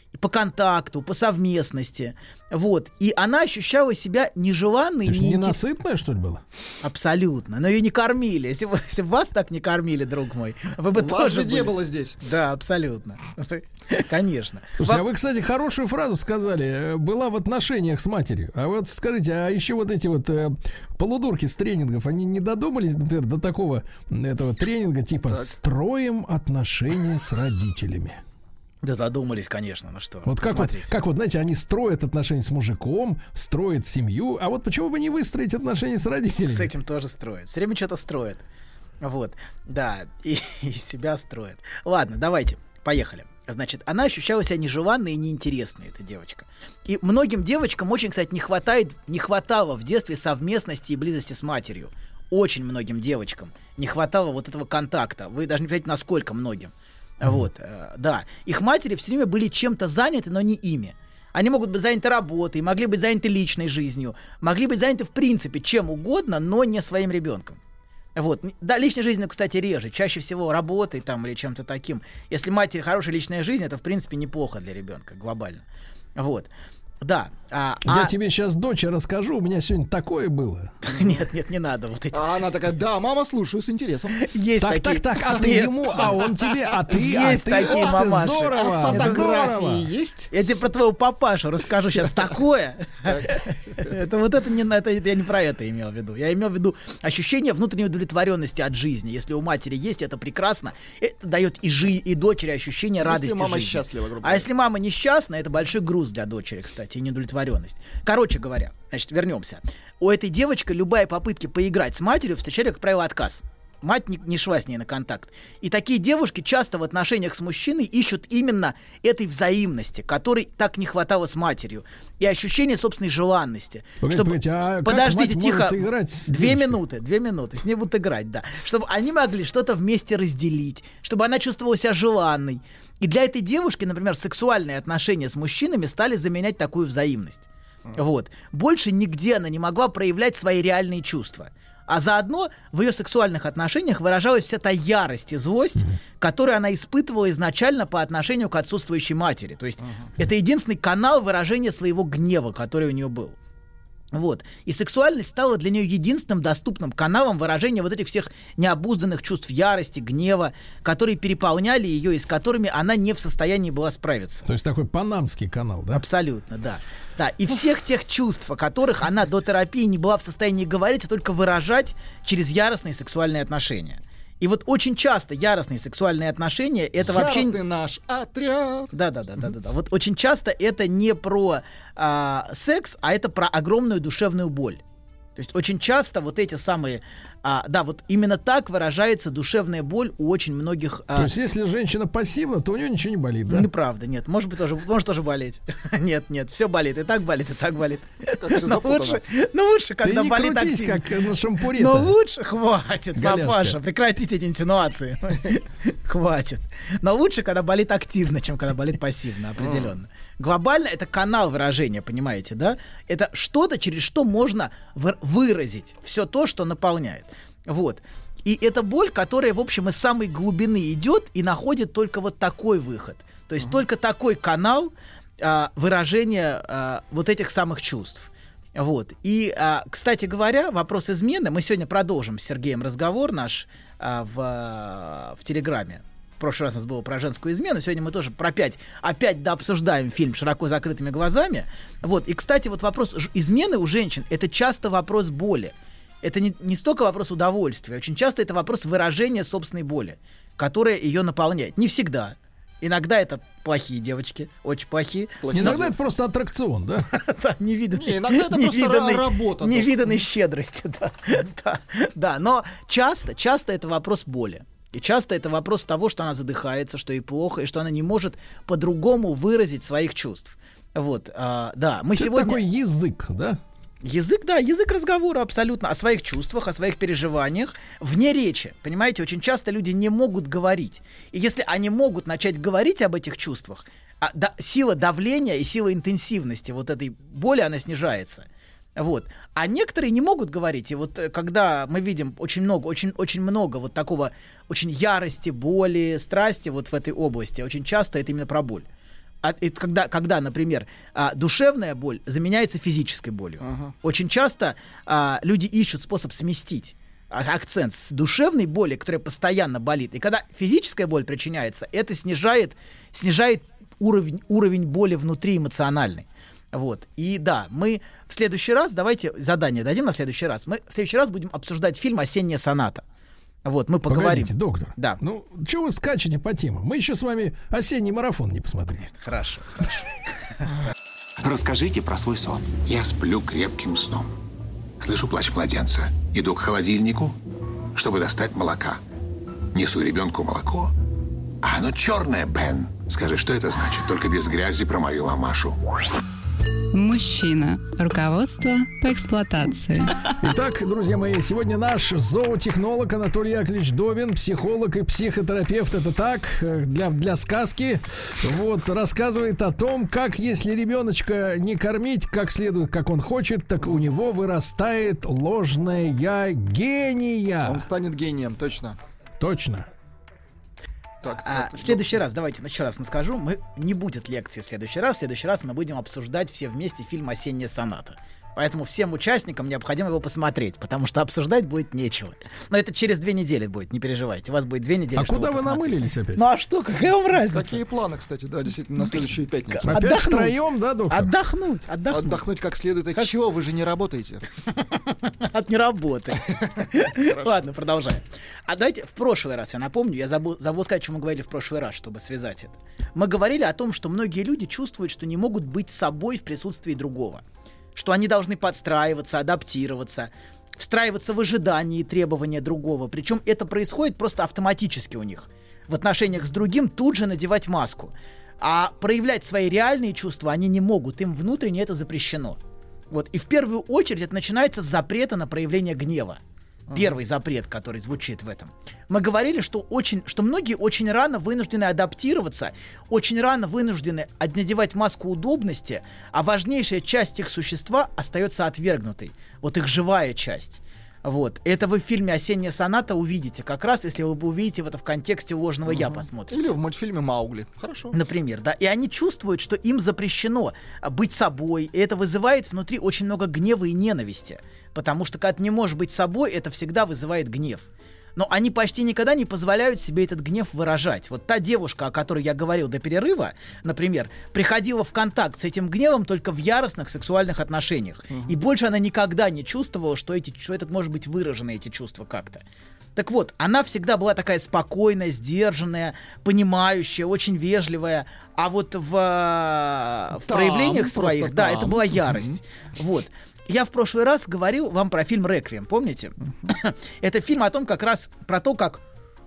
по контакту, по совместности. Вот. И она ощущала себя нежеланной. То есть не ненасытная, что ли, была? Абсолютно. Но ее не кормили. Если бы, если бы вас так не кормили, друг мой, вы бы вас тоже же не было здесь. Да, абсолютно. Конечно. Слушайте, Вам... а вы, кстати, хорошую фразу сказали. Была в отношениях с матерью. А вот скажите, а еще вот эти вот э, полудурки с тренингов, они не додумались, например, до такого этого тренинга, типа так. «Строим отношения с родителями»? Да задумались, конечно, ну что. Вот как, вот как вот, знаете, они строят отношения с мужиком, строят семью, а вот почему бы не выстроить отношения с родителями? С этим тоже строят. Все время что-то строят. Вот, да, и, и себя строят. Ладно, давайте, поехали. Значит, она ощущала себя нежеланной и неинтересной, эта девочка. И многим девочкам очень, кстати, не хватает, не хватало в детстве совместности и близости с матерью. Очень многим девочкам не хватало вот этого контакта. Вы даже не понимаете, насколько многим. Mm-hmm. Вот, э, да. Их матери все время были чем-то заняты, но не ими. Они могут быть заняты работой, могли быть заняты личной жизнью, могли быть заняты в принципе чем угодно, но не своим ребенком. Вот. Да, личной жизнью, кстати, реже. Чаще всего работой там или чем-то таким. Если матери хорошая личная жизнь, это в принципе неплохо для ребенка глобально. Вот. Да. А, Я а... тебе сейчас, дочь, расскажу. У меня сегодня такое было. Нет, нет, не надо. Вот эти... А она такая: да, мама, слушаю с интересом. Есть так, такие... так, так, а ты ему, а он тебе, а ты, есть а ты. такие Ох, мамаши. А Здорово, фотографии здорово. есть? Я тебе про твоего папашу расскажу сейчас такое. Это вот это не это я не про это имел в виду. Я имел в виду ощущение внутренней удовлетворенности от жизни. Если у матери есть, это прекрасно. Это дает и жи и дочери ощущение радости жизни. Если мама счастлива, грубо говоря. А если мама несчастна, это большой груз для дочери, кстати, и неудовлетворенность. Короче говоря, значит, вернемся. У этой девочки любая попытка поиграть с матерью встречали, как правило, отказ. Мать не, не шла с ней на контакт. И такие девушки часто в отношениях с мужчиной ищут именно этой взаимности, которой так не хватало с матерью. И ощущение собственной желанности. Погодите, чтобы... погодите, а Подождите, как тихо. Играть с две девочкой? минуты, две минуты. С ней будут играть, да. Чтобы они могли что-то вместе разделить. Чтобы она чувствовала себя желанной. И для этой девушки, например, сексуальные отношения с мужчинами стали заменять такую взаимность. Вот. Больше нигде она не могла проявлять свои реальные чувства. А заодно в ее сексуальных отношениях выражалась вся та ярость и злость, mm-hmm. которую она испытывала изначально по отношению к отсутствующей матери. То есть uh-huh. это единственный канал выражения своего гнева, который у нее был. Вот. И сексуальность стала для нее единственным доступным каналом выражения вот этих всех необузданных чувств ярости, гнева, которые переполняли ее и с которыми она не в состоянии была справиться. То есть такой панамский канал, да? Абсолютно, да. Да, и всех тех чувств, о которых она до терапии не была в состоянии говорить, а только выражать через яростные сексуальные отношения. И вот очень часто яростные сексуальные отношения это вообще... Яростный наш отряд. Да, да, да, да, да, да. Вот очень часто это не про а, секс, а это про огромную душевную боль. То есть очень часто вот эти самые, а, да, вот именно так выражается душевная боль у очень многих. А... То есть если женщина пассивна, то у нее ничего не болит, да? Неправда, нет, может быть тоже, может тоже болеть. Нет, нет, все болит, и так болит, и так болит. Но лучше, но лучше, когда болит активно. Ты не крутись, как на шампуре. Но лучше, хватит, папаша, прекратите эти инсинуации. Хватит. Но лучше, когда болит активно, чем когда болит пассивно, определенно. Глобально это канал выражения, понимаете, да? Это что-то, через что можно выразить все то, что наполняет. Вот. И это боль, которая, в общем, из самой глубины идет и находит только вот такой выход. То есть uh-huh. только такой канал а, выражения а, вот этих самых чувств. Вот. И, а, кстати говоря, вопрос измены. Мы сегодня продолжим с Сергеем разговор наш а, в, в Телеграме. В прошлый раз у нас было про женскую измену, сегодня мы тоже про опять, опять дообсуждаем фильм «Широко закрытыми глазами». Вот. И, кстати, вот вопрос измены у женщин — это часто вопрос боли. Это не, не столько вопрос удовольствия, очень часто это вопрос выражения собственной боли, которая ее наполняет. Не всегда. Иногда это плохие девочки, очень плохие. плохие. Иногда это просто аттракцион, да? Невиданный. Иногда это просто работа. Невиданной щедрости, да. Да, но часто, часто это вопрос боли. И часто это вопрос того, что она задыхается, что ей плохо, и что она не может по-другому выразить своих чувств. Вот, а, да, мы это сегодня... такой язык, да? Язык, да, язык разговора абсолютно. О своих чувствах, о своих переживаниях вне речи. Понимаете, очень часто люди не могут говорить. И если они могут начать говорить об этих чувствах, а, да, сила давления и сила интенсивности вот этой боли, она снижается. Вот. А некоторые не могут говорить. И вот когда мы видим очень много, очень, очень много вот такого очень ярости, боли, страсти вот в этой области, очень часто это именно про боль. а, это когда, когда, например, а, душевная боль заменяется физической болью. Ага. Очень часто а, люди ищут способ сместить акцент с душевной боли, которая постоянно болит. И когда физическая боль причиняется, это снижает, снижает уровень, уровень боли внутри эмоциональной. Вот. И да, мы в следующий раз, давайте задание дадим на следующий раз. Мы в следующий раз будем обсуждать фильм «Осенняя соната». Вот, мы поговорим. Погодите, доктор. Да. Ну, чего вы скачете по темам? Мы еще с вами осенний марафон не посмотрели. Хорошо. Расскажите про свой сон. Я сплю крепким сном. Слышу плач младенца. Иду к холодильнику, чтобы достать молока. Несу ребенку молоко. А оно черное, Бен. Скажи, что это значит? Только без грязи про мою мамашу. Мужчина. Руководство по эксплуатации. Итак, друзья мои, сегодня наш зоотехнолог Анатолий Яковлевич Добин, психолог и психотерапевт, это так, для, для сказки, вот, рассказывает о том, как, если ребеночка не кормить как следует, как он хочет, так у него вырастает ложное я гения. Он станет гением, точно. Точно. Так, а, в следующий раз, давайте еще раз скажу, мы, не будет лекции в следующий раз. В следующий раз мы будем обсуждать все вместе фильм «Осенняя соната». Поэтому всем участникам необходимо его посмотреть, потому что обсуждать будет нечего. Но это через две недели будет, не переживайте. У вас будет две недели. А куда вы посмотреть. намылились опять? Ну а что, какая вам разница? Какие планы, кстати, да, действительно, на следующую пятницу? Опять отдохнуть. Втроем, да, доктор? Отдохнуть, отдохнуть. Отдохнуть как следует. От чего? Вы же не работаете. От неработы. Ладно, продолжаем. А давайте в прошлый раз, я напомню, я забыл, забыл сказать, что мы говорили в прошлый раз, чтобы связать это. Мы говорили о том, что многие люди чувствуют, что не могут быть собой в присутствии другого. Что они должны подстраиваться, адаптироваться, встраиваться в ожидания и требования другого. Причем это происходит просто автоматически у них. В отношениях с другим тут же надевать маску. А проявлять свои реальные чувства они не могут. Им внутренне это запрещено. Вот. И в первую очередь это начинается с запрета на проявление гнева. Первый запрет, который звучит в этом. Мы говорили, что, очень, что многие очень рано вынуждены адаптироваться, очень рано вынуждены надевать маску удобности, а важнейшая часть их существа остается отвергнутой. Вот их живая часть. Вот. Это вы в фильме «Осенняя соната» увидите. Как раз, если вы увидите это в контексте «Ложного я» посмотрите. Или в мультфильме «Маугли». Хорошо. Например, да. И они чувствуют, что им запрещено быть собой. И это вызывает внутри очень много гнева и ненависти. Потому что, когда ты не можешь быть собой, это всегда вызывает гнев. Но они почти никогда не позволяют себе этот гнев выражать. Вот та девушка, о которой я говорил до перерыва, например, приходила в контакт с этим гневом только в яростных сексуальных отношениях. Uh-huh. И больше она никогда не чувствовала, что, эти, что это может быть выражено, эти чувства как-то. Так вот, она всегда была такая спокойная, сдержанная, понимающая, очень вежливая. А вот в, в там, проявлениях своих, там. Да, это была ярость. Uh-huh. Вот. Я в прошлый раз говорил вам про фильм «Реквием», помните? Uh-huh. Это фильм о том, как раз про то, как...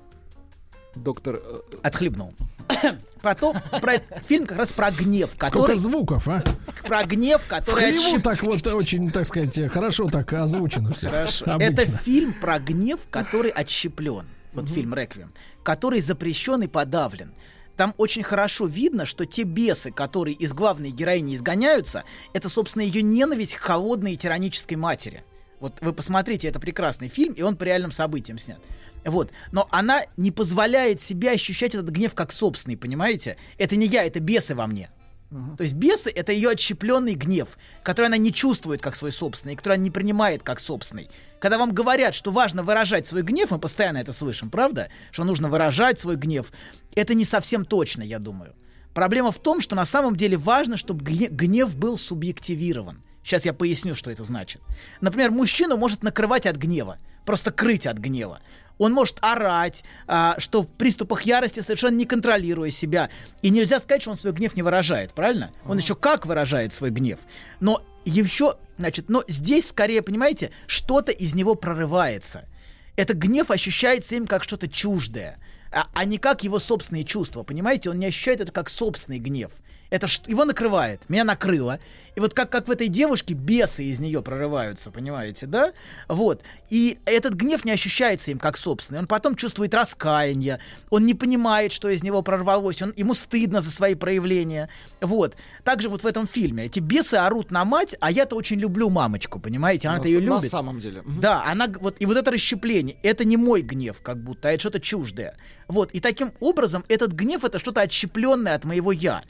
Доктор... Отхлебнул. Про то, про фильм как раз про гнев, который... Сколько звуков, а? Про гнев, который... В хлеву отщеп... так вот очень, так сказать, хорошо так озвучено все. Хорошо. Это фильм про гнев, который отщеплен. Вот uh-huh. фильм «Реквием», который запрещен и подавлен. Там очень хорошо видно, что те бесы, которые из главной героини изгоняются, это, собственно, ее ненависть к холодной и тиранической матери. Вот вы посмотрите, это прекрасный фильм, и он по реальным событиям снят. Вот. Но она не позволяет себе ощущать этот гнев как собственный, понимаете? Это не я, это бесы во мне. Uh-huh. То есть бесы — это ее отщепленный гнев, который она не чувствует как свой собственный, который она не принимает как собственный. Когда вам говорят, что важно выражать свой гнев, мы постоянно это слышим, правда? Что нужно выражать свой гнев. Это не совсем точно, я думаю. Проблема в том, что на самом деле важно, чтобы гнев был субъективирован. Сейчас я поясню, что это значит. Например, мужчину может накрывать от гнева, просто крыть от гнева. Он может орать, а, что в приступах ярости совершенно не контролируя себя. И нельзя сказать, что он свой гнев не выражает, правильно? Он еще как выражает свой гнев. Но еще, значит, но здесь скорее, понимаете, что-то из него прорывается. Этот гнев ощущается им как что-то чуждое, а, а не как его собственные чувства, понимаете? Он не ощущает это как собственный гнев. Это ш... его накрывает, меня накрыло. И вот как, как в этой девушке бесы из нее прорываются, понимаете, да? Вот. И этот гнев не ощущается им как собственный. Он потом чувствует раскаяние, он не понимает, что из него прорвалось, он, ему стыдно за свои проявления. Вот. Также вот в этом фильме эти бесы орут на мать, а я-то очень люблю мамочку, понимаете? Она-то ее любит. На самом деле. Да, она вот, и вот это расщепление, это не мой гнев как будто, а это что-то чуждое. Вот. И таким образом этот гнев — это что-то отщепленное от моего я, от этого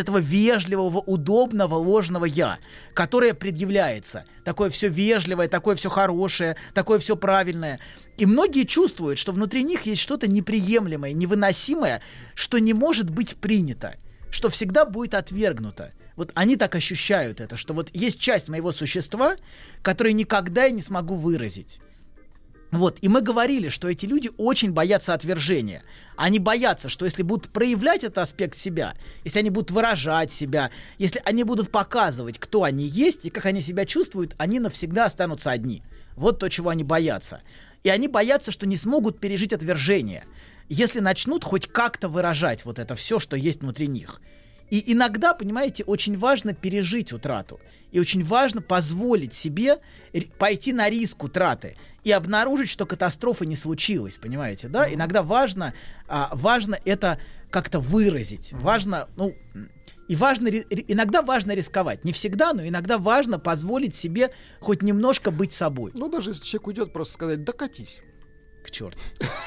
этого вежливого, удобного, ложного «я», которое предъявляется. Такое все вежливое, такое все хорошее, такое все правильное. И многие чувствуют, что внутри них есть что-то неприемлемое, невыносимое, что не может быть принято, что всегда будет отвергнуто. Вот они так ощущают это, что вот есть часть моего существа, которую никогда я не смогу выразить. Вот, и мы говорили, что эти люди очень боятся отвержения. Они боятся, что если будут проявлять этот аспект себя, если они будут выражать себя, если они будут показывать, кто они есть и как они себя чувствуют, они навсегда останутся одни. Вот то, чего они боятся. И они боятся, что не смогут пережить отвержение, если начнут хоть как-то выражать вот это все, что есть внутри них. И иногда, понимаете, очень важно пережить утрату. И очень важно позволить себе пойти на риск утраты и обнаружить, что катастрофа не случилась, понимаете, да? Mm-hmm. Иногда важно, а, важно это как-то выразить. Mm-hmm. Важно, ну, и важно, иногда важно рисковать. Не всегда, но иногда важно позволить себе хоть немножко быть собой. Ну, даже если человек уйдет, просто сказать: докатись. К черту.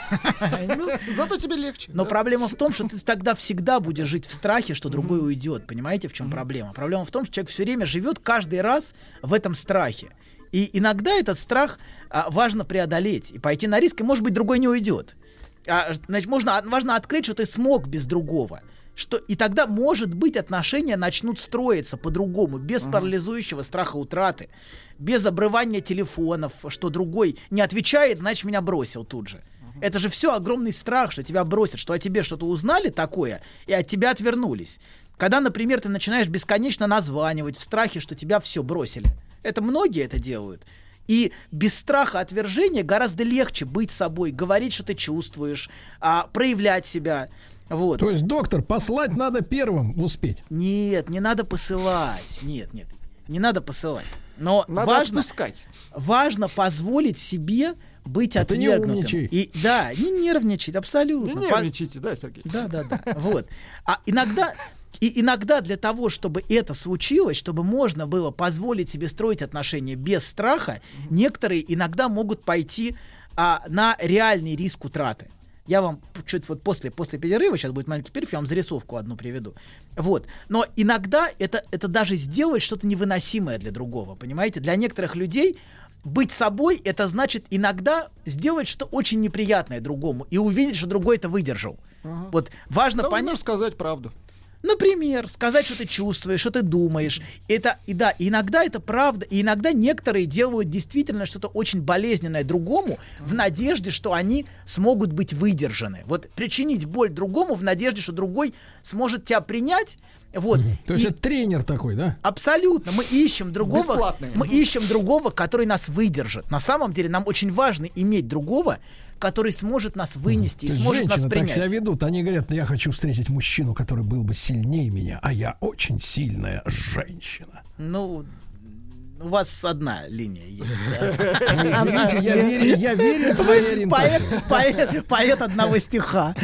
Зато тебе легче. Но проблема в том, что ты тогда всегда будешь жить в страхе, что другой уйдет. Понимаете, в чем проблема? Проблема в том, что человек все время живет каждый раз в этом страхе. И иногда этот страх а, важно преодолеть и пойти на риск, и, может быть, другой не уйдет. А, значит, можно, важно открыть, что ты смог без другого. Что, и тогда, может быть, отношения начнут строиться по-другому, без uh-huh. парализующего страха утраты, без обрывания телефонов, что другой не отвечает, значит, меня бросил тут же. Uh-huh. Это же все огромный страх, что тебя бросят, что о тебе что-то узнали такое, и от тебя отвернулись. Когда, например, ты начинаешь бесконечно названивать в страхе, что тебя все бросили. Это многие это делают. И без страха отвержения гораздо легче быть собой, говорить, что ты чувствуешь, а, проявлять себя. Вот. То есть, доктор, послать надо первым успеть? Нет, не надо посылать. Нет, нет, не надо посылать. Но надо важно, отпускать. Важно позволить себе быть а отвергнутым. И, да, не нервничать, абсолютно. Не нервничайте, да, Сергей? Да, да, да. Вот. А иногда... И иногда для того, чтобы это случилось, чтобы можно было позволить себе строить отношения без страха, mm-hmm. некоторые иногда могут пойти а, на реальный риск утраты. Я вам чуть вот после, после перерыва, сейчас будет маленький перерыв, я вам зарисовку одну приведу. Вот. Но иногда это, это даже сделать что-то невыносимое для другого, понимаете? Для некоторых людей быть собой — это значит иногда сделать что-то очень неприятное другому и увидеть, что другой это выдержал. Uh-huh. Вот важно да, понять... сказать правду. Например, сказать, что ты чувствуешь, что ты думаешь. Это, и да, иногда это правда, и иногда некоторые делают действительно что-то очень болезненное другому в надежде, что они смогут быть выдержаны. Вот причинить боль другому в надежде, что другой сможет тебя принять. Вот. То есть и... это тренер такой, да? Абсолютно. Мы ищем другого, бесплатный. Мы ищем другого, который нас выдержит. На самом деле нам очень важно иметь другого, который сможет нас вынести и сможет нас принять. Так себя ведут. Они говорят: я хочу встретить мужчину, который был бы сильнее меня, а я очень сильная женщина. Ну, у вас одна линия есть. Извините, я верен своей ориентации. Поэт одного стиха.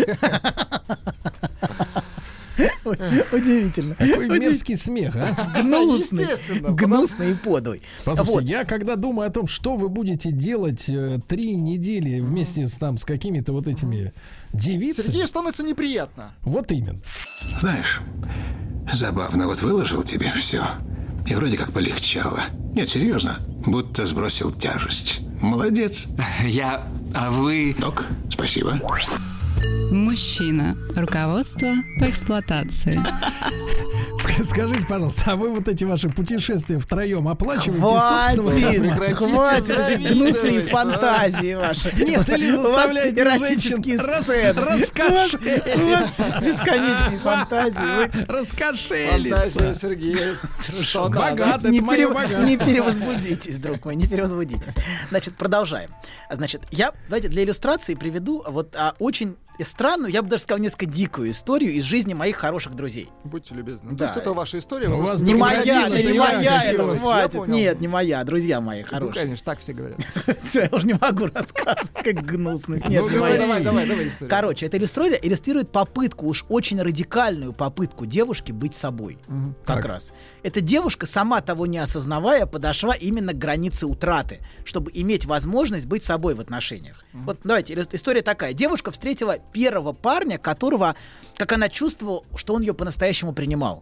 Удивительно. Какой мерзкий смех, а? Гнусный. Гнусный и подлый. Послушайте, вот. Я когда думаю о том, что вы будете делать э, три недели вместе с, там, с какими-то вот этими девицами... Сергею становится неприятно. Вот именно. Знаешь, забавно, вот выложил тебе все, и вроде как полегчало. Нет, серьезно, будто сбросил тяжесть. Молодец. Я... А вы... Док, спасибо. Мужчина. Руководство по эксплуатации. Скажите, пожалуйста, а вы вот эти ваши путешествия втроем оплачиваете собственного? Хватит, гнусные фантазии ваши. Нет, или заставляете эротические сцены. Раскошелиться. Бесконечные фантазии. Раскошелиться. Фантазия Сергея. Богат, это мое богатство. Не перевозбудитесь, друг мой, не перевозбудитесь. Значит, продолжаем. Значит, я, давайте для иллюстрации приведу вот а, очень странную, я бы даже сказал, несколько дикую историю из жизни моих хороших друзей. Будьте любезны. Да. То есть это ваша история? У вас не моя, не, не моя, это это хватит. Нет, не моя, друзья мои хорошие. Ну, конечно, так все говорят. Я уже не могу рассказывать, как гнусно. Нет, ну, давай, давай, давай, давай историю. Короче, эта история иллюстрирует попытку, уж очень радикальную попытку девушки быть собой. Угу. Как так. раз. Эта девушка, сама того не осознавая, подошла именно к границе утраты, чтобы иметь возможность быть собой в отношениях. Угу. Вот давайте, история такая. Девушка встретила первого парня, которого, как она чувствовала, что он ее по-настоящему принимал.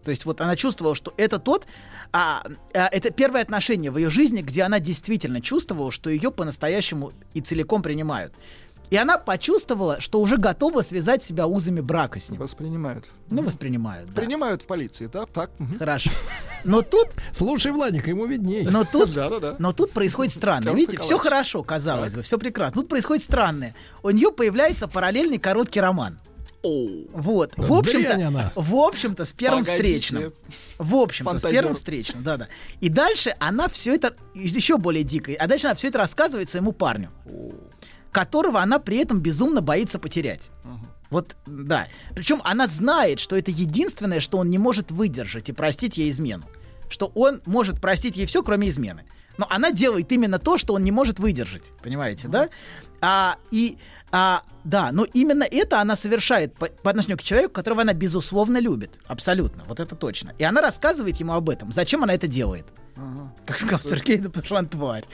То есть вот она чувствовала, что это тот, а, а, это первое отношение в ее жизни, где она действительно чувствовала, что ее по-настоящему и целиком принимают. И она почувствовала, что уже готова связать себя узами брака с ним. Воспринимают. Ну, воспринимают, да. Принимают в полиции, да? Так. Хорошо. Но тут... Слушай, Владик, ему виднее. Но тут, да, да, да. но тут происходит странное. Видите, все хорошо, казалось так. бы, все прекрасно. Тут происходит странное. У нее появляется параллельный короткий роман. Оу. Вот, в общем-то, в общем-то, с первым Погодите. встречным. В общем-то, Фантазер. с первым встречным, да-да. И дальше она все это, еще более дико, а дальше она все это рассказывает своему парню, которого она при этом безумно боится потерять. Uh-huh. Вот, да. Причем она знает, что это единственное, что он не может выдержать и простить ей измену. Что он может простить ей все, кроме измены. Но она делает именно то, что он не может выдержать. Понимаете, uh-huh. да? А, и, а, да, но именно это она совершает по, по отношению к человеку, которого она безусловно любит. Абсолютно, вот это точно. И она рассказывает ему об этом. Зачем она это делает? Ага. Как сказал Сергей, да потому что он тварь.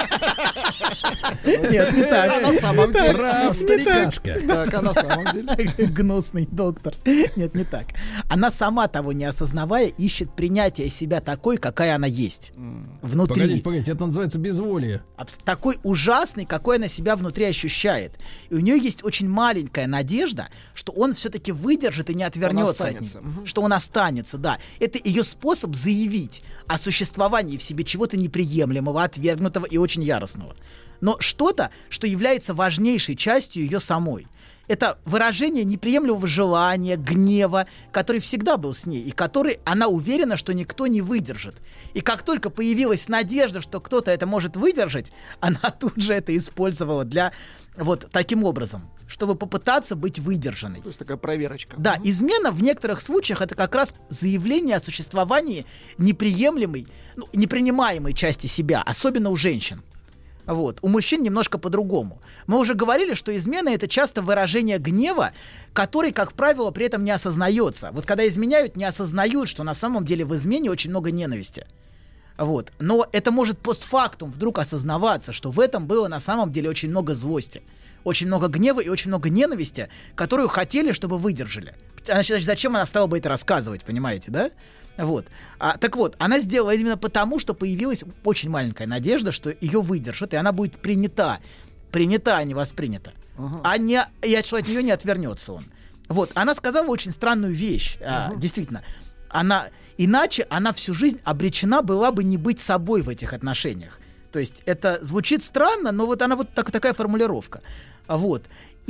Нет, не так. А на самом деле. Прав, старикашка. Так, а на самом деле. Гнусный доктор. Нет, не так. Она сама того не осознавая ищет принятие себя такой, какая она есть. Внутри. Погодите, погодите, это называется безволие. Такой ужасный, какой она себя внутри ощущает. И у нее есть очень маленькая надежда, что он все-таки выдержит и не отвернется от нее. Угу. Что он останется, да. Это ее способ заявить о существовании в себе чего-то неприемлемого, отвергнутого и очень яростного. Но что-то, что является важнейшей частью ее самой. Это выражение неприемлемого желания, гнева, который всегда был с ней, и который она уверена, что никто не выдержит. И как только появилась надежда, что кто-то это может выдержать, она тут же это использовала для вот таким образом, чтобы попытаться быть выдержанной. То есть такая проверочка. Да, измена в некоторых случаях это как раз заявление о существовании неприемлемой, ну, непринимаемой части себя, особенно у женщин. Вот. У мужчин немножко по-другому. Мы уже говорили, что измена — это часто выражение гнева, который, как правило, при этом не осознается. Вот когда изменяют, не осознают, что на самом деле в измене очень много ненависти. Вот. Но это может постфактум вдруг осознаваться, что в этом было на самом деле очень много злости, очень много гнева и очень много ненависти, которую хотели, чтобы выдержали. Значит, зачем она стала бы это рассказывать, понимаете, да? Вот. А, так вот, она сделала именно потому, что появилась очень маленькая надежда, что ее выдержат, и она будет принята. Принята, а не воспринята. Uh-huh. А не, и от нее не отвернется он. Вот. Она сказала очень странную вещь. Uh-huh. А, действительно. Она, иначе она всю жизнь обречена была бы не быть собой в этих отношениях. То есть это звучит странно, но вот она вот так, такая формулировка. Вот.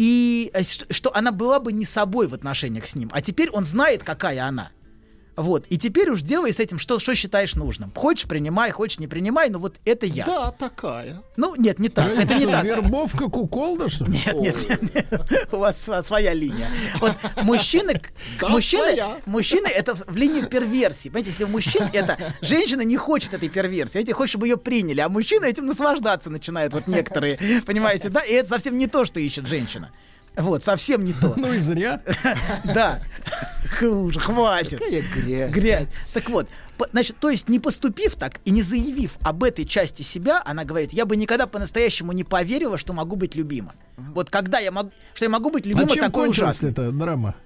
И что она была бы не собой в отношениях с ним. А теперь он знает, какая она. Вот, и теперь уж делай с этим, что, что считаешь нужным. Хочешь, принимай, хочешь, не принимай, но вот это я. Да, такая. Ну, нет, не так. Это не так. Вербовка куколда, что ли? Нет, нет, нет, нет. У вас своя линия. Вот мужчины, мужчины, мужчины это в линию перверсии. Понимаете, если у мужчин это женщина не хочет этой перверсии, эти хочет, чтобы ее приняли, а мужчины этим наслаждаться начинают, вот некоторые, понимаете, да? И это совсем не то, что ищет женщина. Вот, совсем не то. Ну и зря. Да. Уже хватит. Какая грязь. Грязь. Так вот, по, значит, то есть не поступив так и не заявив об этой части себя, она говорит, я бы никогда по-настоящему не поверила, что могу быть любима. Uh-huh. Вот когда я могу, что я могу быть любима, а чем такой ужасный. эта драма?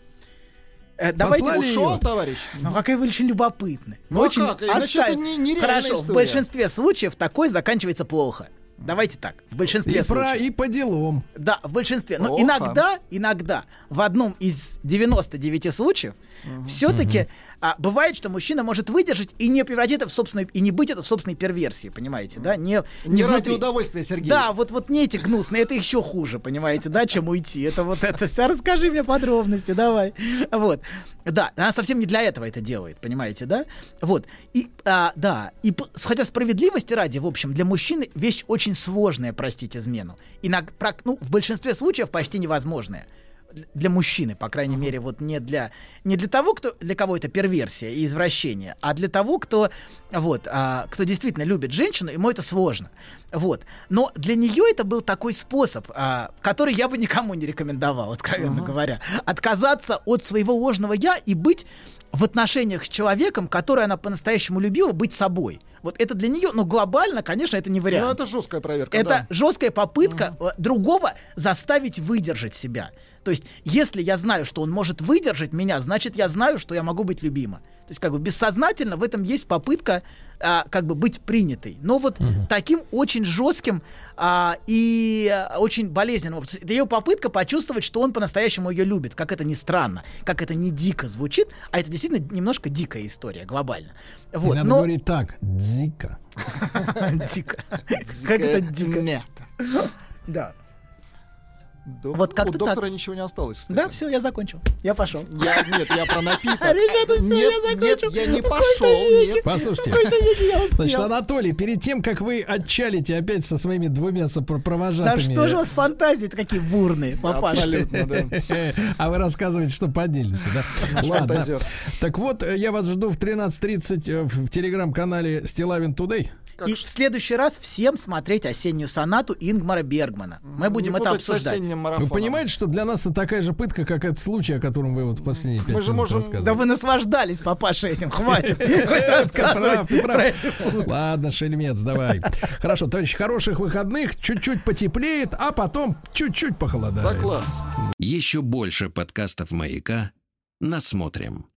Э, давайте ушел, ее. Товарищ. Ну, какая вы очень любопытны. Ну, очень а как? Иначе это не, нереальная Хорошо, история. В большинстве случаев такой заканчивается плохо. Давайте так, в большинстве и случаев. Про, и по делам. Да, в большинстве. Но Плохо. иногда, иногда, в одном из девяноста девяти случаев угу. все-таки угу. а, бывает, что мужчина может выдержать и не превратить это в собственную, и не быть это в собственной перверсии, понимаете, да? Не, не, не ради внутри. удовольствия, Сергей. Да, вот, вот не эти гнусные, это еще хуже, понимаете, да, чем уйти. Это вот это все. Расскажи мне подробности, давай. Вот. Да, она совсем не для этого это делает, понимаете, да? Вот. И, а, да, и хотя справедливости ради, в общем, для мужчины вещь очень сложная, простить измену. Иногда, ну, в большинстве случаев почти невозможная. Для мужчины, по крайней uh-huh. мере, вот не для, не для того, кто, для кого это перверсия и извращение, а для того, кто, вот, а, кто действительно любит женщину, ему это сложно. Вот. Но для нее это был такой способ, а, который я бы никому не рекомендовал, откровенно uh-huh. говоря. Отказаться от своего ложного «я» и быть в отношениях с человеком, который она по-настоящему любила, быть собой. Вот это для нее, ну, глобально, конечно, это не вариант. Ну, это жесткая проверка. Это да. жесткая попытка uh-huh. другого заставить выдержать себя. То есть, если я знаю, что он может выдержать меня, значит, значит, я знаю, что я могу быть любима. То есть, как бы бессознательно в этом есть попытка а, как бы быть принятой. Но вот угу. таким очень жестким а, и а, очень болезненным. Это ее попытка почувствовать, что он по-настоящему ее любит. Как это ни странно, как это не дико звучит, а это действительно немножко дикая история, глобально. Вот. Надо Но... говорить так, дико. Дико. Как это дико? Нет. Да. Док... Вот как-то У доктора так. ничего не осталось, кстати. Да, все, я закончил. Я пошел. Я, нет, я про напиток. Ребята, все, нет, я закончил. Нет, я не пошел. Нет. Послушайте, значит, Анатолий, перед тем, как вы отчалите опять со своими двумя сопровожатыми... Да что же у вас фантазии-то какие бурные, папаша? Абсолютно, да. А вы рассказываете, что поделись, да? Ладно. Так вот, я вас жду в тринадцать тридцать в телеграм-канале Стилавин Тудей. И в следующий раз всем смотреть «Осеннюю сонату» Ингмара Бергмана. Мы будем Не это обсуждать. Вы понимаете, что для нас это такая же пытка, как этот случай, о котором вы вот в последние пять минут можем... рассказывали? Да вы наслаждались, папаша, этим, хватит. Ладно, шельмец, давай. Хорошо, товарищи, хороших выходных, чуть-чуть потеплеет, а потом чуть-чуть похолодает. Да, класс. Еще больше подкастов «Маяка» насмотрим.